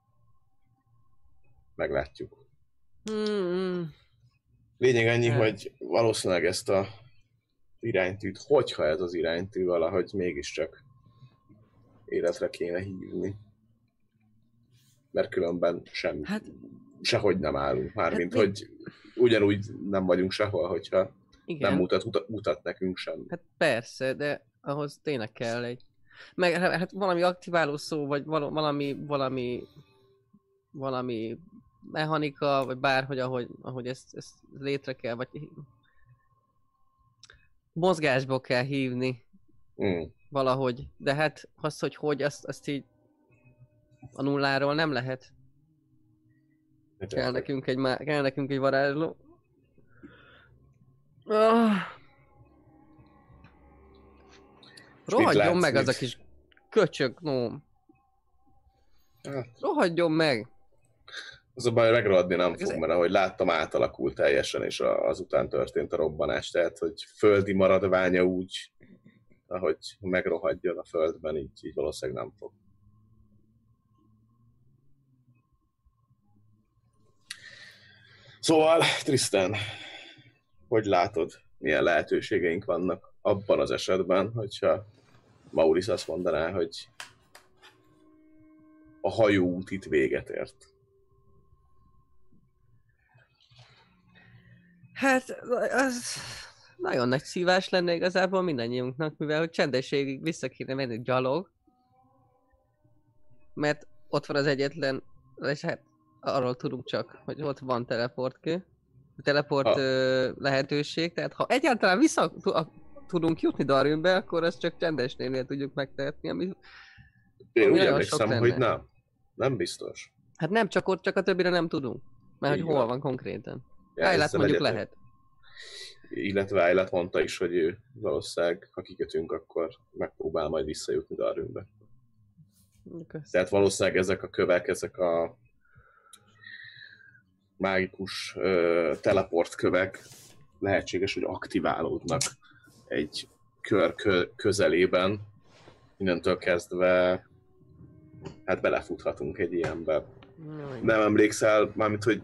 meglátjuk. Hmm, Lényeg annyi, Hát. hogy valószínűleg ezt a iránytűt, hogyha ez az iránytű valahogy mégiscsak életre kéne hívni. Mert különben sem, Hát- sehogy nem állunk. Mármint, Hát mi- hogy ugyanúgy nem vagyunk sehol, hogyha igen. nem mutat, mutat, mutat nekünk sem. Hát persze, de ahhoz tényleg kell egy... Meg hát valami aktiváló szó, vagy val- valami, valami, valami mechanika, vagy bárhogy, ahogy, ahogy ezt, ezt létre kell, vagy mozgásba kell hívni Mm. valahogy. De hát az, hogy hogy, azt, azt így a nulláról nem lehet. Kell nekünk egy, má- kell nekünk egy varázsló. Ah. És mit Rohadjon látsz, meg az a mit? kis köcsög, no. Hát, Rohadjon meg! az a baj, megragadni nem Ez- fog, mert ahogy láttam, átalakult teljesen, és a- azután történt a robbanás, tehát, hogy földi maradványa úgy, ahogy megrohadjon a földben, így, így valószínűleg nem fog. Szóval, Tristan, hogy látod, milyen lehetőségeink vannak abban az esetben, hogyha Maurice azt mondaná, hogy a hajóút itt véget ért. Hát, az nagyon nagy szívás lenne igazából mindannyiunknak, mivel hogy csendességig vissza kéne menni gyalog. Mert ott van az egyetlen, és hát arról tudunk csak, hogy ott van teleportkő, teleport Ha. ö, lehetőség, tehát ha egyáltalán vissza t- tudunk jutni Darwinbe, akkor azt csak Csendesnél tudjuk megtehetni, ami... Én ami úgy nagyon emlékszem, sok hogy lenne. nem. Nem biztos. Hát nem csak ott, csak a többire nem tudunk. Mert Így hogy hol van. van konkrétan. Ja, Ájlát ezzel mondjuk egyetek. lehet. Illetve Ájlát mondta is, hogy ő valószínűleg, ha kikötünk, akkor megpróbál majd visszajutni Darwinbe. Kösz. Tehát valószínűleg ezek a kövek, ezek a mágikus uh, teleport kövek lehetséges, hogy aktiválódnak egy kör kö- közelében. Innentől kezdve hát belefuthatunk egy ilyenbe. Jaj. Nem emlékszel, mármint, hogy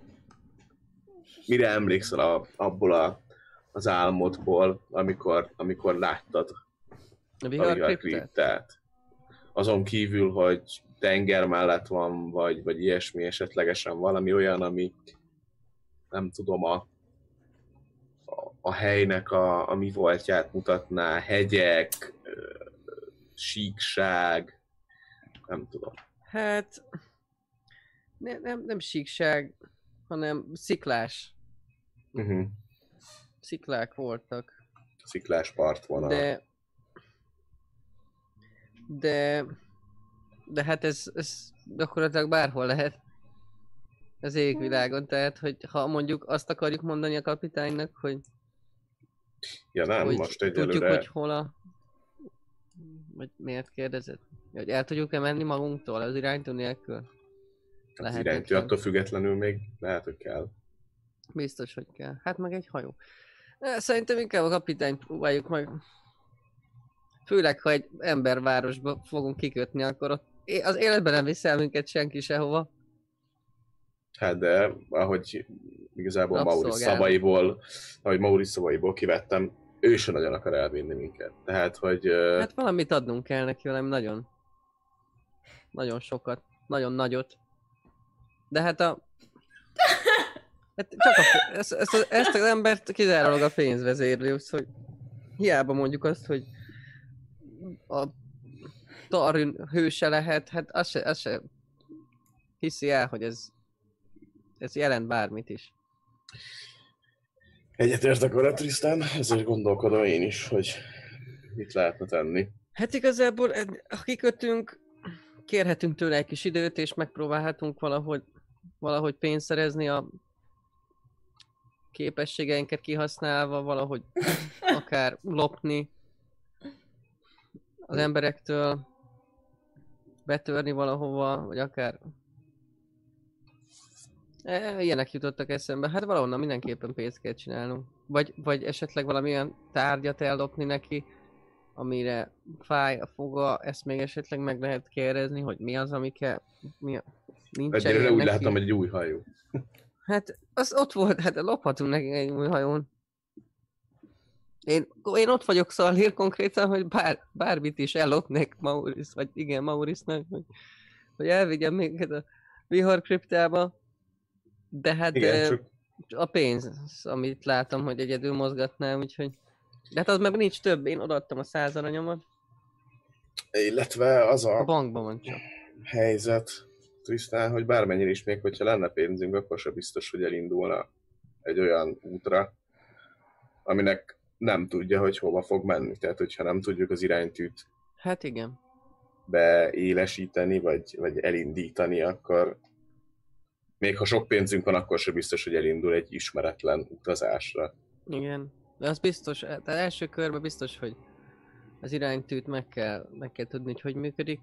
mire emlékszel a, abból a, az álmodból, amikor, amikor láttad A a viharkriptát? viharkriptát? Azon kívül, hogy tenger mellett van, vagy, vagy ilyesmi, esetlegesen valami olyan, ami nem tudom, a, a, a helynek a, a mi voltját mutatná, hegyek, ö, síkság, nem tudom. Hát... Ne, nem, nem síkság, hanem sziklás. Uh-huh. Sziklák voltak. Sziklás partvonal. De... De... De hát ez, ez gyakorlatilag bárhol lehet. Az égvilágon, tehát hogy ha mondjuk azt akarjuk mondani a kapitánynak, hogy, Ja nem, hogy most tudjuk, egyelőre... hogy hol a... Vagy miért kérdezed? Hogy el tudjuk-e menni magunktól az iránytű nélkül? Az Lehetetlen. iránytű attól függetlenül még lehet, hogy kell. Biztos, hogy kell. Hát meg egy hajó. Szerintem inkább a kapitányt próbáljuk meg. Főleg, ha egy embervárosba fogunk kikötni, akkor ott az életben nem viszel minket senki sehova. Hát de, ahogy igazából Maurice Rabszolgálni. szavaiból, ahogy Maurice szavaiból kivettem, ő sem nagyon akar elvinni minket. Tehát, hogy... ö, Hát valamit adnunk kell neki, valami nagyon... Nagyon sokat. Nagyon nagyot. De hát a... Hát csak a... Ezt, ezt, ezt az embert kizárólag a pénz vezérli, úgyhogy hiába mondjuk azt, hogy a Darwin hőse lehet, hát az se, az se hiszi el, hogy ez, ez jelent bármit is. Egyetértek vele, Tristan, ezért gondolkodom én is, hogy mit lehetne tenni. Hát igazából, ha kikötünk, kérhetünk tőle egy kis időt, és megpróbálhatunk valahogy, valahogy pénzt szerezni a képességeinket kihasználva, valahogy akár lopni az emberektől, betörni valahova, vagy akár... E, ilyenek jutottak eszembe. Hát valahonnan mindenképpen pénzt kell csinálnunk. Vagy, vagy esetleg valamilyen tárgyat ellopni neki, amire fáj a foga, ezt még esetleg meg lehet kérdezni, hogy mi az, ami kell... Mi a... Nincs Egyelőre úgy neki. látom, hogy egy új hajó. Hát, az ott volt, hát lophatunk neki egy új hajón. Én, én ott vagyok Szalír konkrétan, hogy bár, bármit is ellopnék Maurice, vagy igen, Maurice-nak, hogy, hogy elvigyem minket a viharkriptába. De hát Igen, de csak a pénz, amit látom, hogy egyedül mozgatnám, úgyhogy... De hát az meg nincs több, én odaadtam a száz aranyomat. illetve az A a bankban van csak. helyzet, Tristan, hogy bármennyire is még, hogyha lenne pénzünk, akkor sem biztos, hogy elindulna egy olyan útra, aminek nem tudja, hogy hova fog menni. Tehát, hogyha nem tudjuk az iránytűt Hát igen. beélesíteni, vagy, vagy elindítani, akkor még ha sok pénzünk van, akkor sem biztos, hogy elindul egy ismeretlen utazásra. Igen. De az biztos, tehát első körben biztos, hogy az iránytűt meg kell, meg kell tudni, hogy hogy működik.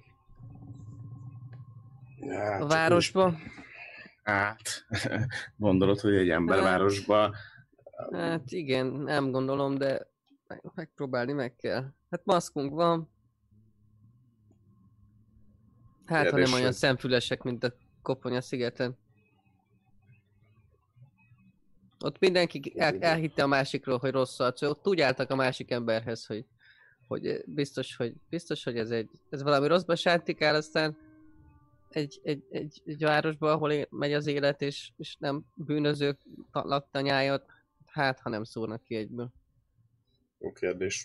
Hát, A városba. Hát, gondolod, hogy egy embervárosba... Hát igen, nem gondolom, de meg, megpróbálni meg kell. Hát maszkunk van. Hát ha Kérdés, nem olyan hogy- szemfülesek, mint a Koponya szigeten. Ott mindenki el, elhitte a másikról, hogy rossz arcú. Ott úgy álltak a másik emberhez, hogy, hogy biztos, hogy biztos, hogy ez egy ez valami rosszba sántikál, aztán egy, egy, egy, egy városba, ahol é- megy az élet, és, és nem bűnözők ta- laktanyájat, hát ha nem szórnak ki egyből. Jó kérdés.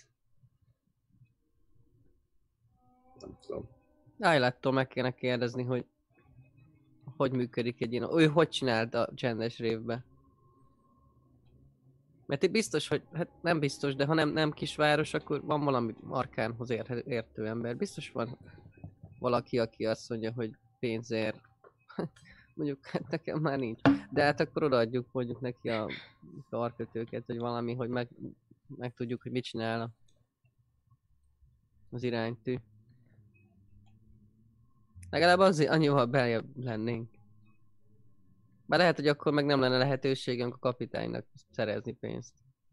Nem tudom. Ájláttól meg kéne kérdezni, hogy hogy működik egy ilyen, ő hogy csinált a csendes révbe. Mert itt biztos, hogy, hát nem biztos, de ha nem, nem kisváros, akkor van valami arkánhoz ér, értő ember. Biztos van valaki, aki azt mondja, hogy pénzért. Mondjuk, hát nekem már nincs. De hát akkor odaadjuk mondjuk neki a karkötőket, vagy valami, hogy meg, meg tudjuk, hogy mit csinál az iránytű. Legalább azért annyival beljebb lennénk. Bár lehet, hogy akkor meg nem lenne lehetőségünk a kapitánynak szerezni pénzt.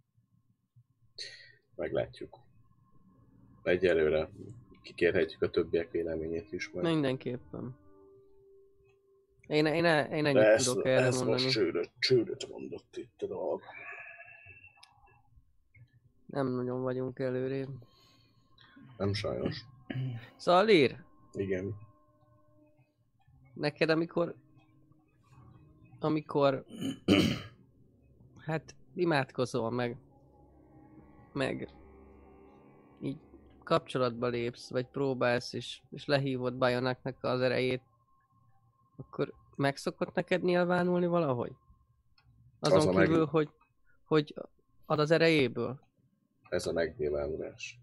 Meglátjuk. Egyelőre kikérhetjük a többiek véleményét is majd. Mindenképpen. Én, én, én ennyit ez, tudok erre ez mondani. Ez most csődöt, csődöt mondott itt a dolog. Nem nagyon vagyunk előrébb. Nem sajnos. Szalír? Igen. Neked amikor... Amikor... hát imádkozol meg... Meg... Így kapcsolatba lépsz, vagy próbálsz, és, és lehívod Bajonaknak az erejét, akkor meg szokott neked nyilvánulni valahogy? Azon az kívül, meg... hogy, hogy ad az erejéből? Ez a megnyilvánulás.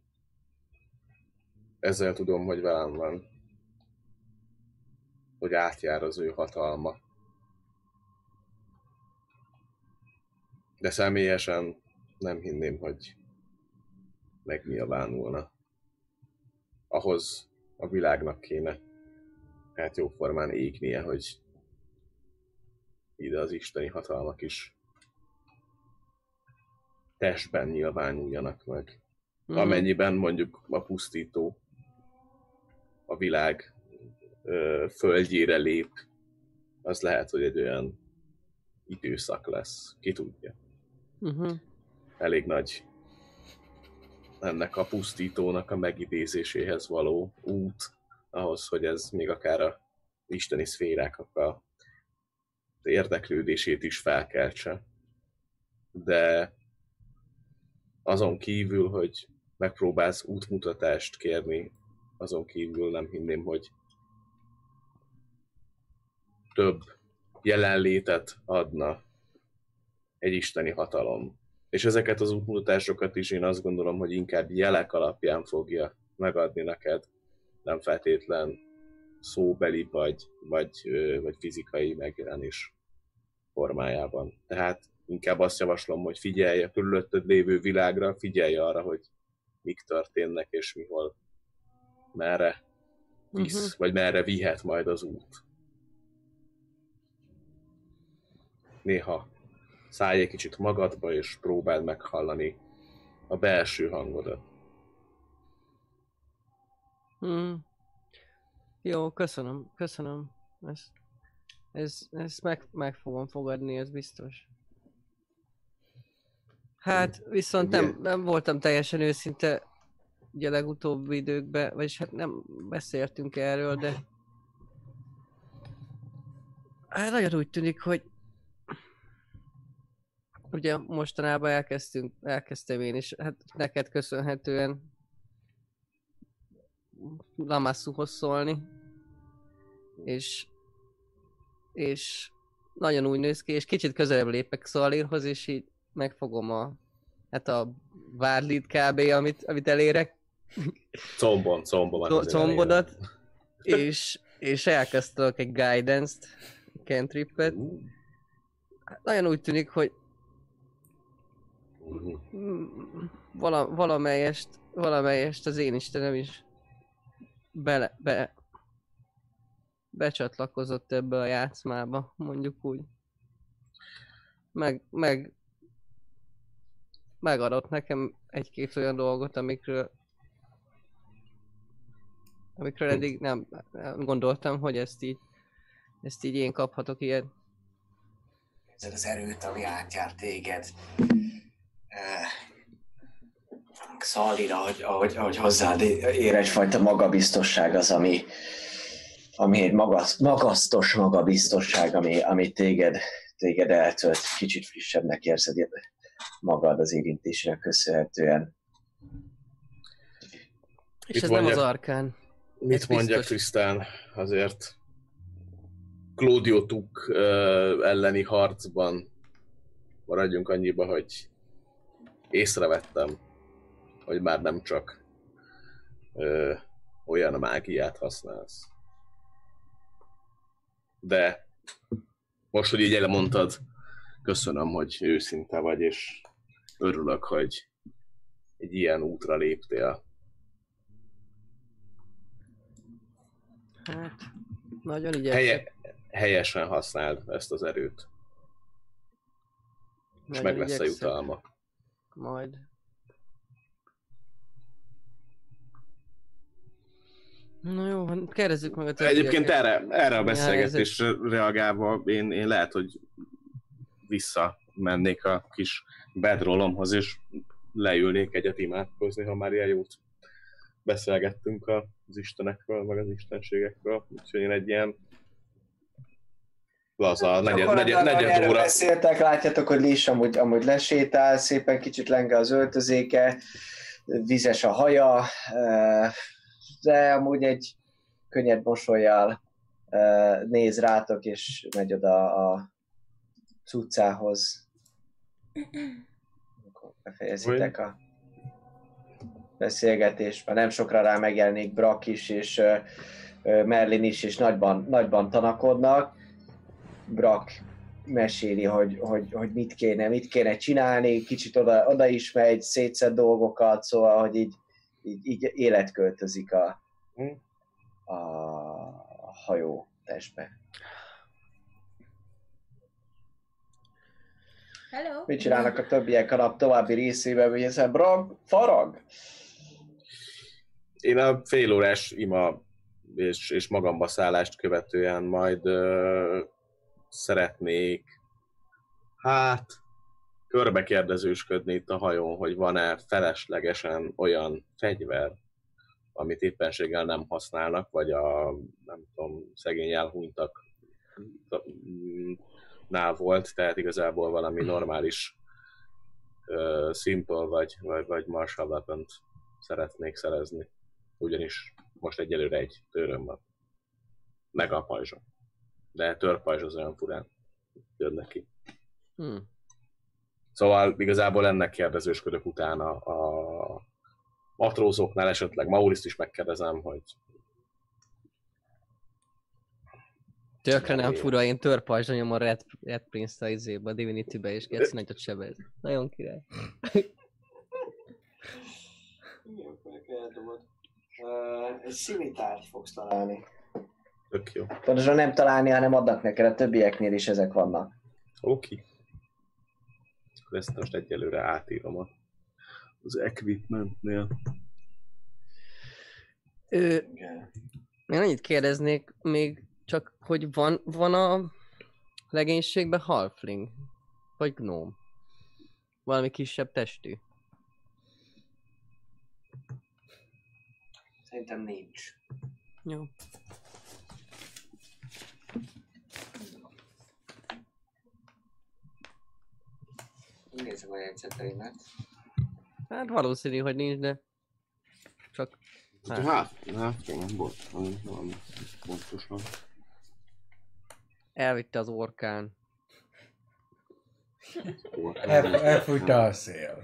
Ezzel tudom, hogy velem van. Hogy átjár az ő hatalma. De személyesen nem hinném, hogy megnyilvánulna. Ahhoz a világnak kéne hát jóformán égnie, hogy ide az isteni hatalmak is testben nyilvánuljanak meg. Mm. Amennyiben mondjuk a pusztító a világ ö, földjére lép, az lehet, hogy egy olyan időszak lesz. Ki tudja. Uh-huh. Elég nagy ennek a pusztítónak a megidézéséhez való út, ahhoz, hogy ez még akár a isteni szféráknak a érdeklődését is felkeltse. De azon kívül, hogy megpróbálsz útmutatást kérni, azon kívül nem hinném, hogy több jelenlétet adna egy isteni hatalom. És ezeket az útmutatásokat is én azt gondolom, hogy inkább jelek alapján fogja megadni neked, nem feltétlen szóbeli vagy, vagy, vagy fizikai megjelenés formájában. Tehát inkább azt javaslom, hogy figyelj a körülötted lévő világra, figyelj arra, hogy mik történnek és mihol, merre visz, uh-huh. vagy merre vihet majd az út. Néha szállj egy kicsit magadba, és próbáld meghallani a belső hangodat. Hmm. Jó, köszönöm, köszönöm. Ezt, ez, ezt meg, meg fogom fogadni, ez biztos. Hát viszont nem, nem voltam teljesen őszinte ugye a legutóbbi időkben, vagyis hát nem beszéltünk erről, de hát nagyon úgy tűnik, hogy ugye mostanában elkezdtünk, elkezdtem én is, hát neked köszönhetően Lamassuhoz szólni, és, és nagyon úgy néz ki, és kicsit közelebb lépek Szalírhoz, és így megfogom a, hát a várlit kb. amit, amit elérek. Combon, combon. Combodat, és, és elkezdtek egy guidance-t, cantrip-et. Uh. Nagyon úgy tűnik, hogy Vala, valamelyest, valamelyest az én Istenem is bele, be, becsatlakozott ebbe a játszmába, mondjuk úgy. Meg, meg megadott nekem egy-két olyan dolgot, amikről amikről eddig nem, nem gondoltam, hogy ezt így, ezt így én kaphatok ilyet. Ez az erőt, ami átjár téged. Szalír, ahogy, ahogy, ahogy hozzád ér egyfajta magabiztosság az, ami, ami egy magas, magasztos magabiztosság, ami, ami téged, téged eltölt, kicsit frissebbnek érzed magad az érintésre köszönhetően. És mit ez mondja, nem az arkán. Mit mondja Krisztán? Azért Claudio Tuk elleni harcban maradjunk annyiba, hogy észrevettem, hogy már nem csak ö, olyan mágiát használsz. De most, hogy így elmondtad, köszönöm, hogy őszinte vagy, és örülök, hogy egy ilyen útra léptél. Hát, nagyon igyekszem. Helye, helyesen használd ezt az erőt. És Nagyon meg lesz a igyekszem. jutalma. Majd. Na jó, hát kérdezzük meg a többieket. Egyébként erre, erre a Mi beszélgetésre reagálva én, én lehet, hogy visszamennék a kis bedrollomhoz, és leülnék egyet imádkozni, ha már ilyen jót beszélgettünk az istenekről, meg az istenségekről. Úgyhogy én egy ilyen laza, negyed, negyed, negyed óra. Beszéltek, látjátok, hogy Lis amúgy, amúgy lesétál, szépen kicsit lenge az öltözéke, vizes a haja, de amúgy egy könnyed mosollyal néz rátok, és megy oda a cuccához. Akkor befejezitek a beszélgetést, mert nem sokra rá megjelenik Brak is, és Merlin is, és nagyban, nagyban tanakodnak. Brak meséli, hogy, hogy, hogy mit kéne, mit kéne csinálni, kicsit oda, oda is megy, szétszed dolgokat, szóval, hogy így, így, így életköltözik a, a hajó testbe. Hello. Mit csinálnak a többiek a nap további részében, hogy ezen Brak farag? Én a félórás ima és, és magamba szállást követően majd ö, szeretnék, hát, körbekérdezősködni itt a hajón, hogy van-e feleslegesen olyan fegyver, amit éppenséggel nem használnak, vagy a, nem tudom, szegény elhunytak nál volt, tehát igazából valami normális uh, simple vagy, vagy, vagy martial weapont szeretnék szerezni. Ugyanis most egyelőre egy tőröm van. Meg a pajzsom. De törpajzs az olyan furán jön neki. Hmm. Szóval igazából ennek kérdezősködök utána a matrózoknál, esetleg Mauriszt is megkérdezem, hogy Tökre nem fura, én törpajzsra nyom a Red, Red Prince-t a izébe, a Divinity-be, és Geci nagyot sebez. Nagyon király. Uh, egy szimitárt fogsz találni. tök jó. Pontosan nem találni, hanem adnak neked, a többieknél is ezek vannak. Oké. Okay. Ezt most egyelőre átírom a, az equipmentnél. Ö, én annyit kérdeznék még csak, hogy van, van a legénységben halfling? Vagy gnóm? Valami kisebb testű? Szerintem nincs. Jó. Nézzük a jegyzeteimet. Hát valószínű, hogy nincs, de csak... Hát, hát, hát nem volt, valami pontosan. Elvitte az orkán. El, elfújta a szél.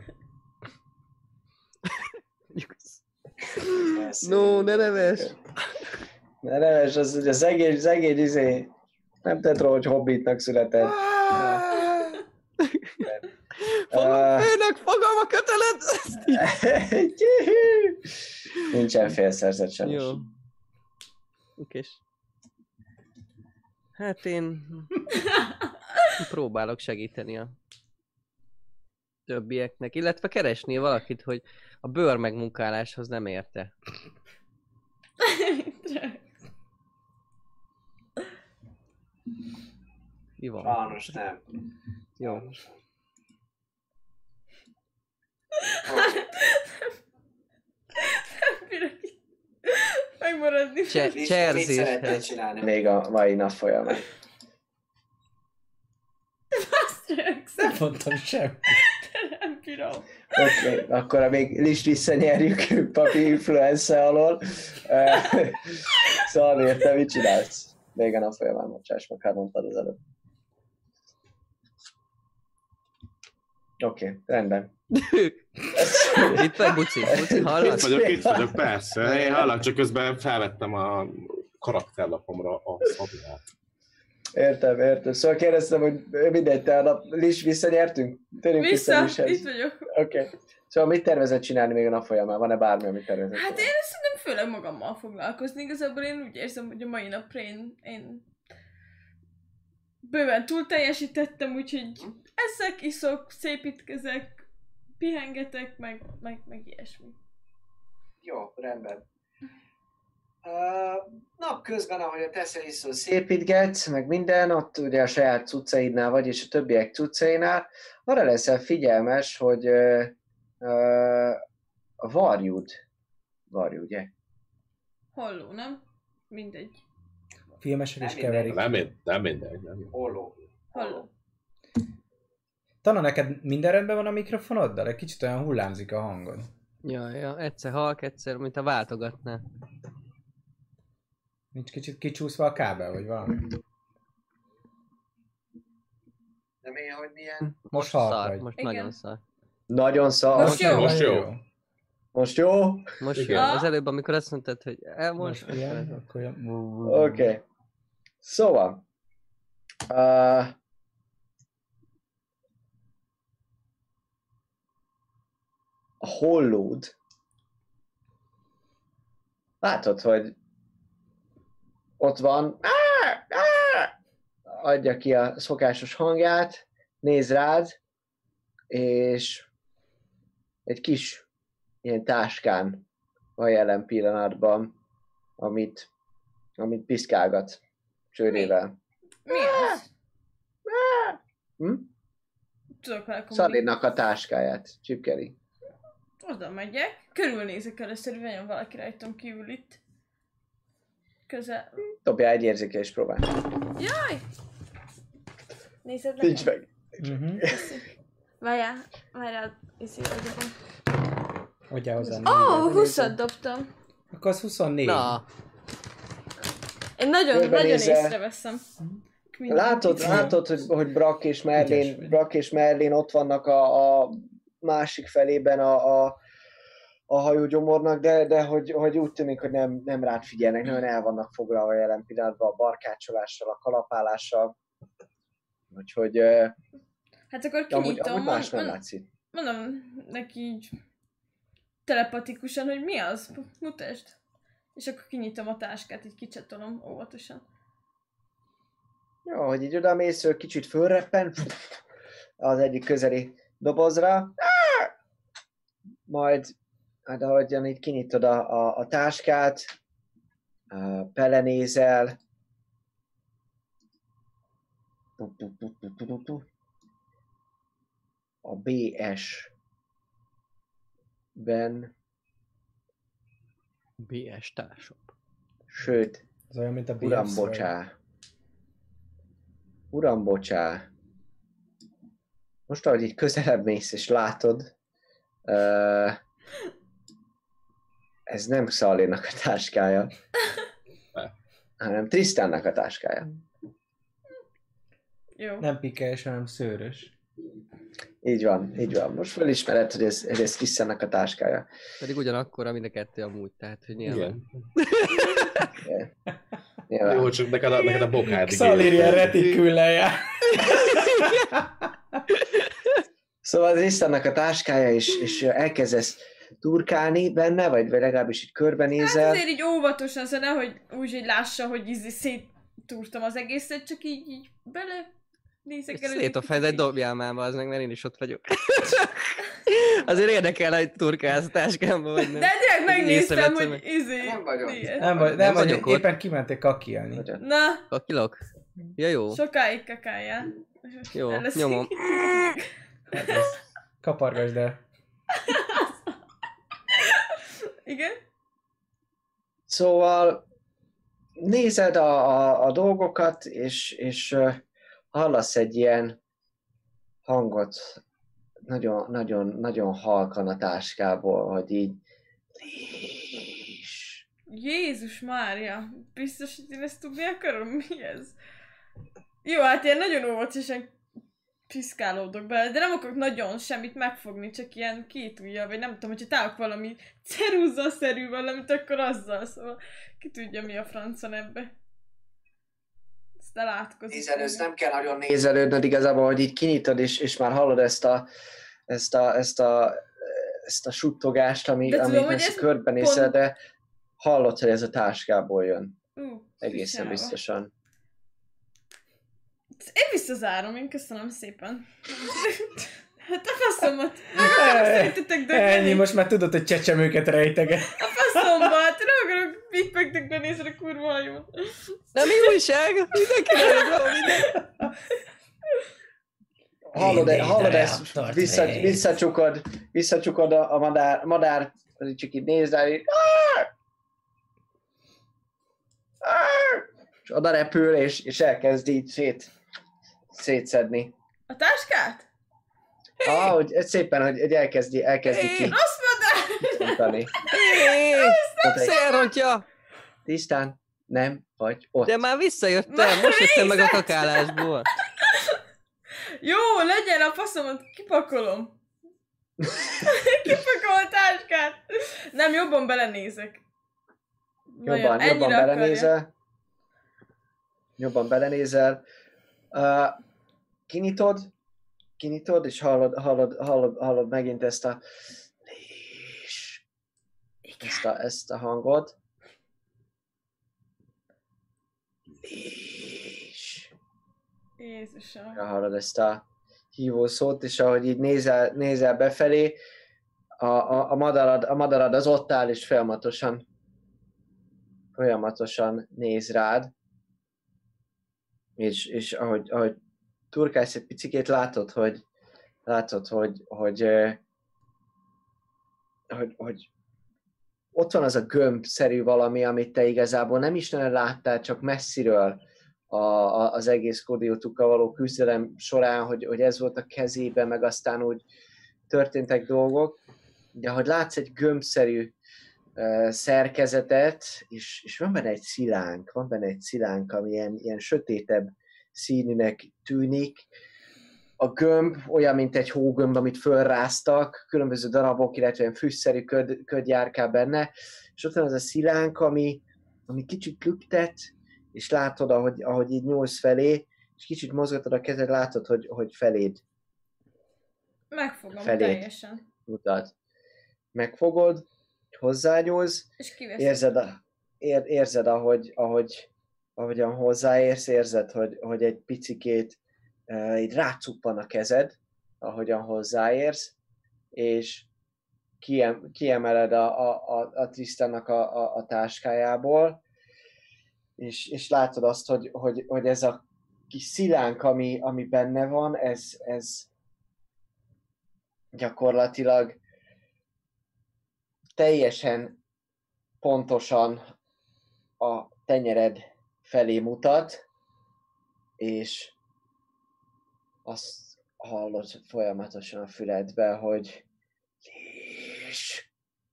No, ne neves! Ne neves, az, az, az egész, az egész izé, nem tett róla, hogy hobbitnak született. Fogom félnek, fogom a kötelet! Nincsen félszerzet sem. Jó. Okés. Hát én próbálok segíteni a többieknek, illetve keresni valakit, hogy a bőr megmunkáláshoz nem érte. Mi van? Sajnos nem. Jó. Nem bírok itt megmaradni. Cse- Mit Cserzés. szeretnél csinálni még a mai nap folyamán? Nem mondtam semmit. Nem bírom. Oké, okay, akkor még Lis visszanyerjük papi influencer alól. Szóval miért te mit csinálsz? Végen a folyamán, bocsáss meg, hát mondtad az előbb. Oké, okay, rendben. Itt vagy, Buci? Buci, hallasz? Itt vagyok, itt vagyok, persze. Én hallak, csak közben felvettem a karakterlapomra a szabját. Értem, értem. Szóval kérdeztem, hogy mindegy, te a nap Lis visszanyertünk? Térjünk Vissza, vissza itt vagyok. Oké. Okay. Szóval mit tervezett csinálni még a nap folyamán? Van-e bármi, amit tervezett? Hát én szerintem főleg magammal foglalkozni. Igazából én úgy érzem, hogy a mai napra én, én bőven túl teljesítettem, úgyhogy eszek, iszok, szépítkezek, pihengetek, meg, meg, meg ilyesmi. Jó, rendben. Uh, napközben, ahogy a teszel iszol, szépítgetsz, meg minden, ott ugye a saját cuccaidnál vagy, és a többiek cuccainál, arra leszel figyelmes, hogy uh, uh, a varjud, varjú, ugye? Holló, nem? Mindegy. Filmesek is Nem keverik. Nem, mind, nem mindegy. Nem mindegy. Holló. Holló. Tana, neked minden rendben van a mikrofonoddal? Egy kicsit olyan hullámzik a hangod. Ja, ja, egyszer halk, egyszer, mint a váltogatná. Nincs kicsit kicsúszva a kábel, vagy valami? Nem én, hogy milyen? Most halk szar, vagy. most Igen. nagyon szar. Nagyon szar. Most jó. Most jó. Most jó? Most Igen. jó. Az előbb, amikor azt mondtad, hogy el most... Most ilyen, akkor ilyen... Oké. Okay. Szóval. Uh, a hollód. Látod, hogy ott van. Adja ki a szokásos hangját, néz rád, és egy kis ilyen táskán van jelen pillanatban, amit, amit piszkálgat csőrével. Mi az? Hm? Tudok vele kommunikálni. Szalirnak a táskáját csipkeli. Oda megyek, körülnézek először, hogy vajon valaki rajtam kívül itt. Közel. Dobjál egy érzékelés próbál. Jaj! Nézed nekem? Nincs meg. Uh-huh. Várjál, várjál, izé vagyok. Adjál hozzá. Ó, oh, húszat dobtam. Akkor az huszonnégy. Na, Én nagyon, nagyon Körbenézel. észreveszem. Mindent. Látod, látod, hogy, hogy Brack és Ügyes Merlin, vagy. Brack és Merlin ott vannak a, a másik felében a, a, a hajógyomornak, de, de hogy, hogy úgy tűnik, hogy nem, nem rád figyelnek, nagyon el vannak foglalva jelen pillanatban a barkácsolással, a kalapálással. Úgyhogy eh, Hát akkor amúgy, kinyitom, amúgy más nem mond, látszik. mondom neki így telepatikusan, hogy mi az, mutasd. És akkor kinyitom a táskát, így kicsatolom óvatosan. Jó, hogy így odamész, ő kicsit fölreppen az egyik közeli dobozra, majd, hát ahogyan így kinyitod a, a, a táskát, belenézel, a bé es-ben, bé es társap. sőt, Ez olyan, mint a uram, Beers, bocsá. Uram, bocsá. Most, ahogy így közelebb mész és látod, uh, ez nem Xalénak a táskája, hanem Tristannak a táskája. Jó. Nem pikes, hanem szőrös. Így van, így van. Most felismered, hogy ez, ez Tristannak a táskája. Pedig ugyanakkor, mind a kettő amúgy, tehát, hogy nyilván. Igen. Nyilván. Jó, csak neked a, neked a bokád Szalir ilyen retiküllel jár. Szóval az Tristannak a táskája, és, és elkezdesz turkálni benne, vagy, vagy legalábbis így Hát körbenézel. azért így óvatosan, szóval nehogy úgy így lássa, hogy izé széttúrtam az egészet, csak így, így bele nézek elő. Szét a fejed, dobjál már az meg, mert én is ott vagyok. Azért érdekel, hogy turkálsz a táskámba, vagy nem. De direkt megnéztem, Észrevettem, hogy izé... Nem vagyok. Ilyen. Nem, vagy, nem, Nem vagy, vagyok ott. éppen kimentek kakilni. Na, A kilok. Ja, jó. sokáig kakáljál. Jó, Eleszik. nyomom. Kapargasd el. Igen? Szóval nézed a, a, a dolgokat, és, és uh, hallasz egy ilyen hangot, nagyon, nagyon, nagyon halkan a táskából, hogy így Lis, Jézus Mária, biztos, hogy én ezt tudni akarom? Mi ez? Jó, hát én nagyon óvatosan piszkálódok bele, de nem akarok nagyon semmit megfogni, csak ilyen két ujjal, vagy nem tudom, hogyha találok valami ceruza-szerű valamit, akkor azzal, szóval ki tudja mi a francon ebbe. Ezt elátkozik. Nézelődsz, nem kell nagyon nézelődnöd igazából, hogy így kinyitod, és, és már hallod ezt a, ezt a, ezt a, ezt a suttogást, ami, de ami tudom, ezt körbenézel, pont... de hallod, hogy ez a táskából jön. Uh, Egészen biztosan. Én visszazárom, én köszönöm szépen. Hát a faszomat. Meg szerintetek dönteni. Ennyi, most már tudod, hogy csecsemőket rejteget. A faszomba, hát nem akarok pikpektekben nézni a kurva hajón. De mi újság? Mindenki nagyon minden. Hallod, hallod ezt, vissza, visszacsukod, visszacsukod a, a madár, madár, csak így néz rá, így, és oda repül, és, és elkezd így szét, szétszedni. A táskát? Ah, hogy szépen, hogy, hogy elkezdi, elkezdi ki. Rossz madár! Szélrontja! Tisztán nem vagy ott. De már visszajöttem, most jöttem meg a kakálásból. Jó, legyen a faszomat, kipakolom. Kipakol a táskát. Nem, jobban belenézek. Jobban, jobban belenézel. Akarja. Jobban belenézel. Uh, kinyitod, kinyitod, és hallod, hallod, hallod, hallod megint ezt a ezt a, ezt a hangot. Jézusom. Hallod ezt a hívószót, és ahogy így nézel, nézel befelé, a, a, a, madarad, a madarad az ott áll, és folyamatosan folyamatosan néz rád. És, és ahogy, ahogy turkálsz egy picikét, látod, hogy látod, hogy, hogy, hogy, hogy, hogy ott van az a gömbszerű valami, amit te igazából nem is nagyon láttál, csak messziről a, a, az egész Kodiotukkal való küzdelem során, hogy, hogy ez volt a kezében, meg aztán úgy történtek dolgok. De ahogy látsz egy gömbszerű uh, szerkezetet, és, és van benne egy szilánk, van benne egy szilánk, ami ilyen, ilyen sötétebb színűnek tűnik. A gömb olyan, mint egy hógömb, amit fölráztak, különböző darabok, illetve ilyen fűszerű köd, köd járkál benne, és ott van az a szilánk, ami, ami kicsit lüktet, és látod, ahogy, ahogy így nyúlsz felé, és kicsit mozgatod a kezed, látod, hogy, hogy feléd. Megfogom feléd teljesen. Mutat. Megfogod, hozzányúlsz, és érzed, a, ér, érzed ahogy, ahogy, ahogyan hozzáérsz, érzed, hogy, hogy egy picikét uh, így rácuppan a kezed, ahogyan hozzáérsz, és kiem, kiemeled a, a, a, a Tristannak a, a, a táskájából, és, és látod azt, hogy, hogy, hogy ez a kis szilánk, ami, ami benne van, ez, ez gyakorlatilag teljesen pontosan a tenyered felé mutat, és azt hallod folyamatosan a füledbe, hogy és,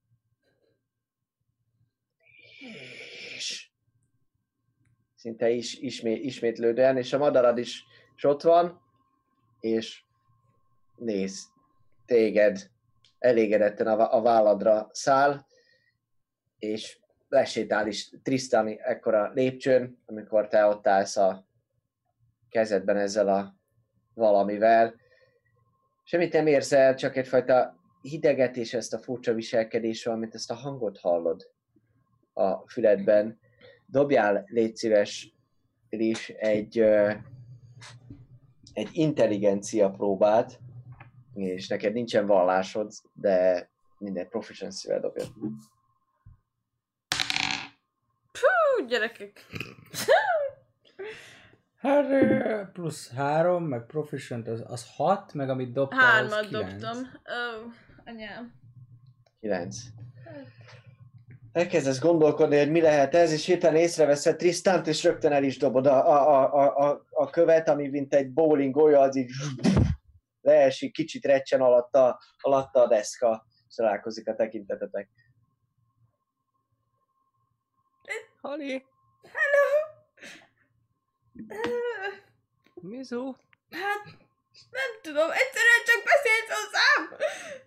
és szinte is, ismé, ismétlődően, és a madarad is, is ott van, és néz téged, elégedetten a, a válladra száll, és lesétál is Tristan ekkora lépcsőn, amikor te ott állsz a kezedben ezzel a valamivel. Semmit nem érzel, csak egyfajta hideget és ezt a furcsa viselkedés, amit ezt a hangot hallod a füledben. Dobjál, légy szíves, is egy, egy intelligencia próbát, és neked nincsen vallásod, de minden proficiency-vel dobjad. Pú, gyerekek! Hát plusz három, meg proficient az, az hat, meg amit dobtál, Hármat az kilenc. dobtam. Ó, oh, anyám. Kilenc. Elkezdesz gondolkodni, hogy mi lehet ez, és hirtelen észreveszed Tristant, és rögtön el is dobod a, a, a, a, a követ, ami mint egy bowling golya, az így leesik, kicsit recsen alatta, alatta a deszka, és találkozik a tekintetetek. Hali! Hello! Mizu? Hát, nem tudom, egyszerűen csak beszélt hozzám!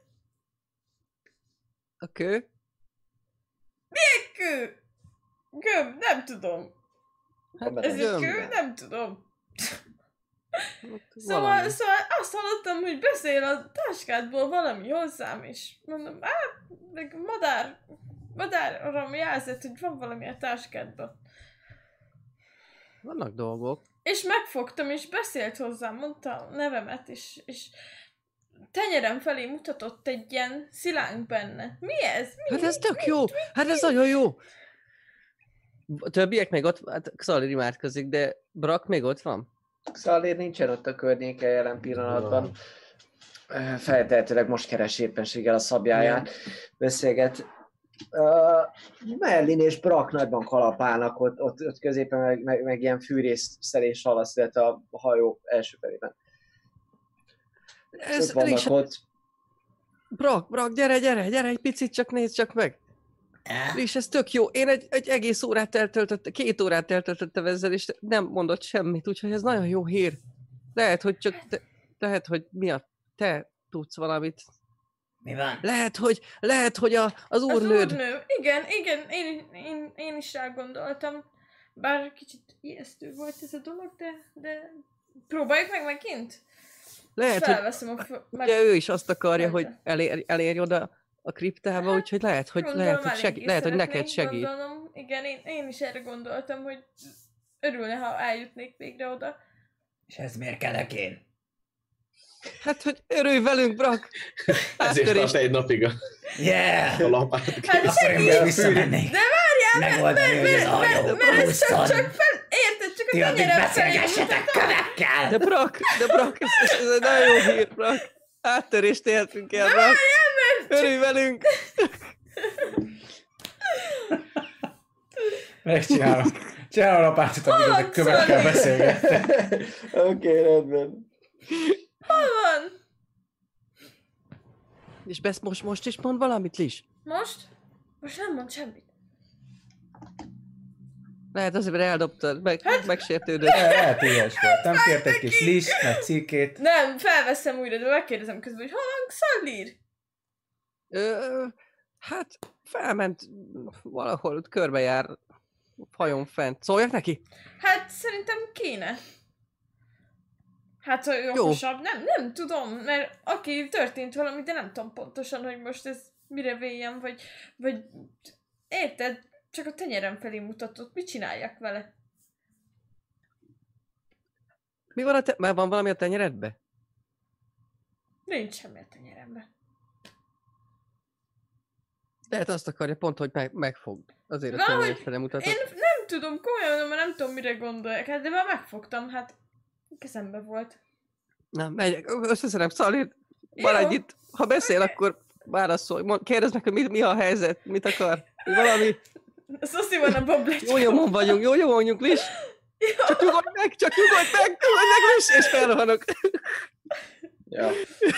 A kő? Milyen kő? Gömb, nem tudom. Hát Ez egy kő? Nem tudom. Szóval, szóval azt hallottam, hogy beszél a táskádból valami hozzám, és mondom, hát, meg madár, madárom jelzett, hogy van valami a táskádban. Vannak dolgok. És megfogtam, és beszélt hozzám, mondta a nevemet, és, és tenyerem felé mutatott egy ilyen szilánk benne. Mi ez? Mi? Hát ez tök mi? jó! Mi? Hát ez nagyon jó! A többiek még ott, hát Xalir imádkozik, de Brak még ott van? Xalir nincsen ott a környéken jelen pillanatban. Feltehetőleg most keres éppenséggel a szabjáját. Beszélget. Uh, Merlin és Brak nagyban kalapálnak ott, ott, ott középen, meg, meg, meg ilyen fűrészszerés halasz, illetve a hajó első felében. Ez Ők vannak Lisa... ott. Brak, Brak, gyere, gyere, gyere egy picit, csak nézd csak meg! És ez tök jó. Én egy, egy egész órát eltöltöttem, két órát eltöltöttem ezzel, és nem mondott semmit, úgyhogy ez nagyon jó hír. Lehet, hogy csak te, lehet, hogy miatt te tudsz valamit. Mi van? Lehet, hogy, lehet, hogy a, az úrnőd... Az úrnő. Igen, igen, én, én, én is rá gondoltam. Bár kicsit ijesztő volt ez a dolog, de, de próbáljuk meg megint. Lehet, felveszem hogy a f- meg... ugye ő is azt akarja, meg... hogy elér, elérj oda a kriptába, Hát, úgyhogy lehet, hogy, gondolom, lehet, hogy, segí- lehet, hogy neked segít. Gondolom, igen, én, én is erre gondoltam, hogy örülne, ha eljutnék végre oda. És ez miért kellek én? Hát, hogy örülj velünk, Brak! Ezért tart egy napig a, Yeah! a lapát. Hát Akkor én visszamennék. De várjál, Megoldani, hogy ez a hajó mert ez csak, pluszon. csak fel, érted, csak a Ti addig tenyerem felé beszélgessetek mutatom. kövekkel! De Brak, de Brak, ez, ez egy nagyon jó hír, Brak! Áttörést éltünk el, Brak! Örülj velünk! Megcsinálom. Csinálom a lapátot, amit ezek kövekkel beszélgettek. Oké, rendben. Hol van? És besz, most, most is mond valamit, Lis? Most? Most nem mond semmit. Lehet azért, mert eldobtad, meg, Hát- megsértődött. Lehet ilyes volt. Nem kért egy kis list, meg cikkét. Nem, felveszem újra, de megkérdezem közben, hogy hol van Xalir? Ö, hát felment valahol, ott körbejár fajon fent. Szóljak neki? Hát szerintem kéne. Hát, hogy Jó. okosabb, nem, nem tudom, mert aki történt valami, de nem tudom pontosan, hogy most ez mire véljem, vagy, vagy érted, csak a tenyerem felé mutatott, mit csináljak vele? Mi van a te... Már van valami a tenyeredbe? Nincs semmi a tenyeremben. Lehet azt akarja pont, hogy meg, megfog. Azért a Valahogy tenyered fele mutatott. Én nem tudom, komolyan mondom, mert nem tudom, mire gondolják, hát de már megfogtam, hát kezembe volt. Na, megyek, összeszedem Xalir, Jó. maradj itt. Ha beszél, akkor válaszolj. Mond, kérdezd meg, hogy mi, mi a helyzet, mit akar. Hogy valami... Szoszi van a bablecska. Jó nyomon vagyunk, jó nyomon vagyunk, Lis. Csak nyugodj meg, csak nyugodj meg, nyugodj meg, Lis, és felrohanok. Ja.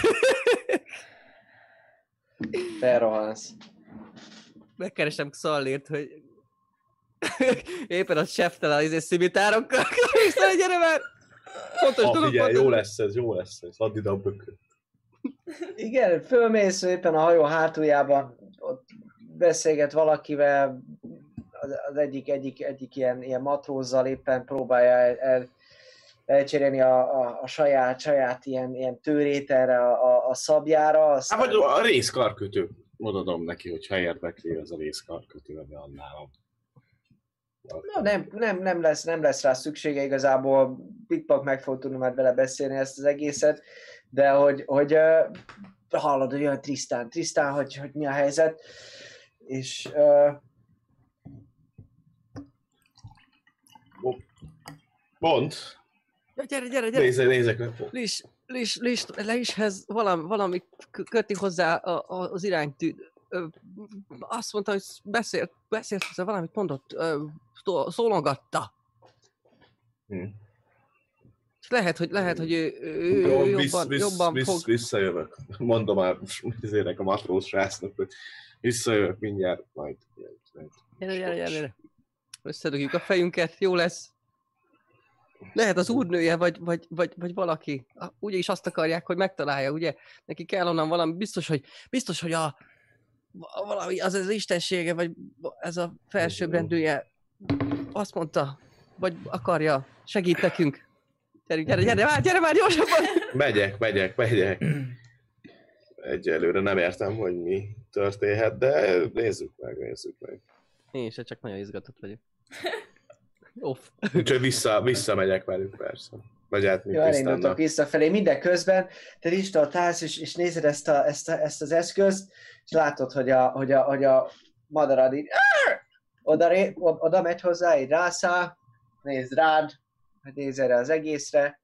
Felrohansz. Megkeresem Xalirt, hogy éppen a seftel az izé szimitárokkal. Szóval gyere már! Fontos Ah, dolog figyelj, van. jó lesz ez, jó lesz ez. Add ide a bököt. Igen, fölmész éppen a hajó hátuljában, ott beszélget valakivel, az, az egyik, egyik, egyik ilyen, ilyen matrózzal éppen próbálja el, el, elcserélni a, a, a saját, saját ilyen, ilyen tőrét erre a, a, a szabjára. Aztán... Hát vagy a részkarkötő. Odadom neki, hogyha érdekli ez a részkarkötő, ami annál. Na, nem, nem, nem, lesz, nem lesz rá szüksége igazából, Pikpak meg fog tudni már vele beszélni ezt az egészet, de hogy, hogy uh, hallod, hogy jön Tristan, Tristan, hogy, hogy mi a helyzet, és uh, Mondd! Ja, gyere, gyere, gyere! Nézzek, nézzek. Lis, Lis, Lis, Lishez valami, valami k- köti hozzá a, a, az iránytű. Ö, azt mondta, hogy beszélt, beszélt hozzá, valamit mondott, ö, szó- szólogatta. Hm. És lehet, hogy, lehet, hogy ő, ő, Jó, ő vissz, jobban, vissz, jobban vissz, fog... visszajövök. Mondom már ezért a matróz srácnak, hogy visszajövök mindjárt, majd... majd- Gyere, gyere, gyere, gyere. Összedugjuk a fejünket, jó lesz. Lehet az úrnője, vagy, vagy, vagy, vagy valaki. Ugye is azt akarják, hogy megtalálja, ugye? Neki kell onnan valami, biztos, hogy, biztos, hogy a, valami, az az istensége, vagy ez a felsőbbrendűje azt mondta, vagy akarja, segít nekünk. Gyere, gyere, gyere, gyere, gyere már gyorsabban! Megyek, megyek, megyek. Egyelőre nem értem, hogy mi történhet, de nézzük meg, nézzük meg. Én se csak nagyon izgatott vagyok. Off. Úgyhogy vissza, visszamegyek velük, persze. Vagy hát, Jó, elindultok visszafelé. Mindeközben te Rista ott állsz, és, és nézed ezt, a, ezt, a, ezt az eszközt, és látod, hogy a, hogy a, hogy a madarad így oda, ré, oda megy hozzá, így rászáll, nézd rád, nézd erre az egészre.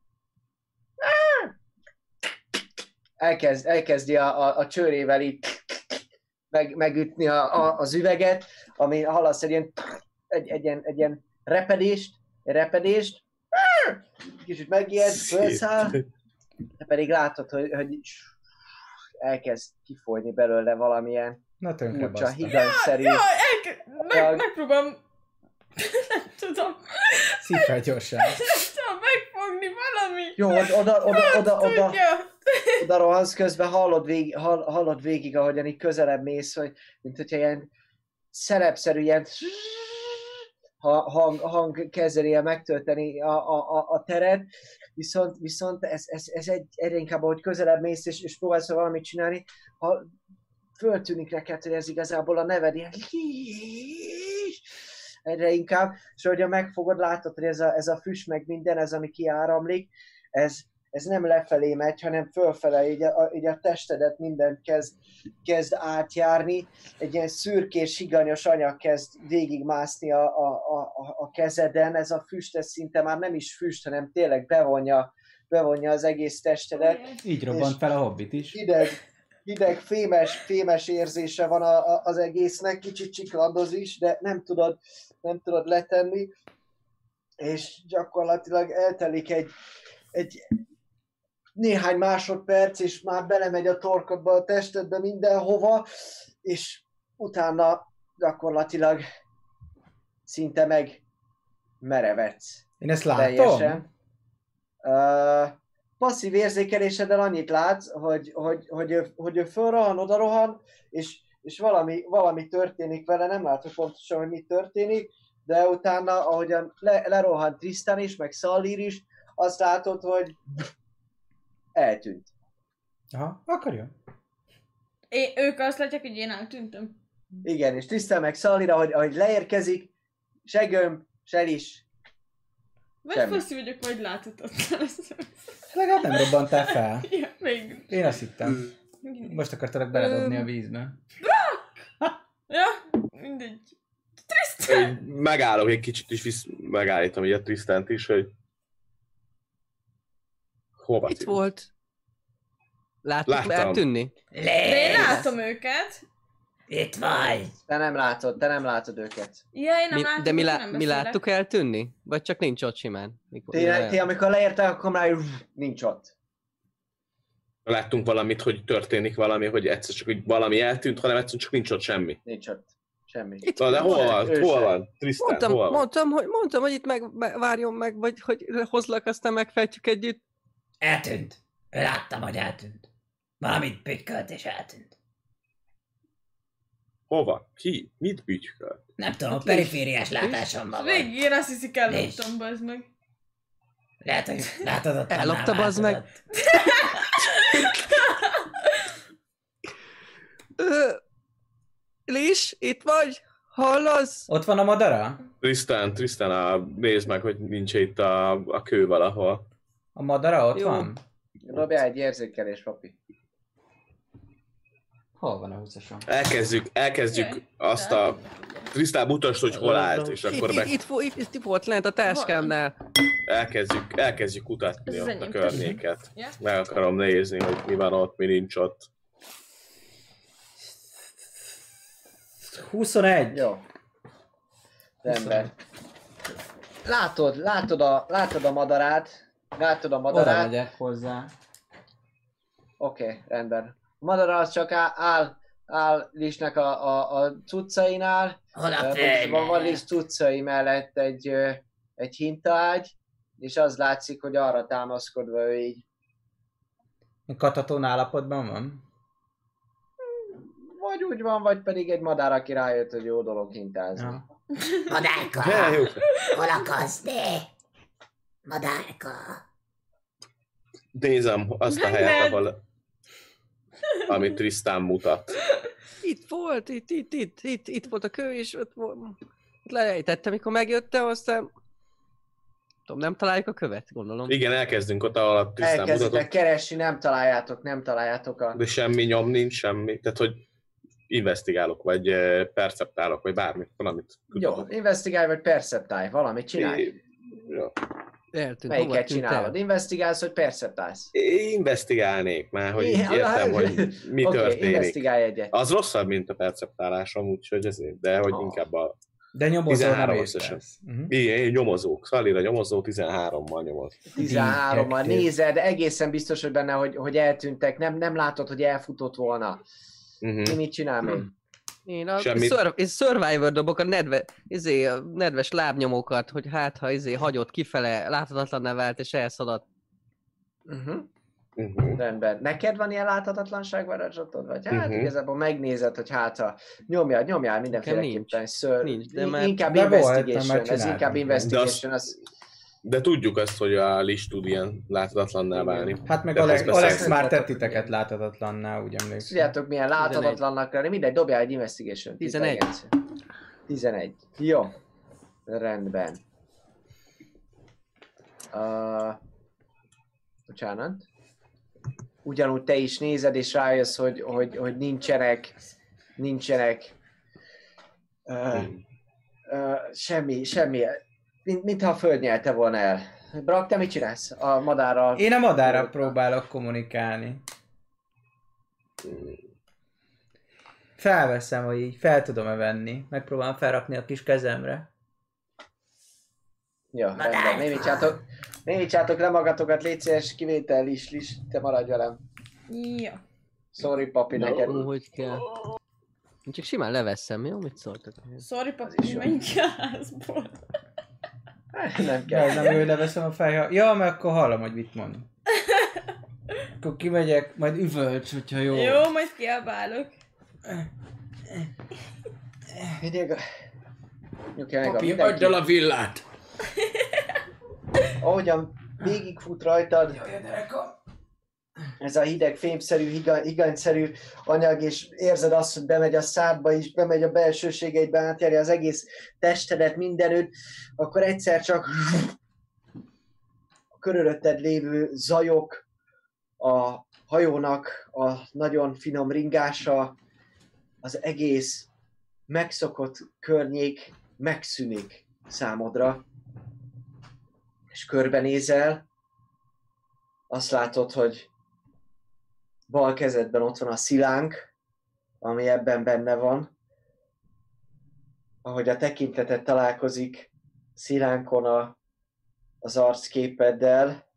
Elkezd, elkezdi a, a, a csőrével így meg, megütni a, a, az üveget, ami hallasz egy ilyen, egy, egy, egy, egy ilyen repedést, egy repedést, kicsit megijed, felszáll, de pedig látod, hogy, hogy elkezd kifolyni belőle valamilyen Na tönkre furcsa, basztam. higanyszerű. Ja, elke... meg, megpróbálom... nem tudom. Szívd fel gyorsan. Nem tudom megfogni valami. Jó, oda, oda, oda, oda, oda, Tudja. oda rohansz, közben hallod végig, hall, hallod végig, ahogyan így közelebb mész, hogy mint hogyha ilyen szerepszerű, ilyen hang, hang kezdeni el megtölteni a, a, a, a teret, viszont, viszont ez, ez, ez egy, egyre inkább, ahogy közelebb mész, és, és próbálsz valamit csinálni, ha föltűnik neked, hogy ez igazából a neved, ilyen egyre inkább, és ahogy megfogod, látod, hogy ez a, ez a füst, meg minden, ez, ami kiáramlik, ez, ez nem lefelé megy, hanem fölfele, így a, így a testedet minden kezd, kezd átjárni, egy ilyen szürkés, higanyos anyag kezd végigmászni a, a, a, a kezeden, ez a füst, ez szinte már nem is füst, hanem tényleg bevonja, bevonja az egész testedet. Így robbant fel a Hobbit is. Hideg, hideg, fémes, fémes érzése van a, a, az egésznek, kicsit csiklandoz is, de nem tudod, nem tudod letenni, és gyakorlatilag eltelik egy, egy néhány másodperc, és már belemegy a torkodba, a testedbe, mindenhova, és utána gyakorlatilag szinte meg merevedsz. Én ezt látom? Teljesen. Uh, passzív érzékeléseddel annyit látsz, hogy, hogy, hogy, ő, hogy ő fölrohan, odarohan, és, és valami, valami történik vele, nem látod pontosan, hogy mi történik, de utána, ahogyan le, lerohan Tristan is, meg Szallír is, azt látod, hogy eltűnt. Aha, akkor jó. É, ők azt látják, hogy én eltűntem. Igen, és Tristan meg Szallír, ahogy, ahogy leérkezik, se gömb, se is. Vagy Semmi. foszi vagyok, vagy láthatod. Legalább nem robbantál fel. Ja, végül. Én azt hittem. Most akartalak beledobni a vízbe. Ja, mindegy. Tristan! Megállok egy kicsit is, visz, megállítom így a Tristant is, hogy hova Itt tűnt? volt. Láttuk Láttam. eltűnni? De én látom őket. Itt vagy! Te nem látod, te nem látod őket. Ja, én nem Mi, látom, de mi, úgyhogy lá, nem mi beszélek. láttuk eltűnni? Vagy csak nincs ott simán? Mikor, Ti, ti amikor leértek, akkor már nincs ott. Láttunk valamit, hogy történik valami, hogy egyszer csak hogy valami eltűnt, hanem egyszer csak nincs ott semmi. Nincs ott. Semmi. Itt Na, de hol van? Ő Hol sem. van? Tristan, mondtam, hol van? mondtam, hogy, mondtam, hogy itt meg, me- várjon meg, vagy hogy hozlak, aztán megfejtjük együtt. Eltűnt. Láttam, hogy eltűnt. Valamit pütkölt és eltűnt. Hova? Ki? Mit bütykölt? Nem tudom, a perifériás látásomban van. Végig én azt hiszik elloptam, bazd meg. Lehet, hogy látod ott. Ellopta, bazd meg. Ö, Lis, itt vagy? Hallasz? Ott van a madara? Tristan, Tristan, a, nézd meg, hogy nincs itt a, a kő valahol. A madara ott Jó. van? Dobjál egy érzékelés, papi. Hol van a húszasom? Elkezdjük, elkezdjük Jaj, azt a... Tristan mutasd, hogy hol állt, és Itt, akkor itt, meg itt, fo- itt, itt volt lent a táskámnál. elkezdjük, elkezdjük kutatni Ez az ott a enyém. környéket. Ja. Meg akarom nézni, hogy mi van ott, mi nincs ott. huszonegy. Jó. Rendben. Látod, látod a, látod a madarát. Látod a Oda madarát. megyek hozzá. Oké, okay, rendben. A madara az csak áll, áll áll Lisnek a, a, a cuccainál. Hol a Van, van főnök? Lis cuccai mellett egy, ö, egy hintaágy, és az látszik, hogy arra támaszkodva ő így. Kataton állapotban van? Vagy úgy van, vagy pedig egy madár, aki rájött, hogy jó dolog hintázni. Ja. Madárka! Ja, jó. Hol akarsz, né? Madárka! Nézem azt a helyet, ahol amit Tristan mutat. Itt volt, itt, itt, itt, itt, itt volt a kő, és ott, volt, ott lejtettem, amikor megjöttem, aztán... Tudom, nem találjuk a követ, gondolom. Igen, elkezdünk ott, ahol a Tristan Elkezditek mutatott, keresni, nem találjátok, nem találjátok a... de semmi nyom nincs, semmi. Tehát, hogy investigálok, vagy eh, perceptálok, vagy bármit, valamit. Jó, investigálj vagy perceptálj, valamit csinálj. É, ja. Eltűnt, hova Melyiket tűnt csinálod? el? Investigálsz, vagy perceptálsz? Én investigálnék már, hogy így Ja, értem, hogy mi Oké, történik. investigálj egyet. Az rosszabb, mint a perceptálásom, úgyhogy ezért, de hogy Oh. inkább a De nyomozó nem tizenhárom észlelsz. összesen. Uh-huh. Igen, én nyomozók. Szalira nyomozó tizenhárommal nyomoz. tizenhárommal Detective. nézed, egészen biztos, hogy benne, hogy, hogy eltűntek, nem, nem látod, hogy elfutott volna. Uh-huh. Mi mit csinál még? Én a Semmit. ször, én Survivor dobok a, nedve, izé, a nedves lábnyomókat, hogy hát ha izé hagyott kifele, láthatatlanná vált és elszaladt. Uh-huh. Uh-huh. Rendben. Neked van ilyen láthatatlanság varázslatod? Vagy hát Mhm. igazából megnézed, hogy hát ha nyomjál, nyomjál mindenféleképpen ször. Nincs, de már- Inkább De volt, investigation, már ez csináltam. inkább De investigation. Az... De tudjuk azt, hogy a Lis tud ilyen láthatatlanná válni. Hát meg De Alex, ezt Alex beszéltük. már tett titeket láthatatlanná, úgy emlékszem. Tudjátok milyen láthatatlannak lenni, mindegy, dobjál egy investigation. Tizenegy. intelligencia. tizenegy. Jó. Rendben. Uh, bocsánat. Ugyanúgy te is nézed és rájössz, hogy, hogy, hogy nincsenek, nincsenek uh, uh, semmi, semmi, mint, mintha a föld nyelte volna el. Brak, te mit csinálsz a madárral? Én a madárral próbálok kommunikálni. Felveszem, hogy így fel tudom-e venni. Megpróbálom felrakni a kis kezemre. Ja, rendben. Némítsátok, némítsátok le magatokat, légy szíves, kivétel is, Lis, te maradj velem. Ja. Sorry, papi, neked. Ó, hogy kell. Én csak simán leveszem, jó? Mit szóltak? Sorry, is papi, jó. menj ki a házból. Nem kell. Kell, nem ő leveszem a fejha. Ja, mert akkor hallom, hogy mit mond. Akkor kimegyek, majd üvölts, hogyha jó. Jó, majd kiabálok. Mindig a... Nyugja meg a Papi, mindenki. adj el a villát! Ahogyan végigfut rajtad ez a hideg, fémszerű, higa- higanyszerű anyag, és érzed azt, hogy bemegy a szádba is, bemegy a belsőségeidbe, átjárja az egész testedet, mindenütt, akkor egyszer csak a körülötted lévő zajok, a hajónak a nagyon finom ringása, az egész megszokott környék megszűnik számodra, és körbenézel, azt látod, hogy bal kezedben ott van a szilánk, ami ebben benne van. Ahogy a tekinteted találkozik szilánkon a, az arcképeddel,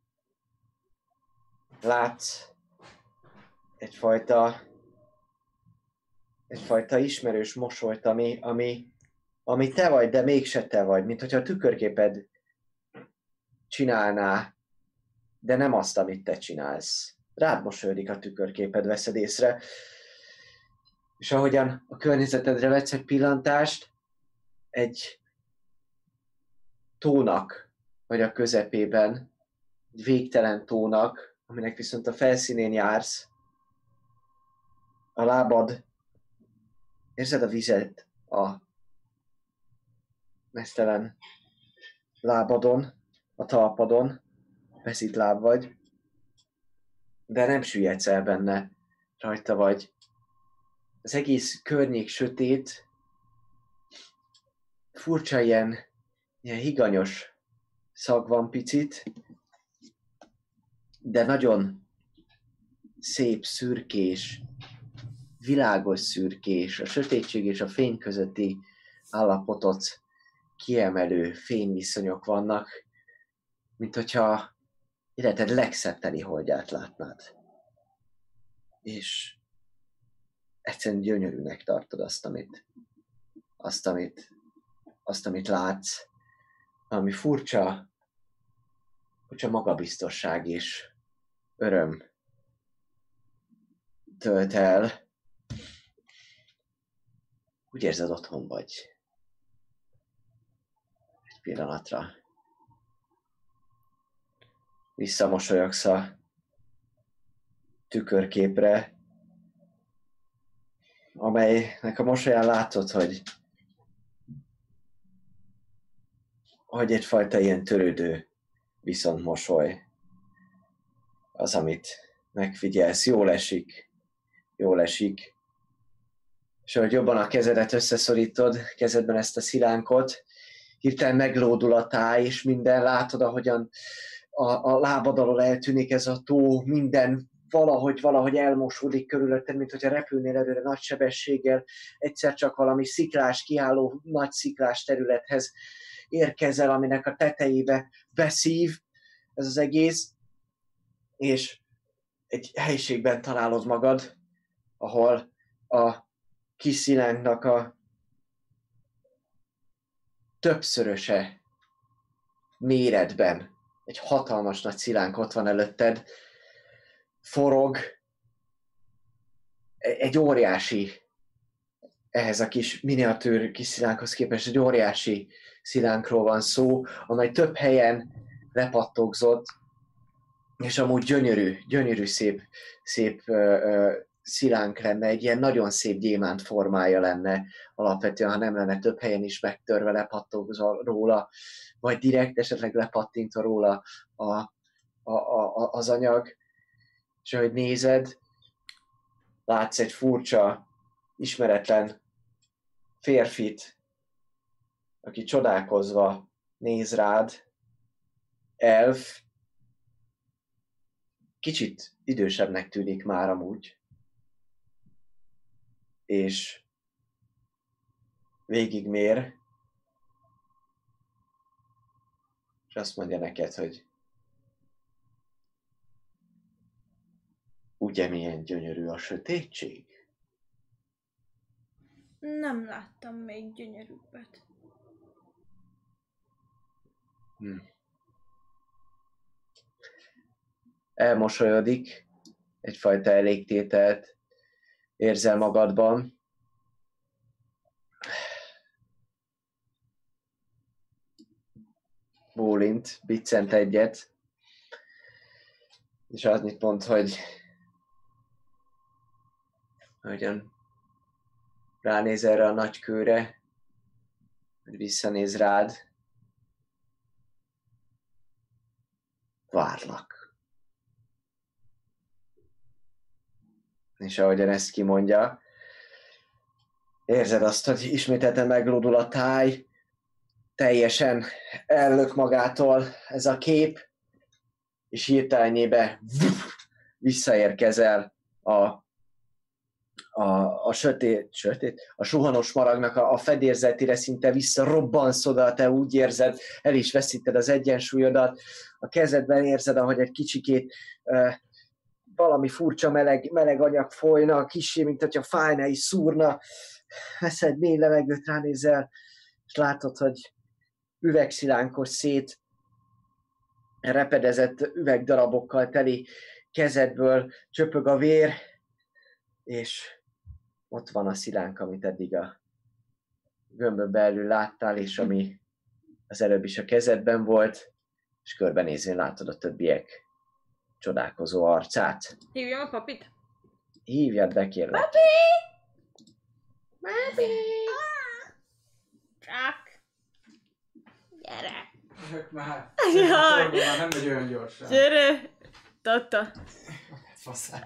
látsz egyfajta, egyfajta ismerős mosolyt, ami, ami, ami te vagy, de mégse te vagy, mint hogyha a tükörképed csinálná, de nem azt, amit te csinálsz. Rád mosolyodik a tükörképed, veszed észre. És ahogyan a környezetedre vetsz egy pillantást, egy tónak vagy a közepében, egy végtelen tónak, aminek viszont a felszínén jársz, a lábad, érzed a vizet a meztelen lábadon, a talpadon, veszítláb vagy, de nem süllyedsz el benne, rajta vagy. Az egész környék sötét, furcsa ilyen, ilyen higanyos szag van picit, de nagyon szép, szürkés, világos szürkés, a sötétség és a fény közötti állapotot kiemelő fényviszonyok vannak, mint hogyha életed legszebb teli holdját látnád. És egyszerűen gyönyörűnek tartod azt, amit, azt, amit, azt, amit látsz. Ami furcsa, furcsa magabiztosság és öröm tölt el. Úgy érzed, otthon vagy. Egy pillanatra. Visszamosolyogsz a tükörképre, amelynek a mosolyán látod, hogy, hogy egyfajta ilyen törődő viszont mosoly. Az, amit megfigyelsz, jól esik, jól esik. És ahogy jobban a kezedet összeszorítod, kezedben ezt a szilánkot, hirtelen meglódul a táj, és minden látod, ahogyan a, a lábad alól eltűnik ez a tó, minden valahogy, valahogy elmosódik körülötted, mint hogyha repülnél előre nagy sebességgel, egyszer csak valami sziklás, kiálló nagy sziklás területhez érkezel, aminek a tetejébe beszív ez az egész, és egy helyiségben találod magad, ahol a kis szilánknak a többszöröse méretben egy hatalmas nagy szilánk ott van előtted, forog, egy óriási, ehhez a kis miniatűr kis szilánkhoz képest egy óriási szilánkról van szó, amely több helyen lepattogzott, és amúgy gyönyörű, gyönyörű szép, szép ö, ö, szilánk lenne, egy ilyen nagyon szép gyémánt formája lenne alapvetően, ha nem lenne több helyen is megtörve, lepattogva róla, vagy direkt esetleg lepattintva róla a, a, a, az anyag. És ahogy nézed, látsz egy furcsa, ismeretlen férfit, aki csodálkozva néz rád, elf, kicsit idősebbnek tűnik már amúgy, és végigmér, és azt mondja neked, hogy ugye milyen gyönyörű a sötétség? Nem láttam még gyönyörűbbet. Hm. Elmosolyodik, egyfajta elégtételt érzel magadban. Bólint, biccent egyet, és annyit mond, hogy ahogyan ránéz erre a nagy kőre, hogy visszanéz rád, várlak. És ahogyan ezt kimondja, érzed azt, hogy ismételten meglódul a táj, teljesen ellök magától ez a kép, és hirtelenjébe visszaérkezel a, a, a sötét, sötét, a suhanos maragnak a, a fedélzetére, szinte visszarobbansz oda, te úgy érzed, el is veszíted az egyensúlyodat, a kezedben érzed, ahogy egy kicsikét uh, valami furcsa meleg, meleg anyag folyna, kissé, mint hogyha fájna és szúrna, veszed mély levegőt, ránézel, és látod, hogy üvegszilánkos szét repedezett üvegdarabokkal teli kezedből csöpög a vér, és ott van a szilánk, amit eddig a gömbön belül láttál, és ami az előbb is a kezedben volt, és körbenézvén látod a többiek csodálkozó arcát. Hívjam a papit? Hívjad be, kérlek. Papi! Papi! Csak! Gyere! Ők már. Jaj! Már nem megy olyan gyorsan. Gyere! Tata! Faszát.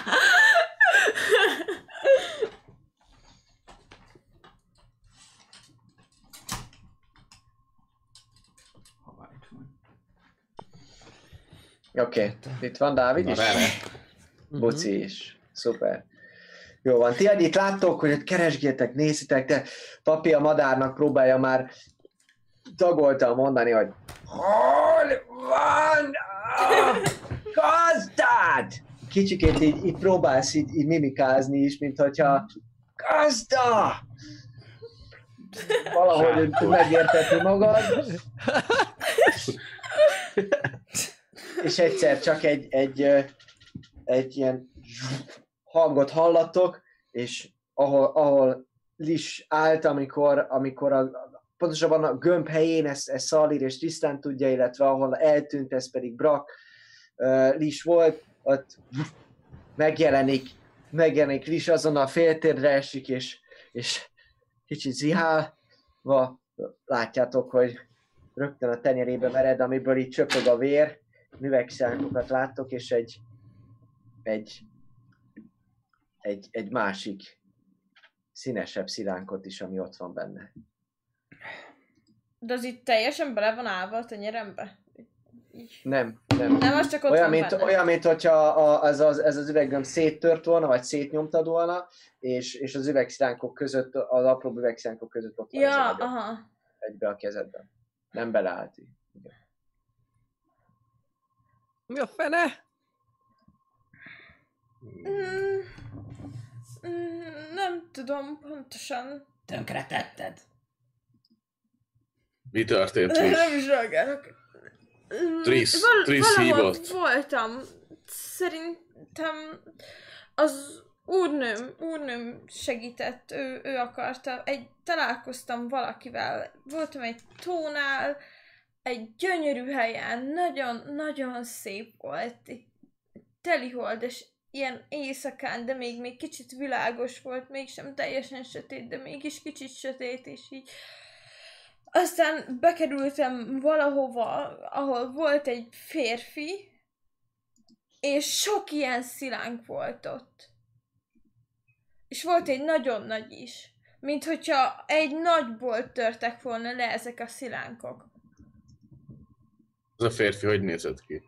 Oké, okay. Itt van Dávid is. Buci is. Szuper. Jó van, ti annyit láttok, hogy ott keresgéltek, nézitek, de Papi a madárnak próbálja már tagoltan mondani, hogy hol van a gazdád? kicsikét így, így próbálsz így, így mimikázni is, mint hogyha gazda! Valahogy megértetni magad. És egyszer csak egy, egy, egy ilyen hangot hallatok, és ahol, ahol Lis állt, amikor, amikor a, pontosabban a gömb helyén, ezt, ezt Szalír és Tristan tudja, illetve ahol eltűnt, ez pedig Brak, uh, Lis volt, ott megjelenik, megjelenik Lis, azonnal féltérdre esik, és, és kicsit zihálva látjátok, hogy rögtön a tenyerébe vered, amiből így csöpög a vér, nüvegszálkokat láttok, és egy, egy, egy, egy másik színesebb szilánkot is, ami ott van benne. De az itt teljesen bele van állva a tenyerembe? Így. Nem, nem. Nem, az csak ott olyan, van mint, benne. olyan, mint hogyha a, ez, az, ez az üveggömb széttört volna, vagy szétnyomtad volna, és, és az üvegszilánkok között, az apró üvegszilánkok között ott van ja, ez a magyar. Aha. Egybe a kezedben. Nem beleállt így. Igen. Mi a fene? Mm, mm, nem tudom pontosan. Tönkre tetted. Mi történt, Triss? Nem is reagálok. Triss, Val- Triss valahol hívott. voltam. Szerintem az úrnőm, úrnőm segített, ő, ő akarta. Egy, találkoztam valakivel, voltam egy tónál, egy gyönyörű helyen, nagyon-nagyon szép volt, egy telihold, és ilyen éjszakán, de még, még kicsit világos volt, mégsem teljesen sötét, de mégis kicsit sötét, és így. Aztán bekerültem valahova, ahol volt egy férfi, és sok ilyen szilánk volt ott. És volt egy nagyon nagy is. Mint hogyha egy nagyból törtek volna le ezek a szilánkok. Ez a férfi hogy nézett ki?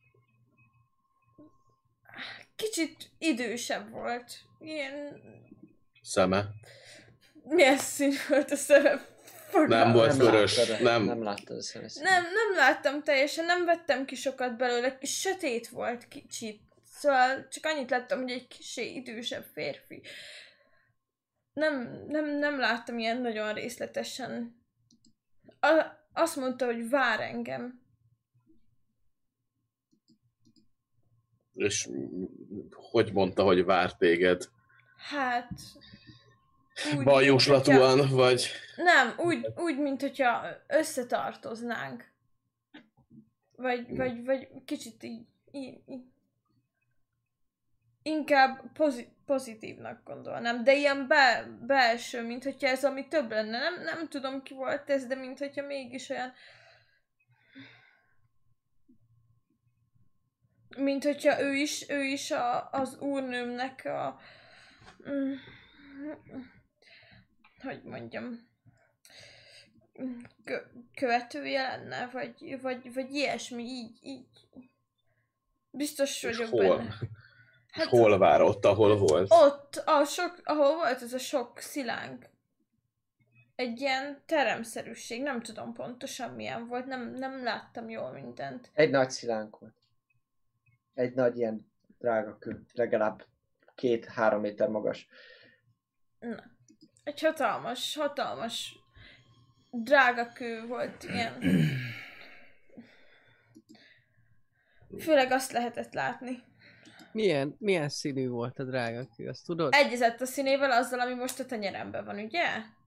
Kicsit idősebb volt. Ilyen... Szeme? Milyen szín volt a szeme? Nem volt Nem vörös. láttad, Nem. nem láttad a szemeszét. Nem, nem láttam teljesen, nem vettem ki sokat belőle, sötét volt kicsit. Szóval csak annyit láttam, hogy egy kicsi idősebb férfi. Nem, nem, nem láttam ilyen nagyon részletesen. A, azt mondta, hogy vár engem. És hogy mondta, hogy vár téged? Hát... úgy, Bajuslatúan, hogyha... vagy... Nem, úgy, úgy, mint hogyha összetartoznánk. Vagy, vagy, vagy kicsit így... így, így. Inkább pozi- pozitívnak gondolnám, de ilyen be, belső, mint hogyha ez ami több lenne. Nem, nem tudom ki volt ez, de mint hogyha mégis olyan... Mint hogyha ő is, ő is a, az úrnőmnek a... Mm, hogy mondjam... Kö- követője lenne, vagy, vagy, vagy ilyesmi, így, így. Biztos És vagyok hol? benne. Hát, hol vár? Ott, ahol volt? Ott, a sok, ahol volt ez a sok szilánk. Egy ilyen teremszerűség, nem tudom pontosan milyen volt, nem, nem láttam jól mindent. Egy nagy szilánk volt. Egy nagy ilyen drága kő, legalább két-három méter magas. Na. Egy hatalmas, hatalmas drága kő volt, ilyen. Főleg azt lehetett látni. Milyen, milyen színű volt a drága kő, azt tudod? Egyezett a színével azzal, ami most a tenyeremben van, ugye?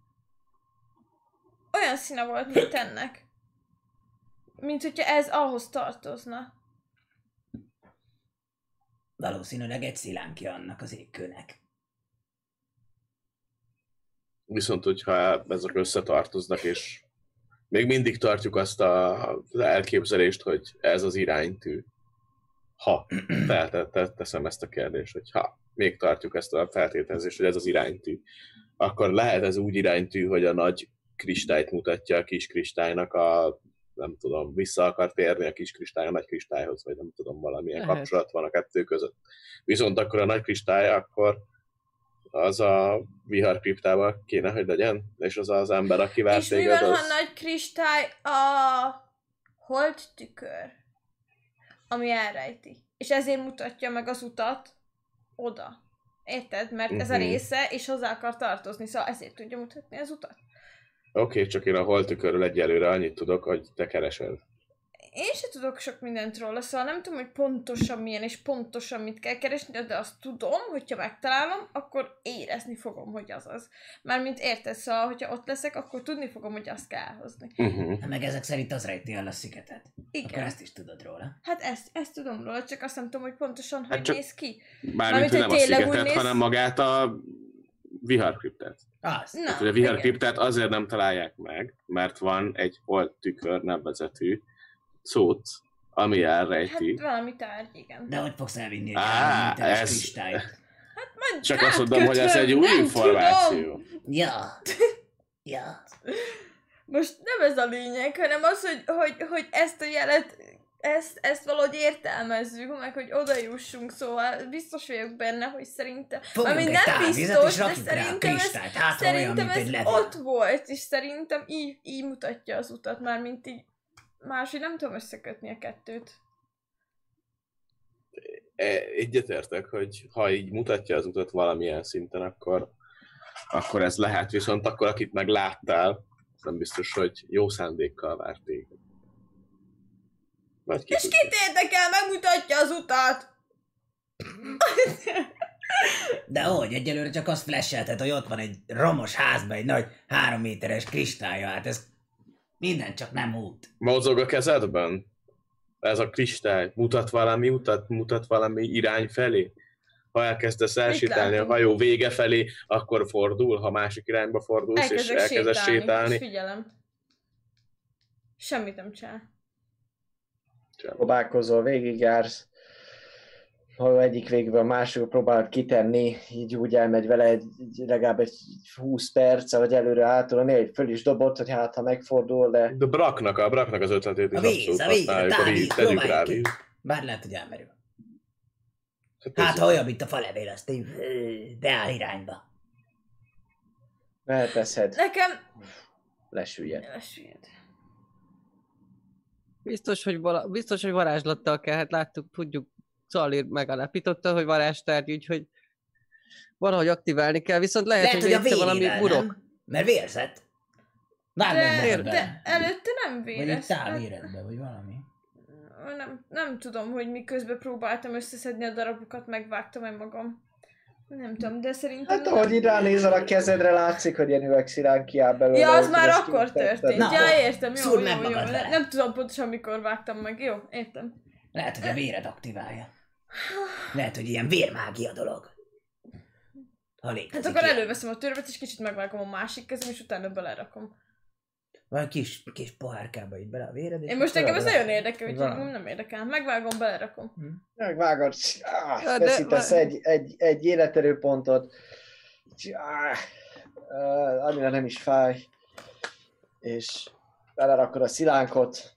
Olyan színe volt, mint ennek. Mint hogyha ez ahhoz tartozna. Valószínűleg egy szilánkja annak az égkőnek. Viszont, hogyha ezek összetartoznak, és még mindig tartjuk azt a, az elképzelést, hogy ez az iránytű. Ha felteszem ezt a kérdést, hogy ha még tartjuk ezt a feltételezést, hogy ez az iránytű, akkor lehet ez úgy iránytű, hogy a nagy kristályt mutatja a kis kristálynak a, nem tudom, vissza akar térni a kis kristály a nagy kristályhoz, vagy nem tudom, valamilyen lehet. kapcsolat van a kettő között. Viszont akkor a nagy kristály, akkor az a viharkriptában kéne, hogy legyen, és az az ember, aki várt És mi téged, van, az... ha nagy kristály a hold tükör, ami elrejti. és ezért mutatja meg az utat oda. Érted? Mert ez a része, és hozzá akar tartozni, szóval ezért tudja mutatni az utat. Oké, okay, csak én a holtükörről egyelőre annyit tudok, hogy te keresed. Én se tudok sok mindent róla, szóval nem tudom, hogy pontosan milyen és pontosan mit kell keresni, de azt tudom, hogyha megtalálom, akkor érezni fogom, hogy az az. Mármint érted, szóval, hogyha ott leszek, akkor tudni fogom, hogy azt kell hozni. Uh-huh. Meg ezek szerint az rejti el a szigetet. Igen. Akkor ezt is tudod róla. Hát ezt, ezt tudom róla, csak azt nem tudom, hogy pontosan hát hogy néz ki. Mármint, hogy nem a szigetet, néz... hanem magát a viharkriptát. Az. Na, a viharkriptát azért nem találják meg, mert van egy holttükör nevezetű szót, ami elrejti. Hát valami tárgy, igen. De hogy fogsz elvinni egy három méteres ez... kristályt? Hát majd csak azt mondom, hogy ez egy új információ. Tudom. Ja. Ja. Most nem ez a lényeg, hanem az, hogy, hogy, hogy ezt a jelet, ezt, ezt valahogy értelmezzük, meg hogy oda jussunk, szóval biztos vagyok benne, hogy szerintem, ami nem biztos, de szerintem ez, hát, szerintem olyan, ez ott volt, és szerintem így, így mutatja az utat, már mint így máshogy nem tudom összekötni a kettőt. Egyetértek, hogy ha így mutatja az utat valamilyen szinten, akkor, akkor ez lehet, viszont akkor akit meg láttál, nem biztos, hogy jó szándékkal várt téged. Vagy ki és kit érdekel, megmutatja az utat! De hogy, egyelőre csak azt flashelted, hogy ott van egy romos házban egy nagy három méteres kristálya, hát ez minden csak nem út. Mozog a kezedben? Ez a kristály mutat valami utat, mutat valami irány felé? Ha elkezdesz elsétálni a hajó vége felé, akkor fordul, ha másik irányba fordulsz, elkezdek és elkezdesz sétálni. sétálni. Figyelem. Semmit nem csinál. Próbálkozol, végigjársz. Ha egyik végbe a másikra próbálod kitenni, így úgy elmegy vele egy, legalább egy húsz perc, ahogy előre átolni, egy föl is dobott, hogy hát ha megfordul, de... De Braknak, a Braknak az ötletét is a víz, abszolút használjuk, a víz, tegyük rá víz. Bár lehet, hogy elmerül. Hát, hát ha olyan, mint a falevél, azt így beáll irányba. Meheteszed. Nekem... Lesüllyed. Lesüllyed. Biztos, hogy, vala, biztos, hogy varázslattal kell, hát láttuk, tudjuk, Szalír megalapította, hogy varázstárgy, úgyhogy valahogy aktiválni kell, viszont lehet, lehet hogy, hogy itt valami burok. Mert vérzett. Várj de, de előtte nem vérez. Vagy egy távéredbe, vagy valami. Nem, nem tudom, hogy miközben próbáltam összeszedni a darabokat, megvágtam el magam. Nem tudom, de szerintem... Hát ahogy így ránézel a kezedre, látszik, hogy ilyen üvegszirán kiáll belőle. Ja, az már akkor történt. Na, ja, értem, jó, jó, jó. jó. Ne, nem tudom pontosan, mikor vágtam meg. Jó, értem. Lehet, hogy a véred aktiválja. Lehet, hogy ilyen vérmágia dolog. Ha hát akkor ilyen. Előveszem a törvet, és kicsit megvágom a másik kezem, és utána belerakom. Van kis, kis pohárkába így bele a véred. Én most engem ez nagyon érdekel, úgyhogy nem érdekel. Megvágom, belerakom. Hm. Megvágod, ah, ja, veszítesz de... egy, egy, egy életerőpontot. Ah, uh, annyira nem is fáj. És belerakod a szilánkot.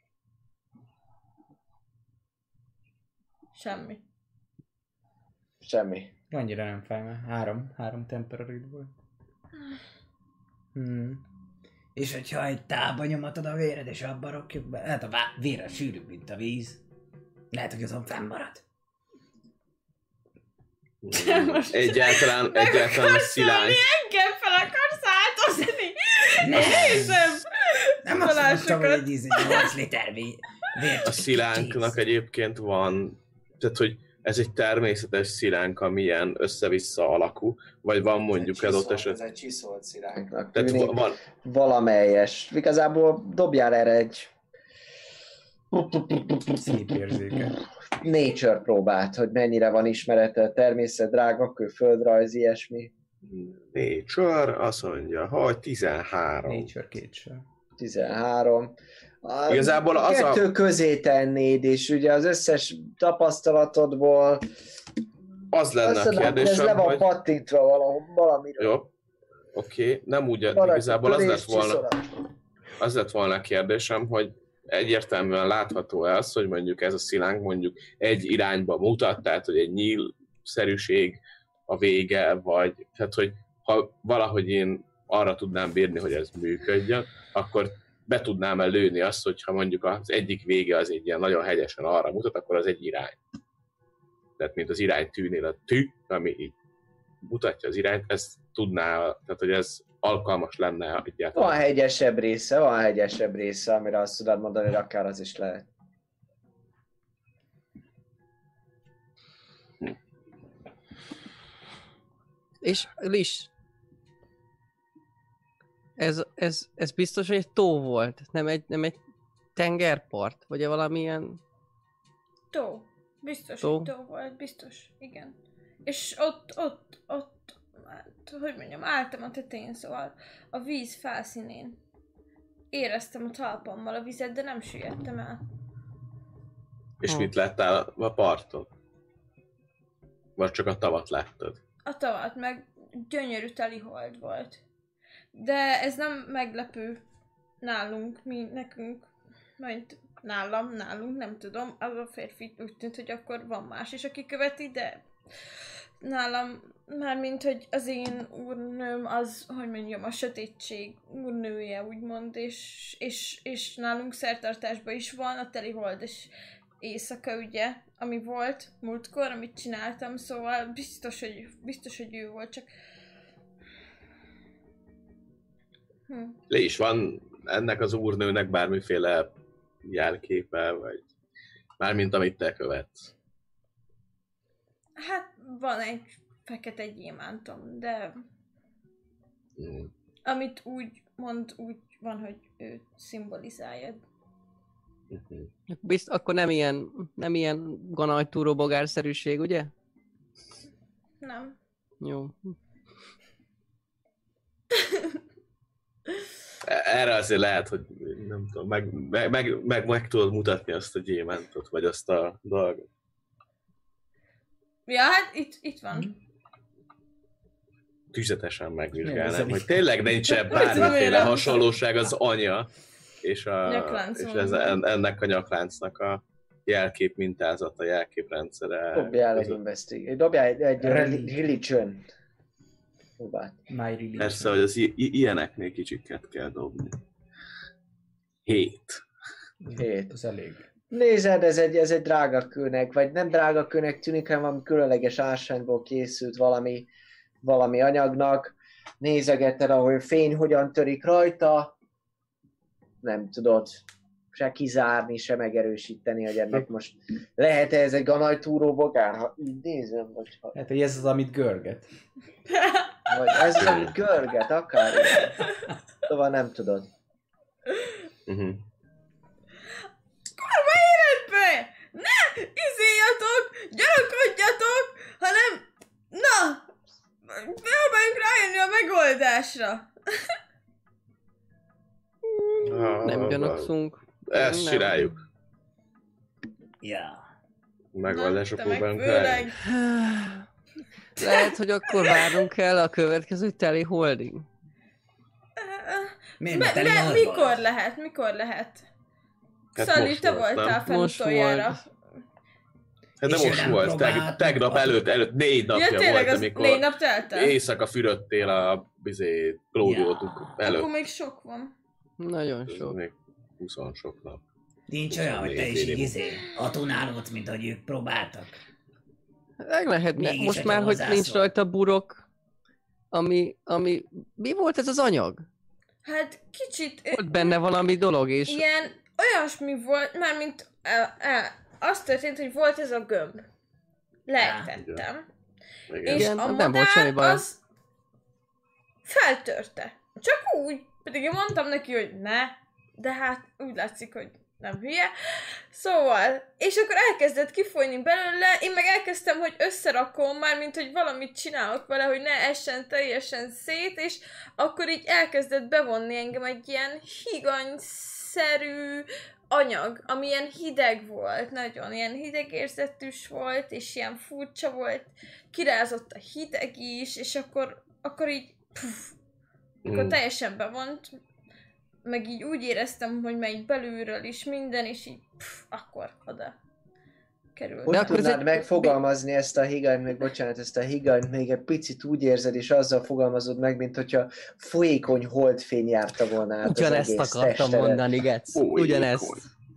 Semmi. Semmi. Annyira nem fáj, mert három, három temporary volt. Hmm. És hogyha egy tálba nyomatod a véred, és abba rakjuk be, hát a vére sűrűbb, mint a víz. Lehet, hogy azon fennmarad. Egyáltalán, egyáltalán a szilány. Engem fel akarsz áltozni? Nem. Nézem! Nem azt mondtam, hogy egy íz, egy nyolc liter vért. A szilánknak egyébként van, tehát hogy ez egy természetes szilánk, amilyen össze-vissza alakú, vagy van mondjuk ez ott eset... Ez egy csiszolt szilánknak tehát tűnik, van... valamelyes. Igazából dobjál erre egy... Szép érzéke. Nature próbát, hogy mennyire van ismerete, természet, drágakő, földrajz, ilyesmi. Nature azt mondja, hogy tizenhárom. Nature kétszer. tizenhárom. A Igazából az kettő a... közé tennéd, és ugye az összes tapasztalatodból az lenne a kérdésem, ez le van hogy... pattintva valamiről. Jó, oké, okay. Nem úgy, Valaki igazából az lett volna... Az lett volna a kérdésem, hogy egyértelműen látható az, hogy mondjuk ez a szilánk mondjuk egy irányba mutat, tehát hogy egy nyílszerűség a vége, vagy tehát hogy ha valahogy én arra tudnám bírni, hogy ez működjön, akkor be tudnám el lőni azt, hogyha mondjuk az egyik vége az egy ilyen nagyon hegyesen arra mutat, akkor az egy irány. tehát mint az iránytűnél a tű, ami így mutatja az irányt, ezt tudná, tehát hogy ez alkalmas lenne egyáltalán. Van hegyesebb része, van hegyesebb része, amire azt tudod mondani, hogy akár az is lehet. Hm. És Lis, ez, ez, ez biztos, hogy egy tó volt, nem egy, nem egy tengerpart, vagy valamilyen... Tó. Biztos, tó? hogy tó volt, biztos, igen. És ott, ott, ott, hát, hogy mondjam, álltam a tetején, szóval a víz felszínén. Éreztem a talpammal a vizet, de nem süllyedtem el. És Ha. mit láttál a parton? Vagy csak a tavat láttad? A tavat, meg gyönyörű telihold volt. De ez nem meglepő nálunk, mi, nekünk, majd nálam, nálunk, nem tudom, az a férfi úgy tűnt, hogy akkor van más is, aki követi, de nálam, mármint, hogy az én úrnőm az, hogy mondjam, a sötétség úrnője, úgymond, és, és, és nálunk szertartásban is van a teliholdes éjszaka, ugye, ami volt múltkor, amit csináltam, szóval biztos, hogy, biztos, hogy ő volt, csak... Hm. Le is van ennek az úrnőnek bármiféle jelképe, vagy mármint amit te követsz. Hát van egy fekete gyémántom, de Mm. amit úgy mond, úgy van, hogy ő szimbolizálja. Uh-huh. Bizt, akkor nem ilyen, nem ilyen ganajtúró bogárszerűség, ugye? Nem. Jó. Erre azért lehet, hogy nem tudom, meg, meg, meg, meg, meg tudod mutatni azt a gyémántot, vagy azt a dolgot. Ja, hát itt, itt van. Tüzetesen megvizsgálnám, Megnézem. hogy tényleg nincsen bármiféle hasonlóság az anya és, a, Nyakláncon. és ez, ennek a nyakláncnak a jelkép mintázata, jelképrendszere. Dobjál egy investigate. Dobjál egy, egy Reli- religion. Próbáld. My religion. Persze, hogy az i- i- ilyeneknél kicsiket kell dobni. Hét. Hét. Az elég. Nézed, ez egy, ez egy drága kőnek, vagy nem drága kőnek tűnik, hanem valami különleges ásványból készült valami, valami anyagnak. Nézegeted, ahogy fény hogyan törik rajta. Nem tudod se kizárni, se megerősíteni, hogy ennek most lehet-e ez egy ganajtúró bogár, ha így nézem, vagy ha... Hát, hogy ez az, amit görget. Vagy ez az, amit görget, akár. Szóval nem tudod. Uh-huh. Kurva életbe! Ne izéljatok, gyanakodjatok, hanem na, próbáljunk rájönni a megoldásra. Nem gyanakszunk. Ezt Nem. csináljuk. Ja. Megoldásra Na, te meg próbálunk főleg. rájönni. Lehet, hogy akkor várnunk kell a következő teli holding. Miért Me, ne teli me, hold mikor volt? lehet? Mikor lehet? Hát Szali, most te volt, voltál nem? fenn Most utoljára. volt. Hát de És ő most nem volt, teg, próbált tegnap meg- előtt, előtt négy napja Ja, tényleg, volt, az amikor négy nap telt el? éjszaka fürödtél a bizé, Claudiótuk Ja. előtt. Akkor még sok van. Nagyon Ez sok. még húsz sok nap. Nincs olyan, hogy te is így minimum. izé, atunálódsz, mint ahogy ők próbáltak. Meg lehetne. Mégis Most egy már, hogy hozzászól. nincs rajta burok, ami, ami... Mi volt ez az anyag? Hát kicsit ö, Volt benne valami dolog, és... ilyen olyasmi volt, mármint e, e, az történt, hogy volt ez a gömb. Lejtettem. Igen. És Igen, a nem volt semmi madár baj. az feltörte. Csak úgy. Pedig én mondtam neki, hogy ne, de hát úgy látszik, hogy nem hülye. Szóval, és akkor elkezdett kifolyni belőle, én meg elkezdtem, hogy összerakom már, mint hogy valamit csinálok vele, hogy ne essen teljesen szét, és akkor így elkezdett bevonni engem egy ilyen higanyszerű anyag, ami ilyen hideg volt, nagyon ilyen hidegérzetűs volt, és ilyen furcsa volt, kirázott a hideg is, és akkor, akkor így, puf, akkor Mm. teljesen bevont, meg így úgy éreztem, hogy megy belülről is minden, és így pff, akkor oda került. Hogy De akkor ez tudnád egy- megfogalmazni ezt a higanyt, még bocsánat, ezt a higanyt még egy picit úgy érzed, és azzal fogalmazod meg, mint hogyha folyékony holdfény járta volna át az Ugyanezt egész akartam testedet. mondani, Gec. Folyékony. Ugyanezt.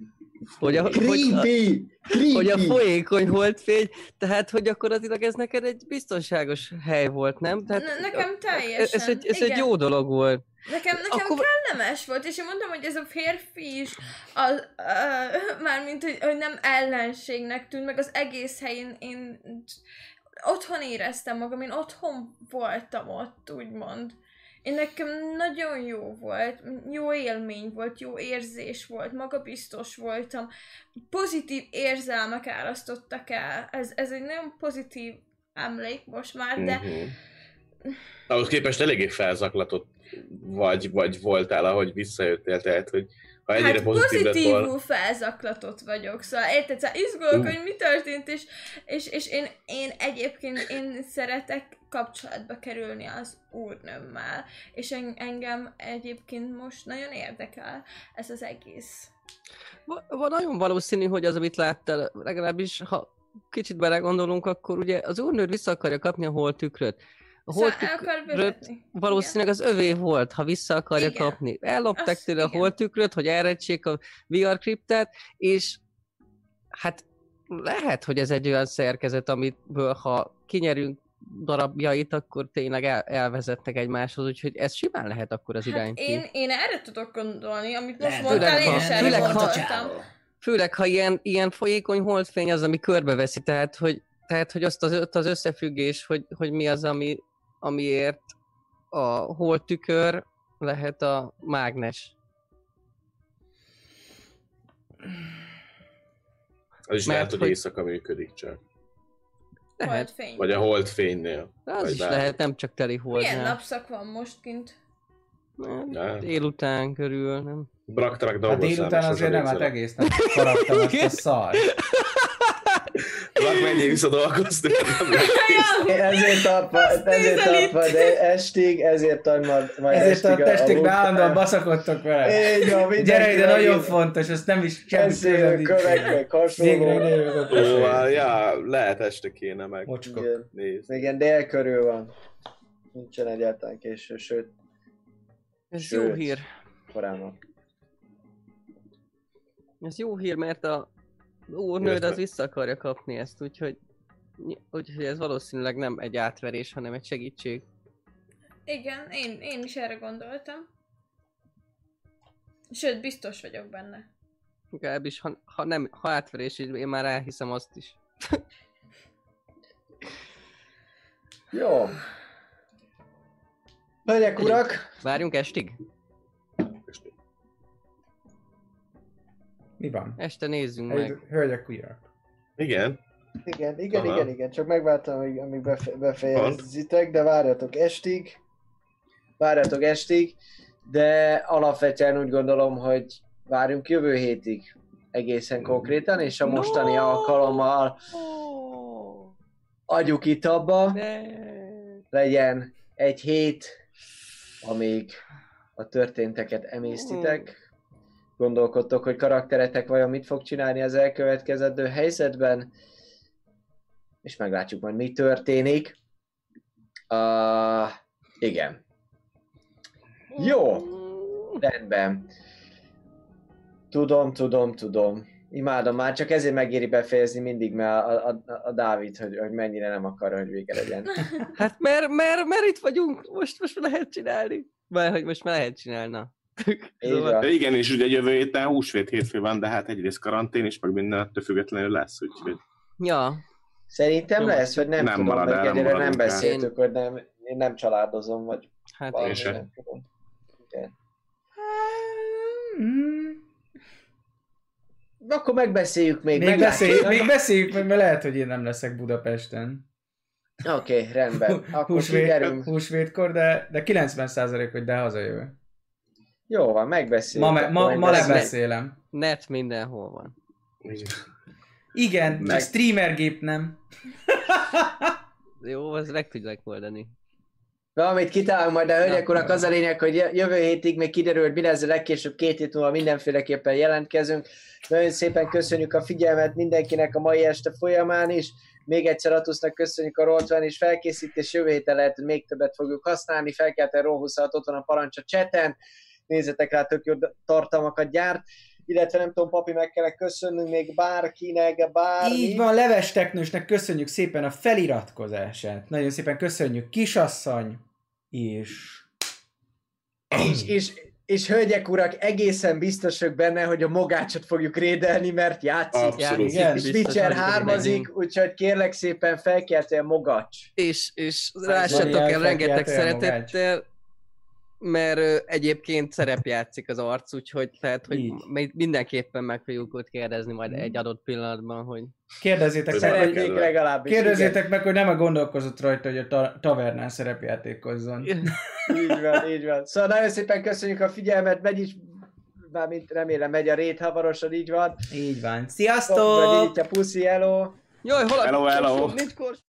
Hogy a, Creepy! hogy a, Creepy! hogy a folyékony holdfény, tehát hogy gyakorlatilag ez neked egy biztonságos hely volt, nem? Tehát, Ne- nekem teljesen, Ez egy, ez egy igen. jó dolog volt. Nekem, nekem Akkor- kellemes volt, és én mondtam, hogy ez a férfi is, az, uh, mármint, hogy, hogy nem ellenségnek tűnt, meg az egész helyén én otthon éreztem magam, én otthon voltam ott, úgymond. Én nekem nagyon jó volt, jó élmény volt, jó érzés volt, magabiztos voltam, pozitív érzelmek árasztottak el, ez, ez egy nagyon pozitív emlék most már, de Mhm. Ahhoz képest eléggé felzaklatott vagy, vagy voltál, ahogy visszajöttél, tehát, hogy ha ennyire hát pozitív lett pozitívul volna... felzaklatott vagyok, szóval érted, szóval izgulok, Uh. hogy mi történt, és, és, és én, én egyébként én szeretek kapcsolatba kerülni az úrnőmmel, és en, engem egyébként most nagyon érdekel ez az egész. Va- va- nagyon valószínű, hogy az, amit láttál, legalábbis ha kicsit belegondolunk, akkor ugye az úrnőd vissza akarja kapni a holttükröt. A Szóval el holttükröt akar vezetni. valószínűleg az övé volt, ha vissza akarja Igen. kapni. Ellopták Azt tőle a igen. holttükröt, hogy elrejtsék a vé er kriptet, és hát lehet, hogy ez egy olyan szerkezet, amitből ha kinyerünk darabjait, akkor tényleg el, elvezettek egymáshoz, úgyhogy ez simán lehet akkor az Hát irány ki. én, én erre tudok gondolni, amit most Lehet, mondtál, főleg én ha- is erre főleg ha- gondoltam. Főleg, ha ilyen, ilyen folyékony holdfény az, ami körbeveszi, tehát, hogy, tehát, hogy azt az, ott az összefüggés, hogy, hogy mi az, ami, amiért a holdtükör lehet a mágnes. Az is Mert lehet, hogy hogy- éjszaka működik csak. Lehet, Holdfény. Vagy a holdfénynél. de az vagy is bármi. lehet, nem csak teli Milyen holdnál. napszak van most kint? Nem. Délután körül, nem? Braktarak Hát dolgozzál, délután és azért sosem nem, hát végzel. egész nap faragtam ezt a szar. Brak, menjél vissza dolgozni. Ezért tart majd, ezért nézel tart itt? majd estig, ezért tart majd, majd Ezért a estig testékbe munka- állandóan baszakodtok vele. Így van, mindenki Gyere ide, nagyon megint fontos, ezt nem is semmi Beszélő tőled nincs. köveknek Végre hasonló. ide jövök. Ó, hát, ja, lehet este kéne meg Mocskok. Igen. nézni. Igen, dél körül van. Nincsen egyáltalán késő, sőt, Ez Sőt. jó hír. korán van. Ez jó hír, mert a úrnőd Illetve- az vissza akarja kapni ezt, úgyhogy, úgyhogy ez valószínűleg nem egy átverés, hanem egy segítség. Igen, én, én is erre gondoltam. Sőt, biztos vagyok benne. Legalábbis, ha, ha, nem, ha átverés, így én már elhiszem azt is. Jó. Hölgyek, urak! Várjunk estig? Mi van? Este nézzünk Egy meg. hölgyek urak. Igen. Igen, igen, Aha. igen, igen, csak megvártam, amíg, amíg befe- befejezitek, de várjatok estig. Várjatok estig, de alapvetően úgy gondolom, hogy várjunk jövő hétig egészen konkrétan, és a mostani No! alkalommal adjuk itt abba, Ne. legyen egy hét, amíg a történteket emésztitek. Gondolkodtok, hogy karakteretek vajon mit fog csinálni az elkövetkezendő helyzetben, és meglátjuk majd mi történik. Uh, igen. Jó, rendben. Tudom, tudom, tudom. Imádom, már csak ezért megéri befejezni mindig, mert a, a, a Dávid, hogy, hogy mennyire nem akar, hogy vége legyen. Hát mert, mert, mert itt vagyunk, most, most lehet csinálni. Mert hogy most már lehet csinálni, na. Így van. De igen, és ugye jövő héten húsvét hétfő van, de hát egyrészt karantén is, meg minden ettől függetlenül lesz, úgyhogy... Ja, Szerintem Jó. lesz, vagy nem, Nem tudom, marad meg el, nem egyre nem maradunk el. beszéltük, hogy nem, én nem családozom, vagy hát valami, Én sem. nem tudom. Igen. Akkor megbeszéljük még, Még, meglátjuk. beszéljük, még beszéljük meg, mert lehet, hogy én nem leszek Budapesten. Oké, okay, rendben. Akkor Húsvét, kiderül. húsvétkor, de, de kilencven százalék, hogy de hazajövök. Jó van, megbeszéljük. Ma, me, akkor ma, majd ma beszéljük. lebeszélem. net mindenhol van. Igen, csak Meg- streamergép nem. Jó, az meg tudják oldani. Valamit kitalálunk majd, de hölgyek Ja. urak, az a lényeg, hogy jövő hétig még kiderül, hogy mi lesz, legkésőbb két hét múlva mindenféleképpen jelentkezünk. Nagyon szépen köszönjük a figyelmet mindenkinek a mai este folyamán is. Még egyszer Atusznak köszönjük a Roll húsz és felkészítés. Jövő héten lehet, hogy még többet fogjuk használni. Felkelten Roll huszonhat, ott van a parancs a chaten. Nézzetek rá, tök jó tartalmakat gyárt. illetve nem tudom, papi, meg kellene köszönnünk még bárkinek, bármi. Így van, Leves Teknősnek köszönjük szépen a feliratkozását. Nagyon szépen köszönjük, kisasszony, és... És, és, és hölgyek, urak, egészen biztosak benne, hogy a Mogácsot fogjuk rédelni, mert játszik. Abszolút. Igen. És Witcher hármazik, úgyhogy kérlek szépen felkeltél Mogacs. És, és lássatok el rengeteg szeretettel, mert ö, egyébként szerepjátszik az arc, úgyhogy tehát, hogy Így. mi- mindenképpen meg fogjuk ott kérdezni majd egy adott pillanatban, hogy... Kérdezzétek meg, hogy, Szeretnék legalábbis. kérdezzétek meg, hogy nem a gondolkozott rajta, hogy a ta- tavernán szerepjátékozzon. Igen. Így van, így van. Szóval nagyon szépen köszönjük a figyelmet, megy is, mármint remélem megy a rét hamarosan, így van. Így van. Papi, Sziasztok! a puszi, hello! Jaj, hol a... Hello, hello. Nincs kors...